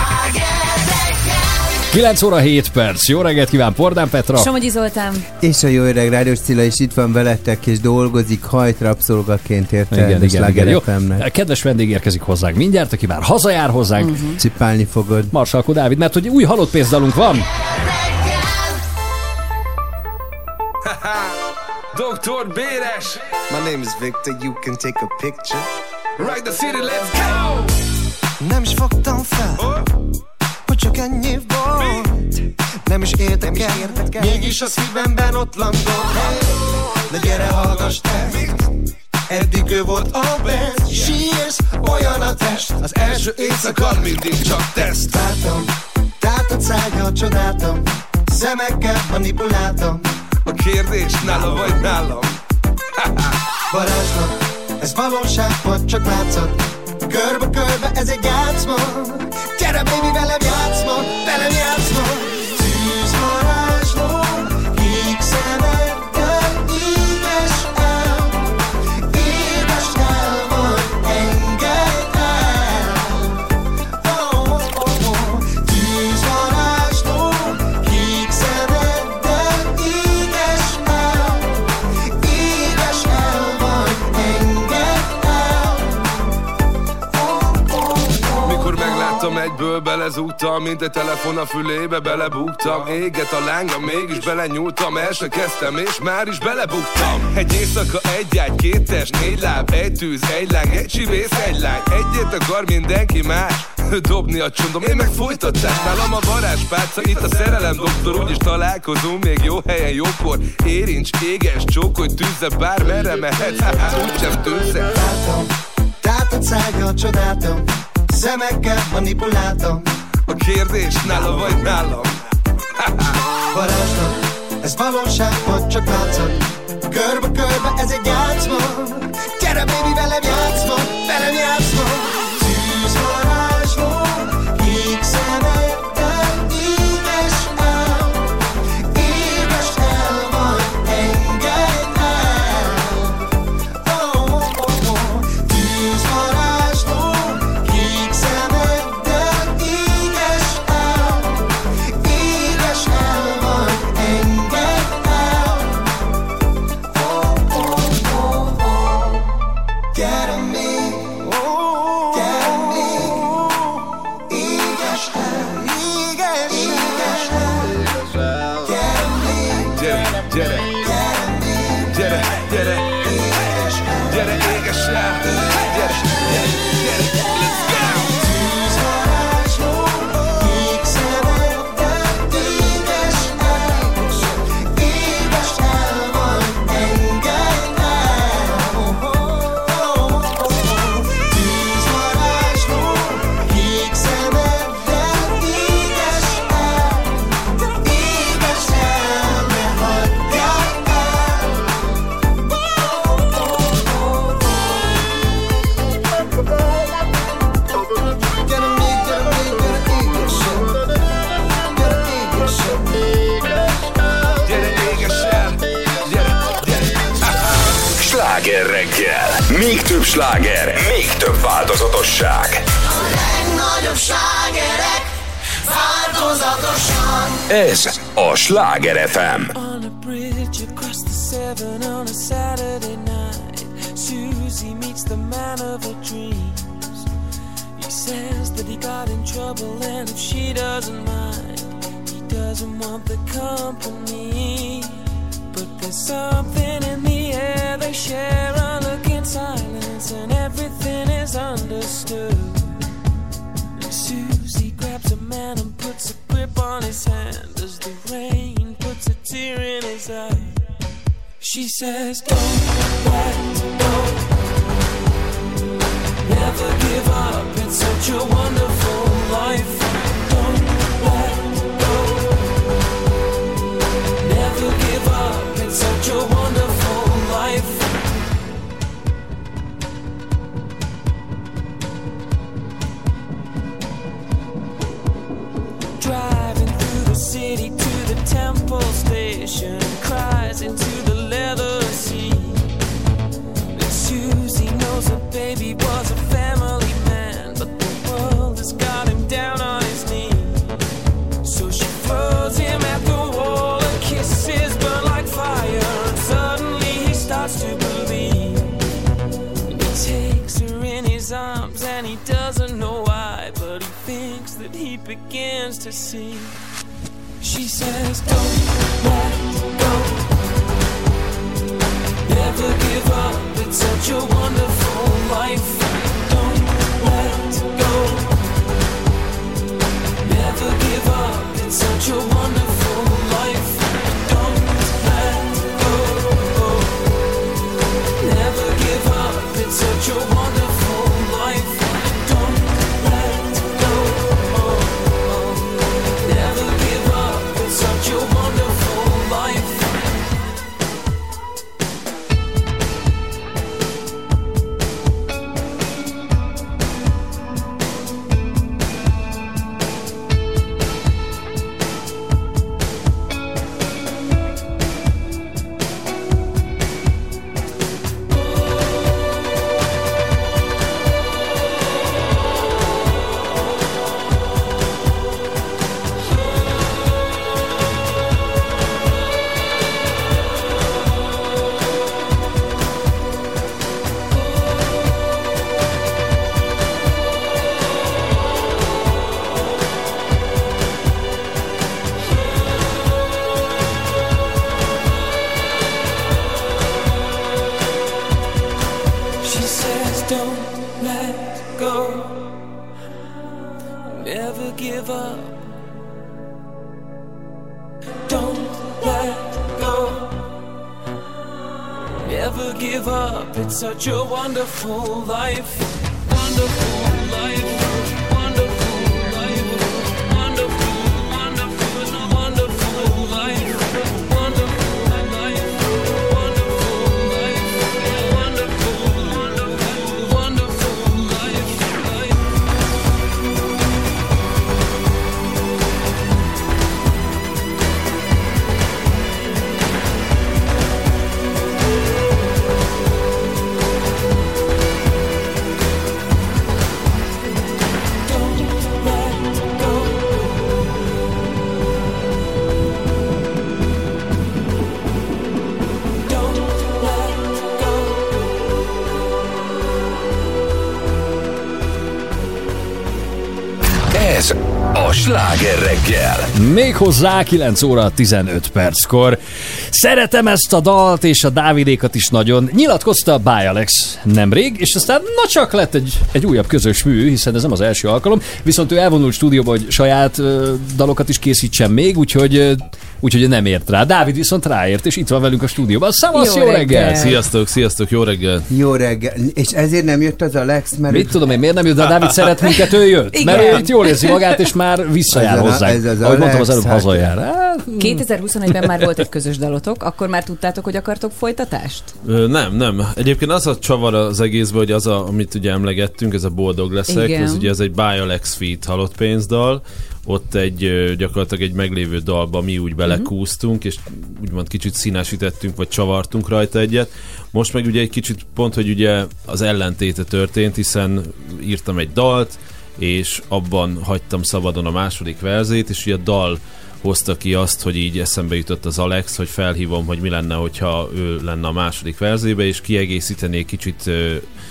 kilenc óra hét perc. Jó reggelt kíván, Pordán Petra. Somogyi Zoltán. És a jó öreg Rádiós Cilla is itt van veletek, és dolgozik, hajt rabszolgaként érte. Igen, igen, igen. Jó. Kedves vendég érkezik hozzánk mindjárt, aki már hazajár hozzánk. Uh-huh. Cipálni fogod. Marsalkó Dávid, mert hogy új halott pénzdalunk van. doktor Béres. My name is Victor, you can take a picture. Right the city, let's go! Nem is fogtam fel, oh. hogy csak ennyi volt. Nem is értek el, mégis a szívemben ott landol. De gyere, hallgass te, eddig ő volt a best. Sírsz, olyan a test, az első éjszaka mindig csak teszt. Vártam, tátott szájjal csodáltam, szemekkel manipuláltam. A kérdés nála vagy nálam? Varázslat, ez valóság vagy csak látszat. Körbe-körbe ez egy játszma. Gyere baby, velem játszma, velem játszma. Tűz varázsló, kék szemekkel, édes el, édes el vagy, engedd el. Oh, oh, oh. Tűz varázsló, kék szemekkel, édes el, édes el vagy, engedd el. Mikor megláttam, egyből belezúgtam, mint egy telefon a fülébe belebuktam. Éget a lánga, mégis belenyúltam, el se kezdtem, és már is belebuktam. Egy éjszaka, egy ágy, két test, négy láb, egy tűz, egy láng, egy csivész, egy lány. Egyet akar mindenki más, dobni a csondom, én meg folytatás. Nálam a varázspálca, itt a szerelem doktor, úgyis találkozunk még jó helyen, jókor. Érincs, éges, csókolj, tűzze, bármerre mehetsz, úgysem tűzze. Tátott szájjal csodáltam, szemekkel manipuláltam. A kérdés nála vagy nálam? Varázslat, ez valóság vagy csak látszat. Körbe-körbe ez egy játszma. Gyere baby, velem játszma, velem játszma. Tűz varázsló, kék szemekkel, édes el, édes el vagy, engedd el. Oh, oh, oh. Tűz varázsló, kék szemekkel, édes el, édes el vagy, engedd el. Oh, oh, oh, oh. Gyere Még több sláger, még több változatosság. A legnagyobb slágerek változatosan. Ez a Sláger ef em. On a bridge across the Severn on a Saturday night, Susie meets the man of her dreams. He says that he got in trouble and if she doesn't mind, he doesn't want the company. But there's something in the air, they share a look in silence and everything is understood. And Susie grabs a man and puts a grip on his hand as the rain puts a tear in his eye. She says, don't let go, never give up, it's such a wonderful life. Don't let go, never give up, it's such a wonderful life. Driving through the city to the Temple Station, cries into the leather seat. And Susie knows her baby was a family man, but the world has got him down on his knees. So she throws him at the wall and kisses burn like fire, and suddenly he starts to believe. And he takes her in his arms and he doesn't know why, but he thinks that he begins to see. She says, don't let go, never give up, it's such a wonderful life. Don't let go, never give up, it's such a wonderful life. Don't let go, never give up, it's such a wonderful life. Don't let go, never give up, it's such a wonderful life. She says, don't let go, never give up. Don't let go, never give up. It's such a wonderful life, wonderful life, wonderful life, wonderful, wonderful, wonderful life, wonderful life, wonderful life, wonderful, wonderful, wonderful life, life. Ez a Sláger reggel. Méghozzá kilenc óra tizenöt perckor. Szeretem ezt a dalt, és a Dávidékat is nagyon. Nyilatkozta Báj Alex nemrég, és aztán na csak lett egy, egy újabb közös mű, hiszen ez nem az első alkalom, viszont ő elvonult stúdióba, hogy saját uh, dalokat is készítsen még, úgyhogy uh, úgyhogy nem ért rá. Dávid viszont ráért, és itt van velünk a stúdióban. Szavasz, jó, jó reggel! reggel! Sziasztok, sziasztok, jó reggel! Jó reggel! És ezért nem jött az Alex? Mert mit tudom én, miért nem jött, de Dávid szeret minket, ő jött. Igen. Mert ő itt jól érzi magát, és már visszajár hozzánk. Ahogy Alex, mondtam, az előbb hát hazajár. Hát, kétezer-huszonegyben már volt egy közös dalotok, akkor már tudtátok, hogy akartok folytatást? Ö, nem, nem. Egyébként az a csavar az egészben, hogy az, a, amit ugye emlegettünk, ez a Boldog leszek, ez ugye ez egy Báj Alex feat halott pénzdal, ott egy gyakorlatilag egy meglévő dalba mi úgy belekúztunk, és úgymond kicsit színesítettünk, vagy csavartunk rajta egyet. Most meg ugye egy kicsit pont, hogy ugye az ellentéte történt, hiszen írtam egy dalt, és abban hagytam szabadon a második verzét, és ugye a dal hozta ki azt, hogy így eszembe jutott az Alex, hogy felhívom, hogy mi lenne, hogyha ő lenne a második verzébe, és kiegészítené kicsit ö,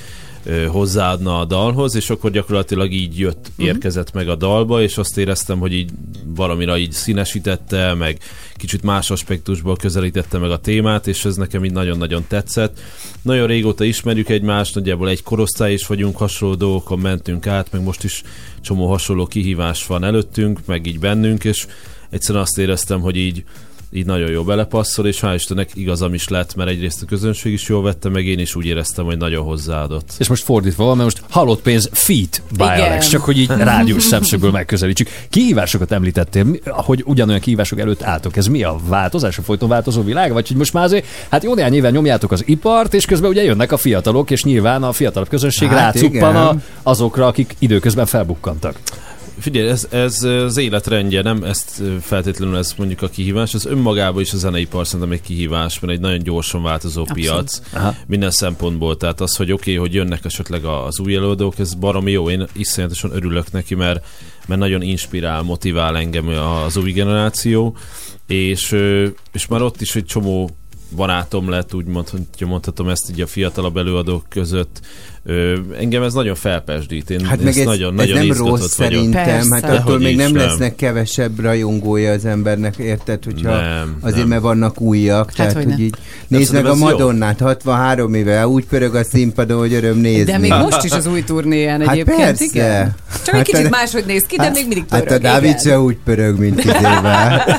ö, hozzáadna a dalhoz, és akkor gyakorlatilag így jött, érkezett meg a dalba, és azt éreztem, hogy így valamire így színesítette, meg kicsit más aspektusból közelítette meg a témát, és ez nekem így nagyon-nagyon tetszett. Nagyon régóta ismerjük egymást, nagyjából egy korosztály is vagyunk, hasonló dolgokon mentünk át, meg most is csomó hasonló kihívás van előttünk, meg így bennünk, és egyszerűen azt éreztem, hogy így, így nagyon jó belepasszol, és hál' Istennek igazam is lett, mert egyrészt a közönség is jól vette, meg én is úgy éreztem, hogy nagyon hozzáadott. És most fordítva van, mert most halott pénz feat by Alex, csak hogy így rádiós szemszögből megközelítsük. Kihívásokat említettél, hogy ugyanolyan kihívások előtt álltok. Ez mi a változás, a folyton változó világ? Vagy hogy most már azért, hát jó néhány éven nyomjátok az ipart, és közben ugye jönnek a fiatalok, és nyilván a fiatalabb közönség hát rácuppan a, azokra, akik időközben felbukkantak. Figyelj, ez, ez az életrendje, nem ezt feltétlenül ez mondjuk a kihívás, ez önmagában is a zeneipar szerintem egy kihívás, mert egy nagyon gyorsan változó Abszolút. piac Aha. minden szempontból, tehát az, hogy oké, okay, hogy jönnek esetleg az új előadók, ez baromi jó, én iszonyatosan örülök neki, mert, mert nagyon inspirál, motivál engem az új generáció, és, és már ott is egy csomó barátom lett, úgymond, hogy mondhatom ezt így a fiatalabb előadók között. Ö, engem ez nagyon felpesdít. Én hát meg ez, nagyon, ez nagyon nem rossz szerintem, Persze. hát attól még nem lesznek kevesebb rajongója az embernek, érted? Hogyha nem, azért, nem. mert vannak újak, hát, tehát hogy, hogy így nézd meg a Madonnát, hatvanhárom éve, úgy pörög a színpadon, hogy öröm nézni. De még most is az új turnéján hát egyébként, persze. igen. Csak hát egy kicsit a, máshogy néz ki, de hát, még mindig pörög. Hát a Dávid se úgy pörög, mint idével.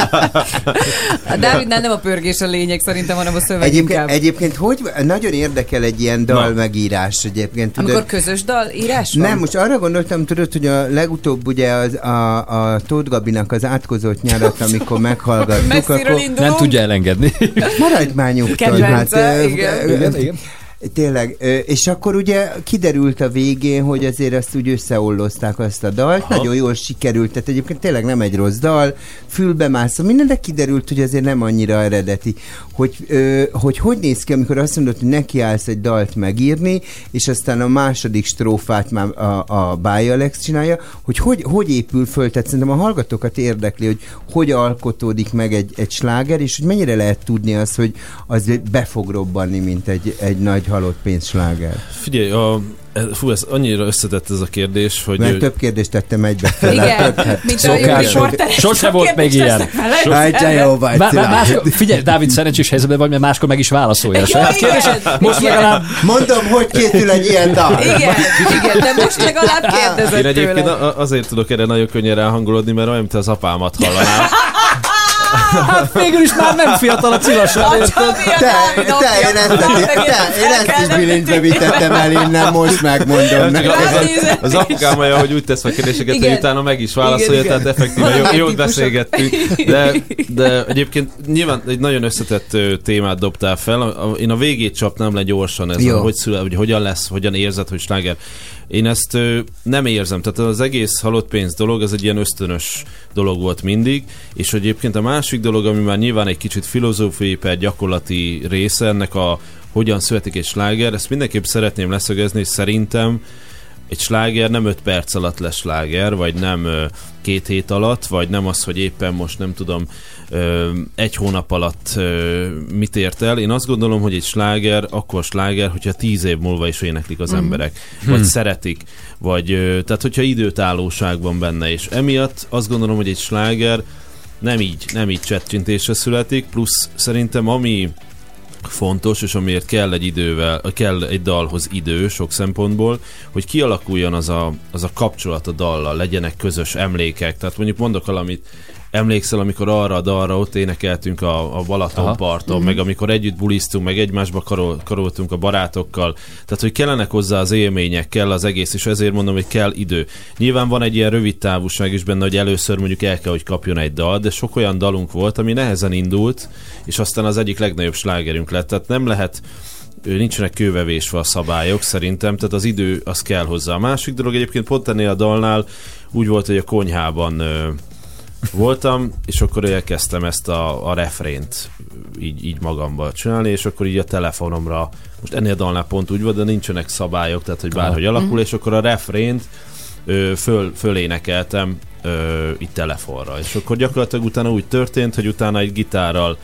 A Dávidnál nem a pörgés a lényeg szerintem, hanem a szöveg egyébként, inkább. Egyébként hogy, nagyon érdekel egy ilyen dal Na. megírás egyébként. Amikor tudod, közös dal írás van? Nem, most arra gondoltam, tudod, hogy a legutóbb ugye az, a, a Tóth Gabinak az átkozott nyarat, amikor meghallgattuk, akkor nem tudja elengedni. Maradj már nyugton. Kedvence, hát, igen. igen, igen. Tényleg, és akkor ugye kiderült a végén, hogy azért azt úgy összeollozták azt a dalt, Aha. nagyon jól sikerült, tehát egyébként tényleg nem egy rossz dal, fülbe mászom, minden, de kiderült, hogy azért nem annyira eredeti. Hogy, ö, hogy hogy néz ki, amikor azt mondod, hogy nekiállsz egy dalt megírni, és aztán a második strófát már a, a By Alex csinálja, hogy, hogy hogy épül föl, tehát szerintem a hallgatókat érdekli, hogy hogy alkotódik meg egy, egy sláger, és hogy mennyire lehet tudni azt, hogy az be fog robbanni, mint egy, egy nagy halott pénzsláger. Figyelj, a, fú, ez annyira összetett ez a kérdés, hogy... Mert ő... több kérdést tettem egybe fel. Igen, mint a riporter. Sose volt még ilyen. Hájtsa jó vagy, figyelj, Dávid, szerencsés helyzetben vagy, mert máskor meg is válaszolja a saját kérdését. Most legalább... Mondom, hogy készül egy ilyen dal. Igen, igen, de most legalább kérdezett Én egyébként azért tudok erre nagyon könnyen ráhangolódni, mert olyan, mint az apámat hallanám. Hát végül is már nem fiatal a Cilasra, érted? Te, te, én ezt, te, én ezt is bilincbe vitettem el innen, most megmondom. Nem, az, az apukámaja, hogy úgy tesz fel kérdéseket, igen. hogy utána meg is válaszolja, igen, tehát effektíven jó, jót beszélgettünk. De, de egyébként nyilván egy nagyon összetett témát dobtál fel. Én a végét csapnám le gyorsan, ez a, hogy, szüle, hogy hogyan lesz, hogyan érzed, hogy sláger. Én ezt ö, nem érzem, tehát az egész halott pénz dolog, ez egy ilyen ösztönös dolog volt mindig, és egyébként a másik dolog, ami már nyilván egy kicsit filozófiai per gyakorlati része ennek a hogyan születik egy sláger, ezt mindenképp szeretném leszögezni, és szerintem egy sláger nem öt perc alatt lesz sláger, vagy nem ö, két hét alatt, vagy nem az, hogy éppen most nem tudom ö, egy hónap alatt ö, mit ért el. Én azt gondolom, hogy egy sláger akkor sláger, hogyha tíz év múlva is éneklik az mm. emberek, vagy hmm. szeretik, vagy ö, tehát hogyha időtállóság van benne, és emiatt azt gondolom, hogy egy sláger nem így, nem így csettintésre születik, plusz szerintem ami fontos, és amiért kell egy idővel, kell egy dalhoz idő sok szempontból, hogy kialakuljon az a, az a kapcsolat a dallal, legyenek közös emlékek. Tehát mondjuk mondok valamit, emlékszel, amikor arra a dalra ott énekeltünk a, a Balatonparton, meg amikor együtt bulisztunk, meg egymásba karol, karoltunk a barátokkal. Tehát, hogy kellenek hozzá az élmények, kell az egész, és ezért mondom, hogy kell idő. Nyilván van egy ilyen rövid távúság is benne, hogy először mondjuk el kell, hogy kapjon egy dal, de sok olyan dalunk volt, ami nehezen indult, és aztán az egyik legnagyobb slágerünk lett. Tehát nem lehet nincsenek kővevésve a szabályok szerintem, tehát az idő az kell hozzá. A másik dolog egyébként pont ennél a dalnál úgy volt, hogy a konyhában ö, voltam, és akkor elkezdtem ezt a, a refrént így, így magamba csinálni, és akkor így a telefonomra, most ennél a dalnál pont úgy volt, de nincsenek szabályok, tehát hogy bárhogy alakul, és akkor a refrént ö, föl, fölénekeltem ö, így telefonra. És akkor gyakorlatilag utána úgy történt, hogy utána egy gitárral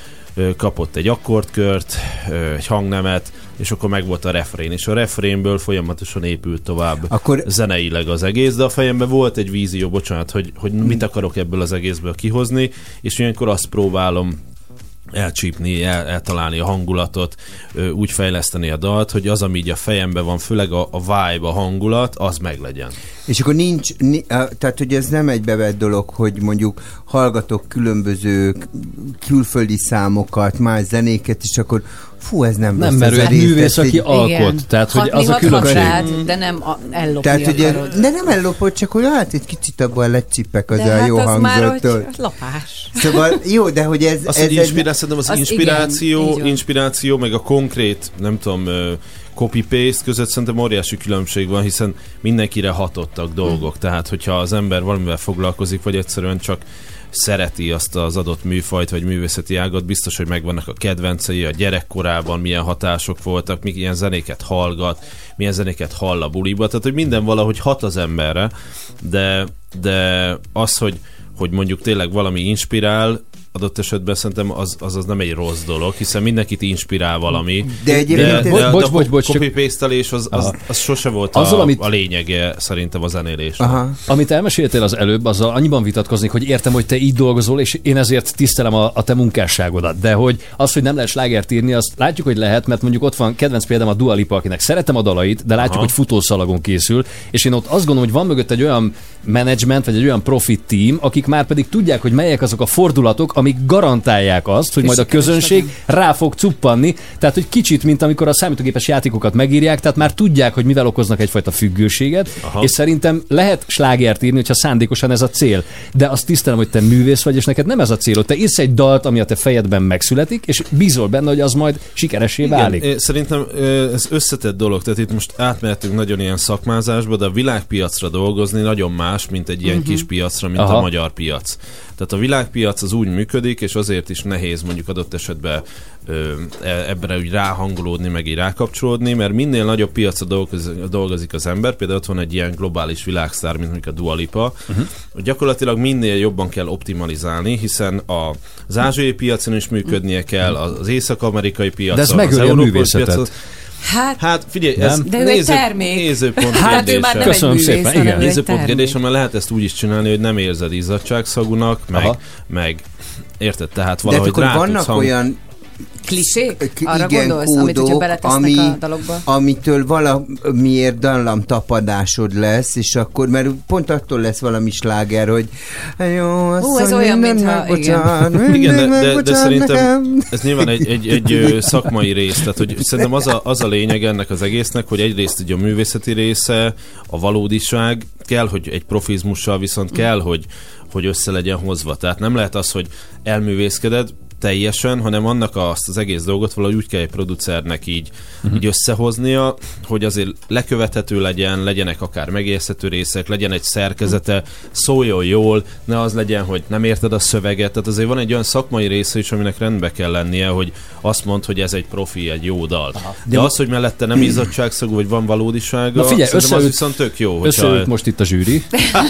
ö, kapott egy akkordkört, ö, egy hangnemet, és akkor meg volt a refrén, és a refrénből folyamatosan épült tovább akkor... zeneileg az egész, de a fejemben volt egy vízió, bocsánat, hogy, hogy mit akarok ebből az egészből kihozni, és ilyenkor azt próbálom elcsípni, el, eltalálni a hangulatot, úgy fejleszteni a dalt, hogy az, ami így a fejemben van, főleg a, a vibe, a hangulat, az meglegyen. És akkor nincs, ni, tehát hogy ez nem egy bevett dolog, hogy mondjuk hallgatok különböző külföldi számokat, más zenéket, és akkor fú, ez nem nem, mert ő egy művész, aki alkot. Tehát, hogy az a különbség. Rád, de nem a, ellopni tehát, ugye, de nem ellopod, csak hogy hát egy kicsit abban lecsipek az a jó hát hangzattól. Lapás. Szóval jó, de hogy ez... Az, ez, ez inspirá- szerintem az, az inspiráció, igen, inspiráció, meg a konkrét, nem tudom, copy-paste között szerintem óriási különbség van, hiszen mindenkire hatottak dolgok. Hmm. Tehát, hogyha az ember valamivel foglalkozik, vagy egyszerűen csak szereti azt az adott műfajt, vagy művészeti ágat, biztos, hogy megvannak a kedvencei, a gyerekkorában milyen hatások voltak, milyen zenéket hallgat, milyen zenéket hall a buliba, tehát, hogy minden valahogy hat az emberre, de, de az, hogy, hogy mondjuk tényleg valami inspirál, adott esetben szerintem az, az, az nem egy rossz dolog, hiszen mindenkit inspirál valami. De egyébként... De, de, de, bocs, de bocs, bocs, a copy-paste-elés az, az, az sose volt azzal, a, amit, a lényege szerintem a zenélésnek. Amit elmeséltél az előbb, azzal annyiban vitatkoznék, hogy értem, hogy te így dolgozol, és én ezért tisztelem a, a te munkásságodat. De hogy az, hogy nem lehet slágert írni, azt látjuk, hogy lehet, mert mondjuk ott van kedvenc példám a Dua Lipa, akinek szeretem a dalait, de látjuk, Aha. hogy futószalagon készül, és én ott azt gondolom, hogy van mögött egy olyan menedzsment, vagy egy olyan profit team, akik már pedig tudják, hogy melyek azok a fordulatok, amik garantálják azt, hogy majd a közönség rá fog cuppanni. Tehát, hogy kicsit, mint amikor a számítógépes játékokat megírják, tehát már tudják, hogy mivel okoznak egyfajta függőséget, Aha. és szerintem lehet slágert írni, hogyha szándékosan ez a cél. De azt tisztelem, hogy te művész vagy, és neked nem ez a célod. Te írsz egy dalt, ami a te fejedben megszületik, és bízol benne, hogy az majd sikeressé válik. Igen, szerintem ez összetett dolog. Tehát itt most átmehetünk nagyon ilyen szakmázásba, de a világpiacra dolgozni nagyon más, mint egy ilyen uh-huh. kis piacra, mint Aha. a magyar piac. Tehát a világpiac az úgy működik, és azért is nehéz mondjuk adott esetben ö, ebben úgy ráhangolódni, meg így rákapcsolódni, mert minél nagyobb piacra dolgozik, dolgozik az ember, például ott van egy ilyen globális világsztár, mint mondjuk a Dua Lipa, uh-huh. gyakorlatilag minél jobban kell optimalizálni, hiszen a, az ázsiai piacon is működnie kell, az észak-amerikai piacon, de ez megöli a művészetet. Hát, hát figyelj, ez de ő egy termék. Nézőpont hát kérdése. ő már nem Köszönöm egy művész, szépen, igen. Nézőpont kérdése, mert lehet ezt úgy is csinálni, hogy nem érzed izzadságszagúnak, meg, meg érted, tehát valahogy de rá vannak tudsz hang... olyan klisék? Arra igen, gondolsz, kódok, amit hogyha beletesznek ami, a dalokba? Amitől valamiért dallamtapadásod lesz, és akkor, mert pont attól lesz valami sláger, hogy jó, Hú, ez olyan, mintha, igen. igen, de, de, de szerintem nekem. Ez nyilván egy, egy, egy szakmai rész, tehát hogy szerintem az a, az a lényeg ennek az egésznek, hogy egyrészt ugye a művészeti része, a valódiság, kell, hogy egy profizmussal viszont kell, hogy, hogy össze legyen hozva. Tehát nem lehet az, hogy elművészkeded, teljesen, hanem annak azt az egész dolgot valahogy úgy kell egy producernek így, uh-huh. így összehoznia, hogy azért lekövethető legyen, legyenek akár megérthető részek, legyen egy szerkezete, szóljon jól, ne az legyen, hogy nem érted a szöveget, tehát azért van egy olyan szakmai része is, aminek rendbe kell lennie, hogy azt mondd, hogy ez egy profi, egy jó dal. Aha. De, De az, hogy mellette nem izzadságszagú, vagy van valódisága, na figyelj, szerintem az viszont tök jó. Összeült most itt a zsűri,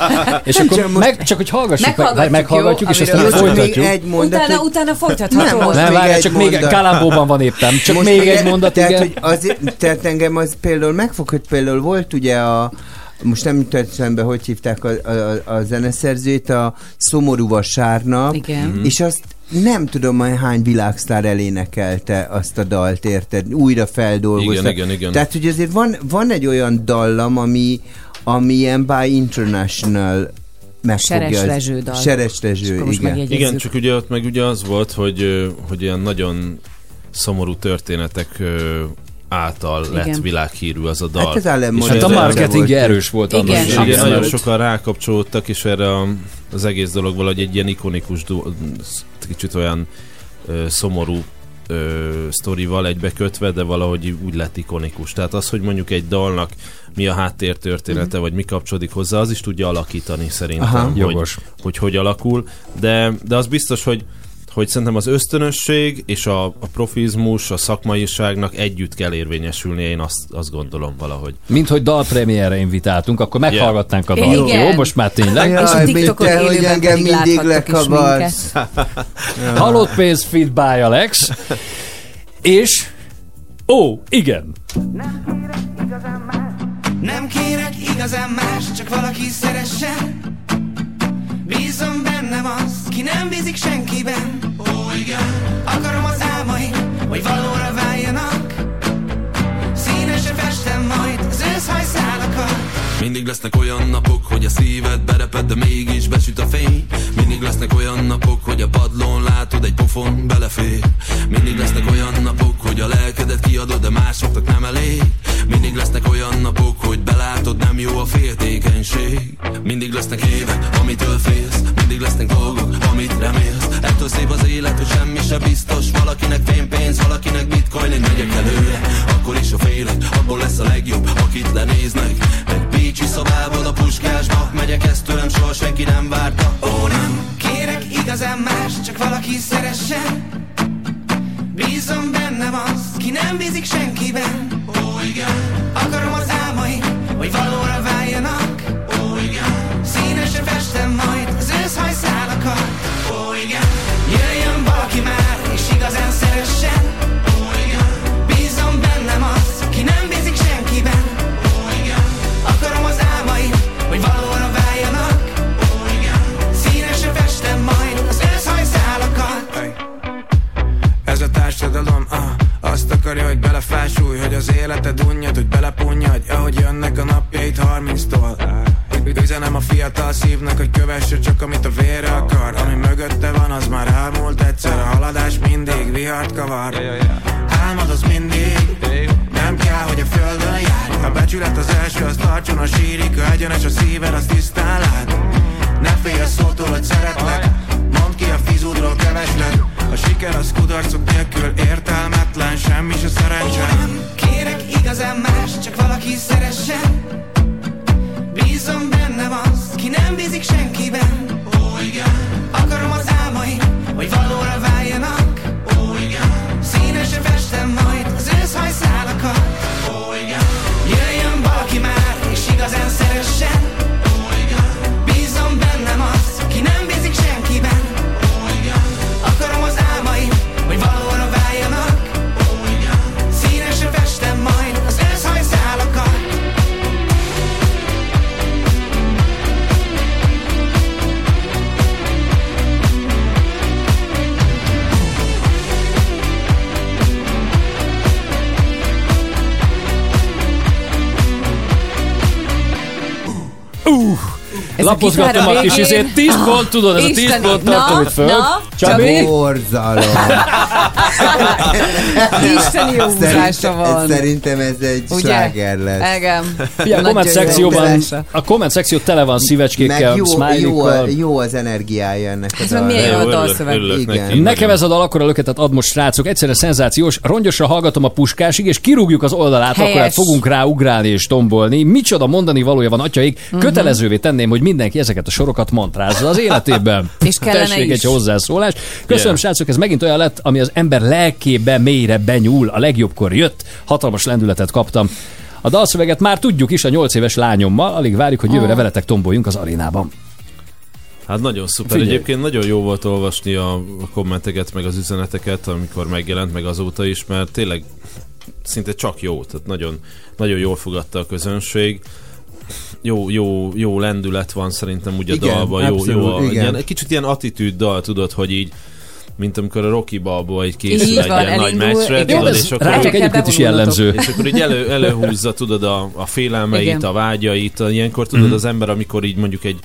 és akkor meg, csak hogy hallgassuk, meghallgatjuk, meghallgatjuk jó, és aztán folytatjuk. Utána, utána folytatható. Nem, nem várj, csak még Kalambóban van éppen. Csak most még egy mondat, tehát, igen. Hogy azért, tehát engem az például megfog, hogy például volt ugye a most nem jutott szembe, hogy hívták a, a, a zeneszerzőt, a Szomorú vasárnap, igen. és azt nem tudom majd hány világsztár elénekelte azt a dalt, érted? Újra feldolgozta. Igen, igen, igen. Tehát, hogy azért van, van egy olyan dallam, ami, ami ilyen by international Seres Rezső dal. Seres Rezső, igen. Igen, csak ugye ott meg ugye az volt, hogy, hogy ilyen nagyon szomorú történetek által igen. lett világhírű az a dal. Hát, ez és hát a marketing erős volt. Igen, és ugye nagyon sokan rákapcsolódtak, és erre az egész dolog valahogy egy ilyen ikonikus, kicsit olyan szomorú ö, sztorival egybekötve, de valahogy úgy lett ikonikus. Tehát az, hogy mondjuk egy dalnak mi a háttértörténete, uh-huh. vagy mi kapcsolódik hozzá, az is tudja alakítani szerintem, Aha, hogy, jogos. hogy hogy alakul. De, de az biztos, hogy hogy szerintem az ösztönösség és a, a profizmus, a szakmaiságnak együtt kell érvényesülnie, én azt, azt gondolom valahogy. Mint hogy dalpremiérre invitáltunk, akkor meghallgatnánk a dalt. Igen. Jó, most már tényleg. Ja, és a TikTokon élőben pedig mindig lekavarsz. Halott pénz fit by Alex. És... Ó, igen. Nem kérek igazán más, csak valaki szeressen. Bízom bennem az, ki nem bízik senkiben. Ó, igen. Akarom az álmaim, hogy valóra váljanak. Színesen festem majd az őszhajszálakat. Mindig lesznek olyan napok, hogy a szíved bereped, de mégis besüt a fény. Mindig lesznek olyan napok, hogy a padlón látod egy pofon belefér. Mindig lesznek olyan napok, hogy a lelkedet kiadod, de másoknak nem elég. Mindig lesznek olyan napok, hogy belátod, nem jó a féltékenység. Mindig lesznek évek, amitől félsz. Mindig lesznek dolgok, amit remélsz. Ettől szép az élet, hogy semmi se biztos. Valakinek fénypénz, valakinek bitcoin. Én megyek előre, akkor is a félek. Abból lesz a legjobb, akit lenéznek. Egy bécsi szobából a Puskásba megyek, ezt tőlem soha senki nem várta. Ó, nem kérek igazán más, csak valaki szeressen. Bízom bennem az, ki nem bízik senkiben. Ó, igen. Akarom az álmaim, hogy valóra váljanak. Ó, igen. Színesen festem majd az őszhajszálakat. Ó, igen. Jöjjön valaki már, és igazán szeressen. Ó, igen. Bízom bennem az, ki nem bízik senkiben. Ó, igen. Akarom az álmaim, hogy valóra váljanak. Ó, igen. Színesen festem majd az őszhajszálakat. Hey. Ez a társadalom, ah, azt akarja, hogy belefásulj, hogy az életed unjad, hogy belepunjadj, ahogy jönnek a napjait harminctól. Üzenem a fiatal szívnek, hogy kövesse csak amit a vére akar. Ami mögötte van, az már elmúlt egyszer. A haladás mindig vihart kavar. Álmod az mindig, nem kell, hogy a földön járj. A becsület az első, az tartson a sírig. Ha egyenes a szíved, az tisztán lát. Ne félj a szótól, hogy szeretlek. Mondd ki a fizudról kevesled. A siker az kudarcok nélkül értelmetlen. Semmi se szerencsém. Kérek igazán más, csak valaki szeressen. Bízom bennem az, ki nem bízik senkiben. Ó, igen. Akarom az álmaim, hogy valóra váljanak. Ó, igen. Színesen festem majd az őszhajszálakat. Ó, igen. Jöjjön valaki már, és igazán szeressen. Ó, igen. Bízom bennem az, ki nem bízik senkiben. Ó, igen. Akarom az álmaim, hogy valóra váljanak. Ó, igen. Színesen festem majd az őszhajszálakat. Uh, lapozgatom a kis izét, tíz pont, tudod, ez a tíz pont tartom itt föl. Csabi? Borzalom. Isteni jó húzása van. Szerintem ez egy sláger lesz. Igen. A komment szekcióban, a komment szekció tele van szívecskékkel, smiley-kkal. Jó az energiája ennek a dalnak. Milyen jó a dalszöveg. Nekem ez a dal akkora löketet ad most, srácok, egyszerűen szenzációs. Rongyosra hallgatom a Puskásig, és kirúgjuk az oldalát, helyes. Akkor hát fogunk rá ugrálni és tombolni. Micsoda mondani valója van, atyaik. Uh-huh. Kötelezővé tenném, hogy mindenki ezeket a sorokat mantrázza az életében. És kellene Tessék is. egy hozzászólás. Köszönöm, yeah. srácok, ez megint olyan lett, ami az ember lelkébe mélyre benyúl. A legjobbkor jött, hatalmas lendületet kaptam. A dalszöveget már tudjuk is a nyolc éves lányommal, alig várjuk, hogy jövőre veletek tomboljunk az arénában. Hát nagyon szuper. Figyelj. Egyébként nagyon jó volt olvasni a, a kommenteket, meg az üzeneteket, amikor megjelent, meg azóta is, mert tényleg szinte csak jó, tehát nagyon, nagyon jól fogadta a közönség. Jó, jó, jó lendület van szerintem úgy a igen, dalban, jó, abszolút, jó a, ilyen, egy kicsit ilyen attitűd dal, tudod, hogy így mint amikor a Rocky Balboa egy készül egy van, ilyen nagy elindul, meccsre, igen. tudod, és akkor, Rájuk egyébként is jellemző. És akkor így elő, előhúzza, tudod, a, a félelmeit, igen. a vágyait, ilyenkor tudod, mm. az ember, amikor így mondjuk egy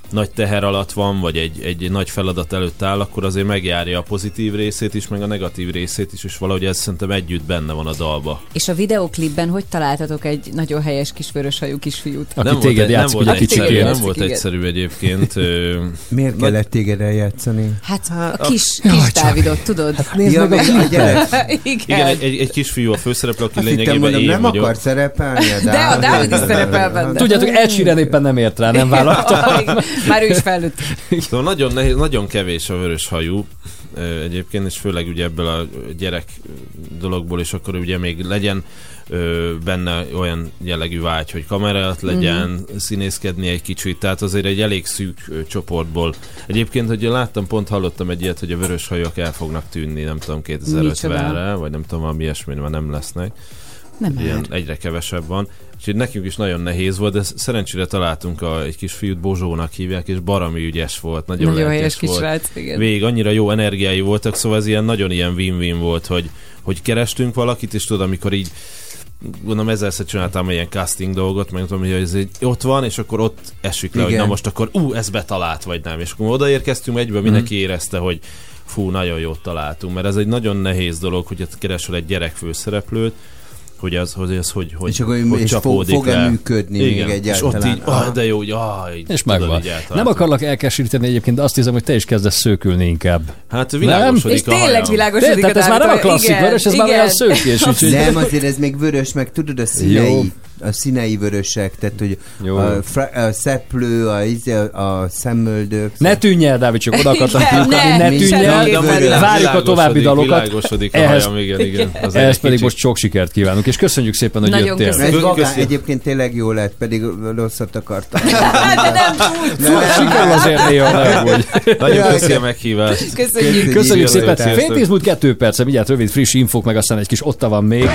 nagy teher alatt van, vagy egy, egy nagy feladat előtt áll, akkor azért megjárja a pozitív részét is, meg a negatív részét is, és valahogy ez szerintem együtt benne van a dalba. És a videóklipben hogy találtatok egy nagyon helyes kis vöröshajú kisfiút? Aki nem téged játszik, volt, egy kicsit. egyszerű, nem volt egyszerű egyébként. Miért kellett téged eljátszani? Hát a kis, kis Dávidot, tudod? Hát nézd ja, meg a gyerek. Igen, Igen egy, egy, egy kisfiú a főszereplő, aki Azt lényegében hittem, mondom, én nem vagyok. akar szerepelni a De a Dávid is szerepel benne. Tudjátok, Ed Sheeran éppen nem ért rá, nem vállalta. Már ő is felnőtt. Szóval nagyon, nehéz, nagyon kevés a vörös hajú egyébként, és főleg ugye ebből a gyerek dologból, és akkor ugye még legyen ö, benne olyan jellegű vágy, hogy kamera előtt legyen, mm-hmm. színészkedni egy kicsit, tehát azért egy elég szűk ö, csoportból. Egyébként, hogy láttam, pont hallottam egy ilyet, hogy a vörös hajók el fognak tűnni, nem tudom, kétezer-ötvenre, vagy nem tudom, valami ilyesmire már nem lesznek. Nem ilyen egyre kevesebb van. Úgyhogy nekünk is nagyon nehéz volt, de szerencsére találtunk a, egy kis fiút, Bozsónak hívják, és baromi ügyes volt, nagyon, nagyon lelkes volt. Srác, igen. Végig annyira jó energiái voltak, szóval ez ilyen nagyon ilyen win-win volt, hogy, hogy kerestünk valakit, és tudod, amikor így gondolom ezerszer csináltam ilyen casting dolgot, meg tudom, hogy ez egy, ott van, és akkor ott esik le, igen. hogy na most akkor ú, ez betalált, vagy nem. És akkor odaérkeztünk, egyből mindenki mm. érezte, hogy fú, nagyon jót találtunk, mert ez egy nagyon nehéz dolog, hogy keresel egy gyerek főszereplőt, hogy az, hogy az hogy, hogy, és akkor, hogy és csapódik fog, fog-e működni igen. még egyáltalán. És ott így, ah, de jó, hogy ah, így, és megvan. Nem akarlak elkeseríteni egyébként, de azt hiszem, hogy te is kezdesz szőkülni inkább. Hát világosodik és a tényleg világosodik a ez már nem a klasszik vörös, ez már olyan szőkés. Nem, azért ez még vörös, meg tudod a színei. A színei vörösek, tehát hogy a, fra- a szeplő, a, a szemmöldök. Ne tűnj el, Dávid, csak oda akartam kiukadni, ne tűnj el, várjuk a további dalokat. Világosodik a ehhez, hajam, igen, igen. Ehhez pedig most sok sikert kívánunk, és köszönjük szépen, hogy nagyon jöttél. Ez vagán, egyébként tényleg jó lett, pedig rosszat akartam. De nem túl. Sikerül azért néha, nem úgy. Nagyon köszi a meghívást. Köszönjük. Köszönjük szépen. Fél tíz múlt kettő perce, mindjárt rövid friss infók, meg aztán egy kis otta van még.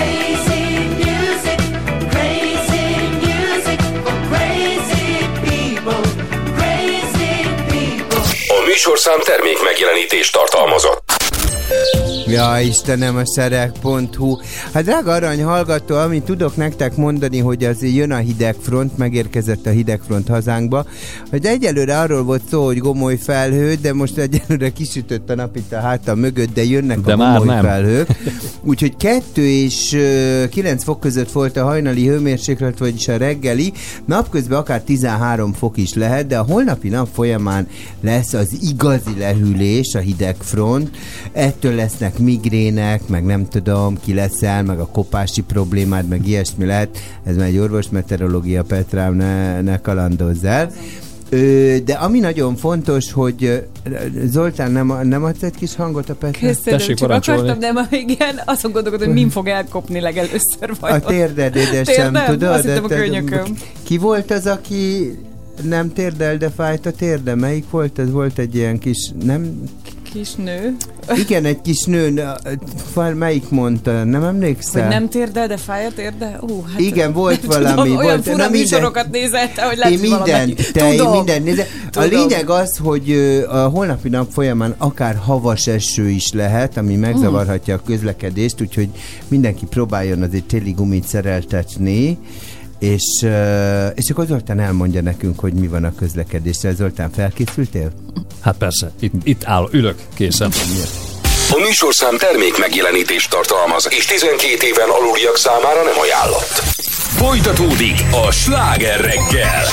Műsorszám termék megjelenítést tartalmazott. Ja, Istenem, a sereg pont hu. Hát drága arany hallgató, amit tudok nektek mondani, hogy azért jön a hidegfront, megérkezett a hidegfront hazánkba, hogy egyelőre arról volt szó, hogy gomoly felhő, de most egyelőre kisütött a nap itt a hátam mögött, de jönnek de a gomoly felhők. Úgyhogy kettő és kilenc fok között volt a hajnali hőmérséklet, vagyis a reggeli, napközben akár tizenhárom fok is lehet, de a holnapi nap folyamán lesz az igazi lehűlés, a hidegfront, ettől lesznek migrének, meg nem tudom, ki leszel, meg a kopási problémád, meg ilyesmi lehet. Ez már egy orvosmeteorológia, Petrám, ne, ne kalandozz el. Ö, de ami nagyon fontos, hogy Zoltán, nem, nem adsz egy kis hangot a Petrám? Köszönöm, Tessék csak akartam, de ma igen, azon gondolkodom, hogy min fog elkopni legelőször vajon. A térded, édesem, tudod? Azt hittem a könyököm. Ki volt az, aki nem térdel, de fájt a térde? Melyik volt? Ez volt egy ilyen kis, nem... Kis nő. Igen, egy kis nő, melyik mondta, nem emlékszel? Hogy nem térdel, de fáj a térde? Ó, hát igen, volt valami. Tudom, olyan volt, fura műsorokat nézette, hogy lehet, hogy valami. Te Tudom. Minden, nézze. A lényeg az, hogy a holnapi nap folyamán akár havas eső is lehet, ami megzavarhatja a közlekedést, úgyhogy mindenki próbáljon azért téli gumit szereltetni. És, és akkor Zoltán elmondja nekünk, hogy mi van a közlekedésre. Zoltán, felkészültél? Hát persze, itt, itt áll, ülök, készen. A műsorszám termék megjelenítést tartalmaz, és tizenkét éven aluliak számára nem ajánlott. Folytatódik a Sláger reggel.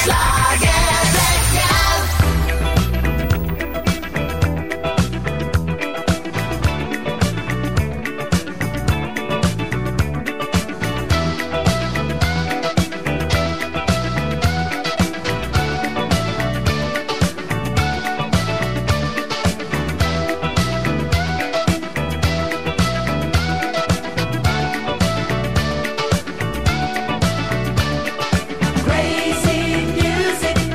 Crazy music.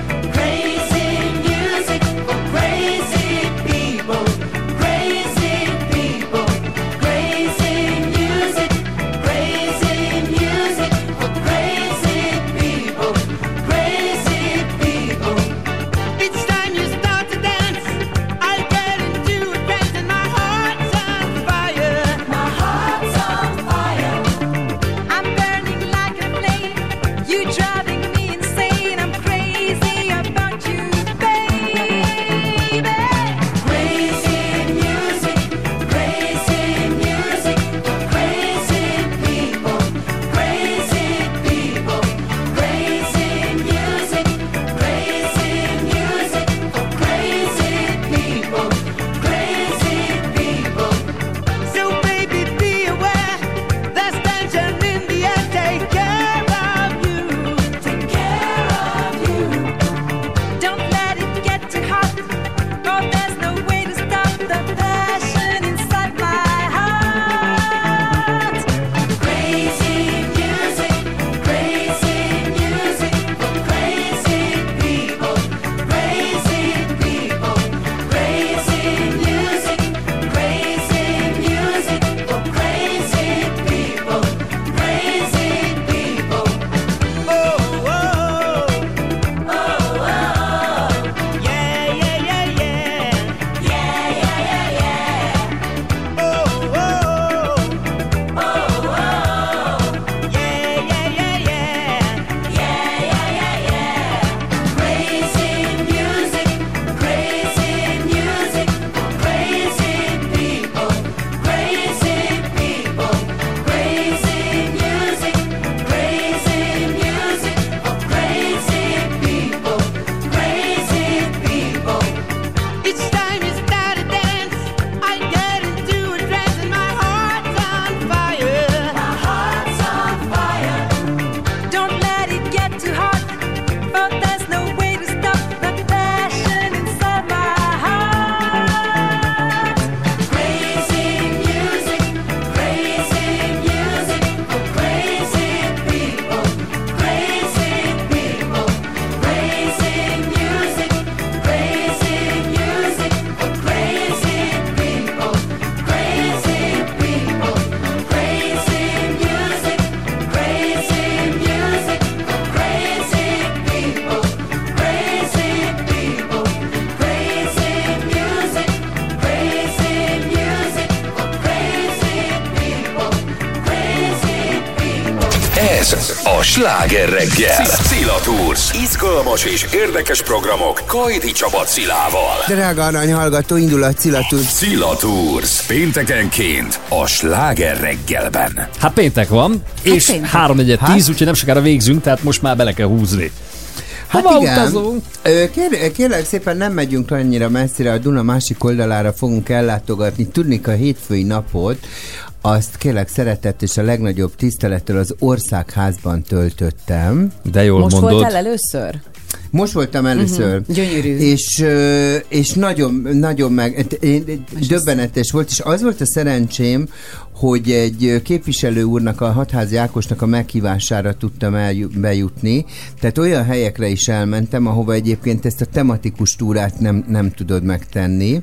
Sláger reggel. Szila Tours. Izgalmas és érdekes programok Kajdi Csaba Cilával. Drága arany hallgató, indul a Szila Tours. Szila Tours. Péntekenként a Sláger reggelben. Hát péntek van, hát és három negyven tíz, úgyhogy nem sokára végzünk, tehát most már bele kell húzni. Hát hova igen, utazunk? Kér, kérlek szépen nem megyünk annyira messzire, a Duna másik oldalára fogunk ellátogatni. Tudnék, a hétfői napot azt kérlek szeretett és a legnagyobb tisztelettel az Országházban töltöttem. De jól most mondod. Most voltál először? Most voltam először. Uh-huh. Gyönyörű. És, és nagyon, nagyon meg, döbbenetes volt, és az volt a szerencsém, hogy egy képviselő úrnak, a Hatházi Ákosnak a meghívására tudtam eljut, bejutni, tehát olyan helyekre is elmentem, ahova egyébként ezt a tematikus túrát nem, nem tudod megtenni.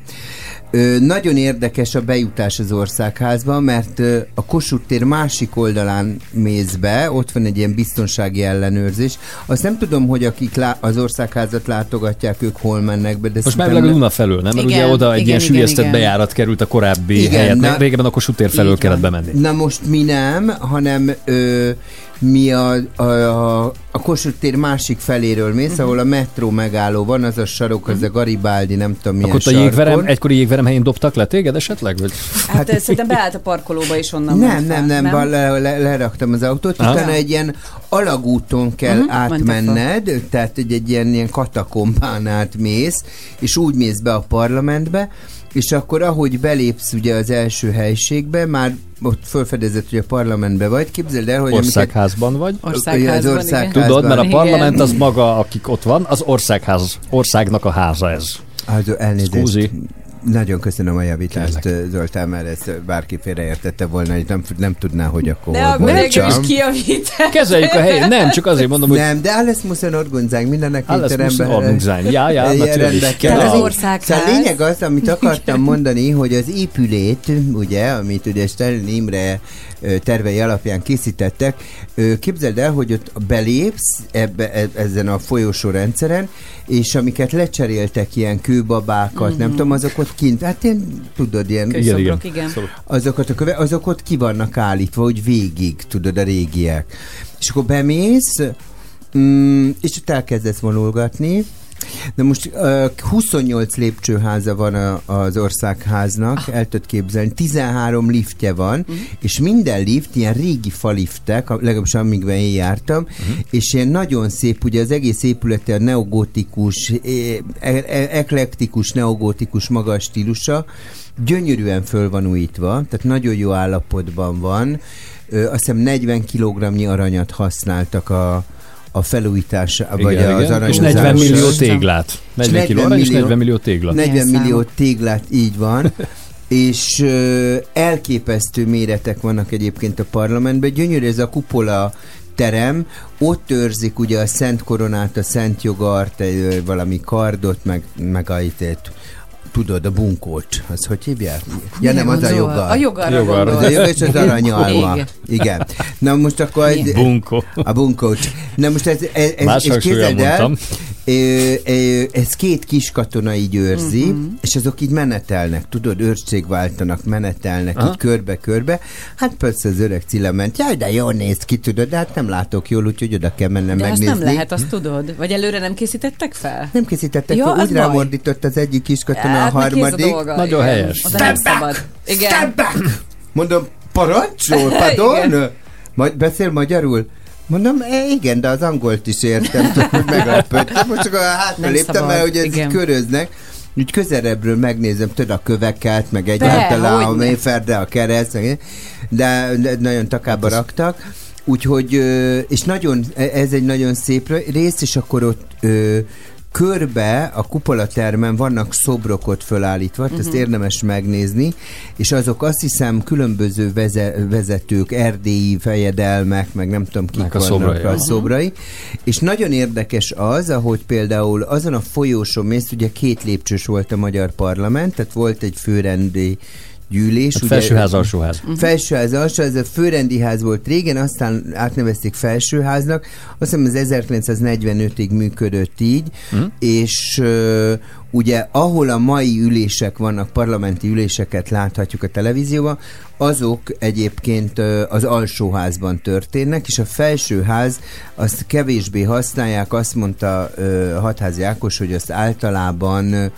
Ö, nagyon érdekes a bejutás az Országházba, mert ö, a Kossuth tér másik oldalán mész be, ott van egy ilyen biztonsági ellenőrzés. Azt nem tudom, hogy akik lá- az Országházat látogatják, ők hol mennek be. De most már a Duna felől, nem? Mert igen, ugye oda igen, egy ilyen sülyeztett bejárat került a korábbi igen, helyet. Na, régebben a Kossuth tér felől kellett bemenni. Na most mi nem, hanem ö, mi a, a, a, a Kossuth tér másik feléről mész, uh-huh. ahol a metró megálló van, az a sarok, az uh-huh. a Garibaldi, nem tudom milyen akkor sarkon. Akkor a jégverem, egykori jégverem helyén dobtak le téged esetleg? Vagy? Hát, hát szerintem beállt a parkolóba is onnan. Nem, nem, nem, nem? Le, le, leraktam az autót, ah. utána egy ilyen alagúton kell uh-huh. átmenned, tehát egy, egy ilyen, ilyen katakombán átmész, és úgy mész be a parlamentbe, és akkor ahogy belépsz ugye az első helységbe, már ott felfedezett, hogy a parlamentben vagy, képzeld el, hogy... Országházban vagy. Országházban, országházban Tudod, mert a parlament az maga, akik ott van, az országház, országnak a háza ez. Hát elnézést. Skúzi. Nagyon köszönöm a javítást, Zoltán, mert ezt bárki félreértette volna, hogy nem, nem tudná, hogy akkor de hol voltam. De is kijavített. Kezeljük a helyét. Nem, csak azért mondom, hogy... Nem, de alles müssen ordnung sein, mindennek alles müssen ordnung sein. Ja, ja, natürlich. Tehát az Országház. Szóval a lényeg az, amit akartam mondani, hogy az épület, ugye, amit ugye Stalin Imre tervei alapján készítettek, képzeld el, hogy ott belépsz ebbe, ezen a folyosó rendszeren, és amiket lecseréltek, ilyen kőbabákat, mm-hmm. nem tudom, azok ott kint, hát én tudod, ilyen... Kőszobrok, igen. igen. Azokat a köve, azok ott ki vannak állítva, hogy végig, tudod, a régiek. És akkor bemész, mm, és ott elkezdesz vonulgatni. Na most uh, huszonnyolc lépcsőháza van a, az Országháznak, ah. el tudod képzelni, tizenhárom liftje van, uh-huh. és minden lift ilyen régi faliftek, legalábbis amikben én jártam, uh-huh. és ilyen nagyon szép, ugye az egész épülete a neogótikus, e- e- eklektikus, neogótikus magas stílusa, gyönyörűen föl van újítva, tehát nagyon jó állapotban van, Ö, azt hiszem negyven kilogramnyi aranyat használtak a a felújítás, vagy igen, az aranyozás. És negyven millió téglát. negyven kiló arany és negyven millió téglát. negyven millió téglát, így van. És ö, elképesztő méretek vannak egyébként a parlamentben. Gyönyörű ez a kupola terem, ott őrzik ugye a Szent Koronát, a Szent Jogart, valami kardot, meg, meg a itt, tudod, a bunkót, az hogy hívják? Ja, nem, az a jogar. A jogarra jogar. Az a jogar és az aranyalma. Igen. Na most akkor... Egy, bunkó. A bunkót. Na most ez, ez, ez, ez képzeld el, ez két kis katona így őrzi, uh-huh. és azok így menetelnek, tudod, őrségváltanak, menetelnek, uh-huh. így körbe-körbe. Hát persze az öreg Cilla ment, jaj, de jól néz ki, tudod, de hát nem látok jól, úgyhogy oda kell mennem de megnézni. De azt nem lehet, azt tudod? Vagy előre nem készítettek fel? Nem készítettek ja, fel, úgy rámordított az egyik kis katona, hát, a harmadik. Nagyon helyes. Step back! Step back! Mondom, parancsol, pardon? Majd beszél magyarul? Mondom, igen, de az angolt is értem, hogy meglepődtem. Most csak hátra léptem, mert ugye ezt köröznek. Úgy közelebbről megnézem, tudod, a köveket, meg egyáltalán a mélyferde, a kereszt, de, de nagyon takába raktak. Úgyhogy, és nagyon, ez egy nagyon szép rész, és akkor ott körbe a kupolatermen vannak szobrok ott fölállítva, uh-huh. ezt érdemes megnézni, és azok azt hiszem különböző veze- vezetők, erdélyi fejedelmek, meg nem tudom kik vannak a szobrai, a szobrai. Uh-huh. És nagyon érdekes az, ahogy például azon a folyóson mész, ugye két lépcsős volt a magyar parlament, tehát volt egy főrendi gyűlés. Hát felsőház, alsóház. Uh-huh. Felsőház, alsóház, ez a főrendi ház volt régen, aztán átnevezték felsőháznak. Azt hiszem, az ezerkilencszáznegyvenötig működött így, uh-huh. és uh, ugye ahol a mai ülések vannak, parlamenti üléseket láthatjuk a televízióban, azok egyébként uh, az alsóházban történnek, és a felsőház azt kevésbé használják, azt mondta uh, Hatházi Ákos, hogy azt általában uh,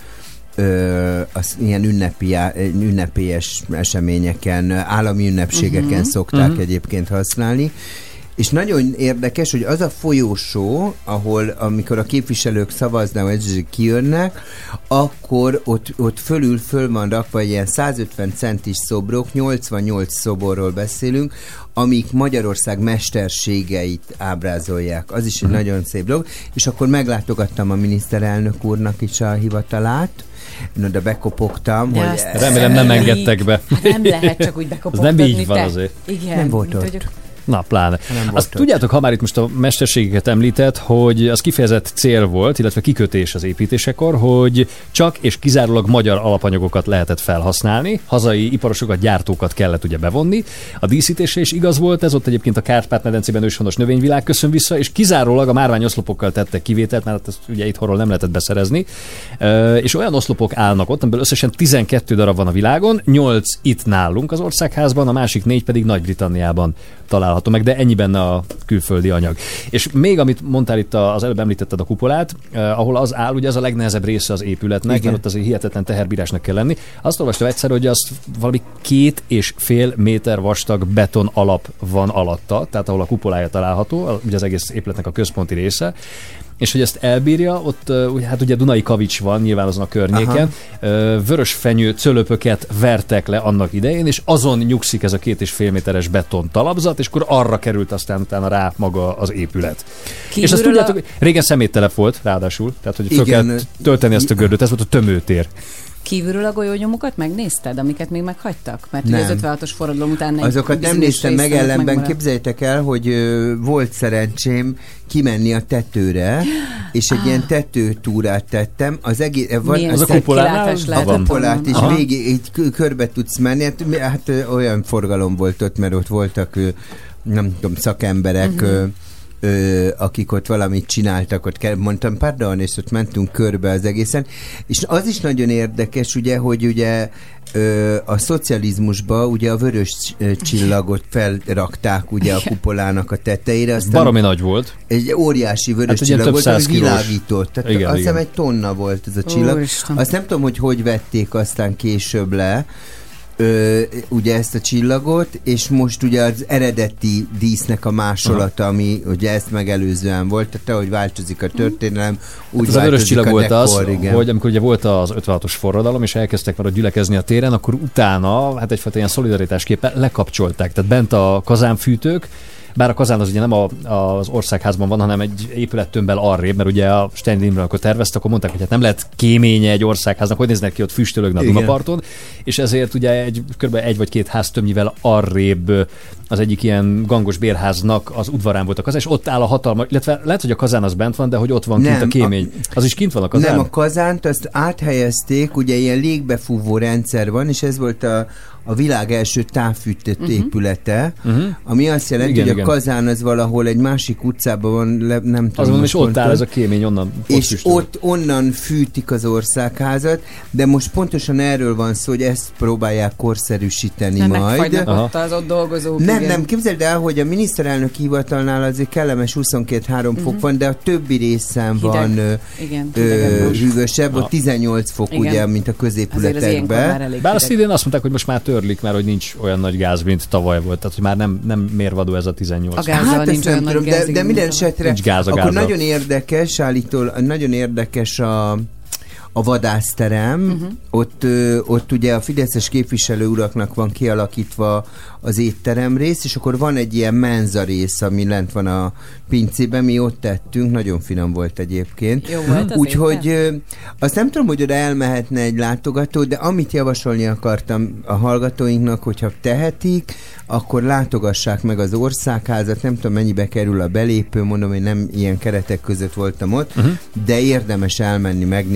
Ö, az ilyen ünnepi, ünnepélyes eseményeken, állami ünnepségeken uh-huh. szokták uh-huh. egyébként használni. És nagyon érdekes, hogy az a folyósó, ahol amikor a képviselők szavaznak, vagy kijönnek, akkor ott, ott fölül föl van rakva ilyen százötven centis szobrok, nyolcvannyolc szoborról beszélünk, amik Magyarország mesterségeit ábrázolják. Az is egy uh-huh. nagyon szép dolog. És akkor meglátogattam a miniszterelnök úrnak is a hivatalát, no, de bekopogtam, de hogy... Remélem nem engedtek be. Nem lehet csak úgy bekopogtatni. Ez nem így van azért. Igen. Nem volt ott. Na, pláne. Azt tudjátok, ha már itt most a mesterségeket említett, hogy az kifejezett cél volt, illetve kikötés az építésekor, hogy csak és kizárólag magyar alapanyagokat lehetett felhasználni, hazai iparosokat, gyártókat kellett ugye bevonni. A díszítésre is igaz volt, ez ott egyébként a Kárpát-medencében őshonos növényvilág köszön vissza, és kizárólag a márványoszlopokkal tettek kivételt, mert ezt ugye itthonról nem lehetett beszerezni. E, és olyan oszlopok állnak ott, amiből összesen tizenkét darab van a világon, nyolc itt nálunk az Országházban, a másik négy pedig Nagy-Britanniában található meg, de ennyi benne a külföldi anyag. És még amit mondtál itt, az előbb említetted a kupolát, eh, ahol az áll, ugye az a legnehezebb része az épületnek, igen. mert ott azért hihetetlen teherbírásnak kell lenni. Azt olvastam egyszer, hogy az valami két és fél méter vastag beton alap van alatta, tehát ahol a kupolája található, ugye az egész épületnek a központi része, és hogy ezt elbírja, ott hát ugye Dunai kavics van, nyilván azon a környéken, aha. vörös fenyő cölöpöket vertek le annak idején, és azon nyugszik ez a két és fél méteres beton talapzat, és akkor arra került aztán utána rá maga az épület. Kívülről és azt tudjátok, a... régen szeméttelep volt, ráadásul, tehát hogy föl kell tölteni ezt a gördöt, ez volt a tömőtér. Kívülről a golyónyomokat megnézted, amiket még meghagytak? Mert ugye az ötvenhatos forradalom után azokat nem néztem meg, ellenben megmarad. Képzeljétek el, hogy ö, volt szerencsém kimenni a tetőre, és egy ah. ilyen tetőtúrát tettem. Az egész, van, az a kupolánál? A kupolát is végig így körbe tudsz menni. Hát, hát ö, olyan forgalom volt ott, mert ott voltak ö, nem tudom, szakemberek, uh-huh. ö, Ö, akik ott valamit csináltak, ott kell, mondtam, pardon, és ott mentünk körbe az egészen. És az is nagyon érdekes, ugye, hogy ugye ö, a szocializmusba ugye a vörös csillagot felrakták ugye a kupolának a tetejére. Aztán baromi nagy volt. Egy óriási vörös hát, csillag volt, ami világított. Tehát igen, azt hiszem egy tonna volt ez a csillag. Ó, azt nem tudom, hogy hogy vették aztán később le, Ö, ugye ezt a csillagot, és most ugye az eredeti dísznek a másolata, aha. ami ugye ezt megelőzően volt, tehát ahogy változik a történelem, úgy hát változik a, a volt dekor, az, igen. hogy amikor ugye volt az ötvenhatos forradalom, és elkezdtek már gyülekezni a téren, akkor utána, hát egyfajta ilyen szolidaritásképpen lekapcsolták, tehát bent a kazánfűtők, bár a kazán az ugye nem a, a, az Országházban van, hanem egy épülettömbbel arrébb, mert ugye a Steindl Imre, amikor tervezte, akkor mondták, hogy hát nem lehet kéménye egy országháznak, hogy néznek ki, ott füstölögne a Dunaparton, és ezért ugye egy, kb. egy vagy két háztömnyivel arrébb az egyik ilyen gangos bérháznak az udvarán volt a kazán, és ott áll a hatalma, illetve lehet, hogy a kazán az bent van, de hogy ott van nem, kint a kémény. A, az is kint van a kazán? Nem, a kazánt azt áthelyezték, ugye ilyen légbefúvó rendszer van, és ez volt a a világ első távfűtött uh-huh. épülete, uh-huh. ami azt jelenti, igen, hogy igen. a kazán az valahol egy másik utcában van, le, nem tudom. Azon is ott áll ez a kémény, onnan. És ott, ott onnan fűtik az Országházat, de most pontosan erről van szó, hogy ezt próbálják korszerűsíteni nem majd. Nem ott az ott dolgozók. Nem, igen. nem, képzeld el, hogy a miniszterelnök hivatalnál azért kellemes huszonkettő-három uh-huh. fok van, de a többi részen hideg. van igen, ö, hűvösebb, ott tizennyolc fok, igen. ugye, mint a középületekben. Bár azt idén azt mondták, hogy most már törlik, mert hogy nincs olyan nagy gáz, mint tavaly volt. Tehát, hogy már nem, nem mérvadó ez a tizennyolc. A gázzal hát, nincs olyan tudom, nagy gáz, de, de minden esetre nincs gáz a akkor gázzal. nagyon érdekes, állítól, nagyon érdekes a, a vadászterem. Uh-huh. Ott, ö, ott ugye a fideszes képviselő uraknak van kialakítva az étterem rész, és akkor van egy ilyen menza rész, ami lent van a pincében, mi ott tettünk, nagyon finom volt egyébként. Jó volt az Úgyhogy ö, azt nem tudom, hogy oda elmehetne egy látogató, de amit javasolni akartam a hallgatóinknak, hogyha tehetik, akkor látogassák meg az Országházat, nem tudom mennyibe kerül a belépő, mondom, hogy nem ilyen keretek között voltam ott, uh-huh. de érdemes elmenni, megnézni az Országházat,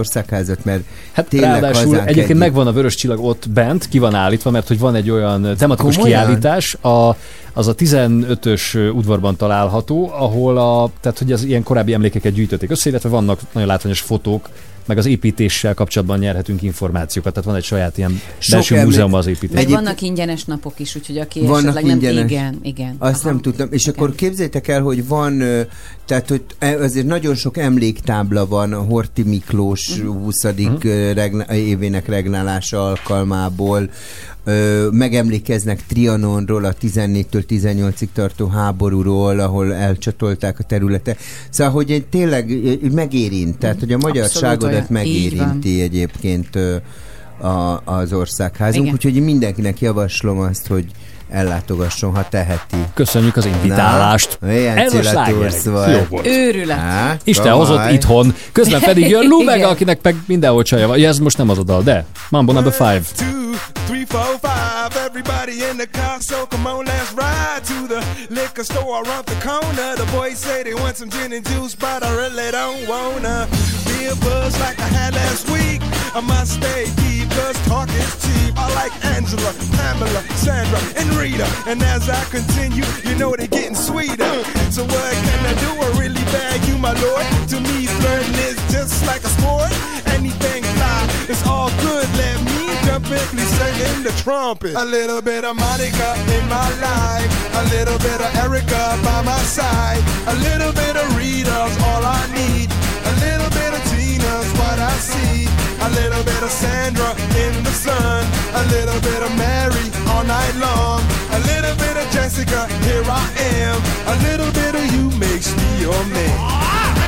országházat, mert hát tényleg ráadásul egyébként együtt. megvan a Vörös Csillag ott bent, ki van állítva, mert hogy van egy olyan tematikus Komolyan? kiállítás, a, az a tizenötös udvarban található, ahol a, tehát hogy az ilyen korábbi emlékeket gyűjtötték össze, illetve vannak nagyon látványos fotók, meg az építéssel kapcsolatban nyerhetünk információkat, tehát van egy saját ilyen belső múzeum az építés. Meg vannak ingyenes napok is, úgyhogy aki vannak esetleg nem... ingyenes. Igen, igen. Azt Aha. nem tudtam. És Igen. akkor képzeljétek el, hogy van, tehát hogy azért nagyon sok emléktábla van a Horthy Miklós uh-huh. huszadik Uh-huh. Regna- évének regnálása alkalmából. Ö, megemlékeznek Trianonról, a tizennégytől tizennyolcig tartó háborúról, ahol elcsatolták a területet. Szóval, hogy egy tényleg megérint, tehát, hogy a magyarságodat megérinti egyébként ö, a, az országházunk, Igen. úgyhogy mindenkinek javaslom azt, hogy ellátogasson, ha teheti. Köszönjük az invitálást. Na, ilyen ez a Sláger. Jó volt. Őrület. Há, Isten kamaj. hozott itthon. Közben pedig jön Lou Bega, akinek meg mindenhol csaja van. Ja, ez most nem az a dal, de Mambo number five. Three, four, five, everybody in the car, so come on, let's ride to the liquor store around the corner. The boys say they want some gin and juice, but I really don't wanna be a buzz like I had last week. I must stay deep, cause talk is cheap. I like Angela, Pamela, Sandra, and Rita. And as I continue, you know they're getting sweeter. So what can I do? I really bag you, my lord. To me, flirting is just like a sport. Anything fly, it's all good. Let me jump in, please sing in the trumpet. A little bit of Monica in my life, a little bit of Erica by my side, a little bit of Rita's all I need, a little bit of Tina's what I see, a little bit of Sandra in the sun, a little bit of Mary all night long, a little bit of Jessica, here I am, a little bit of you makes me your man.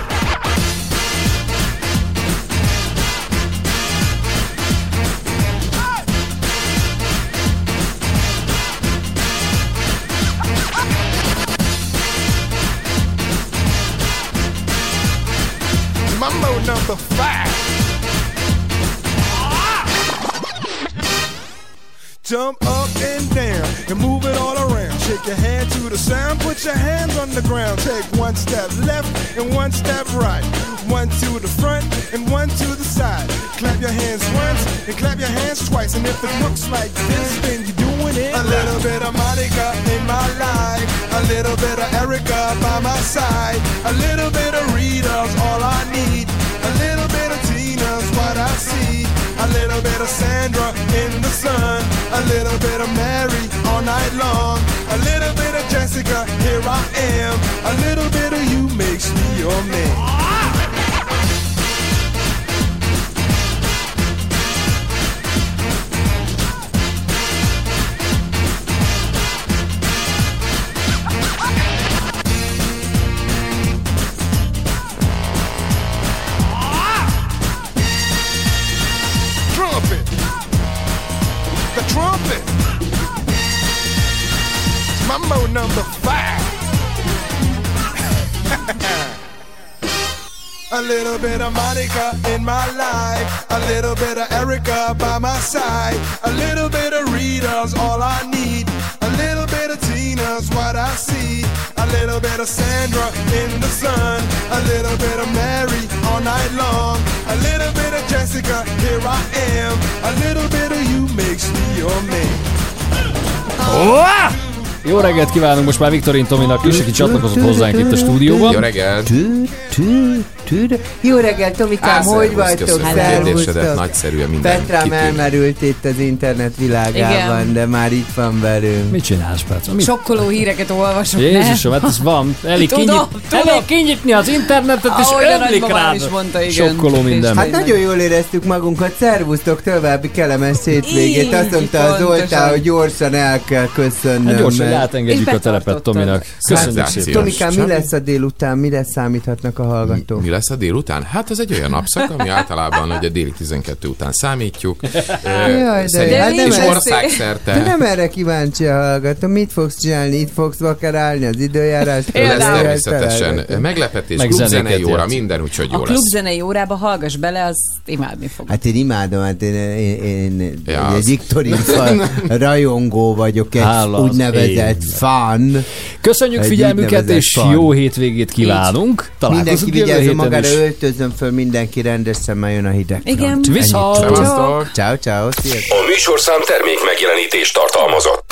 Mambo number five. Jump up and down and move it all around. Shake your hand to the sound, put your hands on the ground. Take one step left and one step right. One to the front and one to the side. Clap your hands once and clap your hands twice. And if it looks like this, then you're doing it. A little bit of Monica in my life, a little bit of Erica by my side, a little bit of Rita's all I need, a little bit of Tina's what I see, a little bit of Sandra in the sun, a little bit of Mary all night long, a little bit of Jessica, here I am, a little bit of you makes me your man. Trumpet. Mambo number five. A little bit of Monica in my life, a little bit of Erica by my side, a little bit of Rita's all I need, a little bit of Tina's what I see, a little bit of Sandra in the sun, a little bit of Mary all night long, a little bit of Jessica, here I am, a little bit of you makes me your man. Oh! Jó reggelt kívánunk most már Viktorin Tominak is, aki csatlakozott hozzánk itt a stúdióban. Jó reggelt! Jó reggelt, Tomikám, hogy vagytok? Kérdésedet, nagyszerűen minden Petrám kitűnt. elmerült itt az internet világában, igen. De már itt van velünk. Mit csinálsz, Petra? Mit? Sokkoló híreket olvasok, Jézusom, hát ez van. Elég, Tudom, kinyit, tudom. elég kinyitni az internetet, és Ahogy a ömlik nagymamám rád. is mondta, igen. Sokkoló minden. Hát nagyon jól éreztük magunkat, szervusztok, további kellemes hétvégét. Így, Azt mondta az pontosan. Zoltán, hogy gyorsan el kell köszönnöm. Hát gyorsan, mert- átengedjük a telepet Tominak. Köszönjük szépen. Tomikám, mi lesz a délután? Mire számíthatnak a hallgatók? Mi lesz a délután? Hát ez egy olyan napszak, ami általában ugye déli tizenkettő után számítjuk. Jaj, de, Szerint- hát nem és ez- országszerte. De nem erre kíváncsi a hallgató. Mit fogsz csinálni? Itt fogsz vakarálni az időjárás? Lesz természetesen meglepetés, Meg klubzenei zenéket óra, játsz. minden, úgyhogy A jó lesz. klubzenei órába hallgass bele, az imádni fog. Hát én imádom, hát én, én, én Ja, egy az- Viktorin rajongó vagyok, egy Hála az úgynevezett égnek. fan. Köszönjük Egy figyelmüket, úgynevezett és fan. jó hétvégét kívánunk. Találkozunk mindenki vigyázzon magára, öltözön föl, mindenki rendes szemmel, jön a hideg. Igen. Viszont! Ciao, ciao. A műsorszám termék megjelenítést tartalmazott.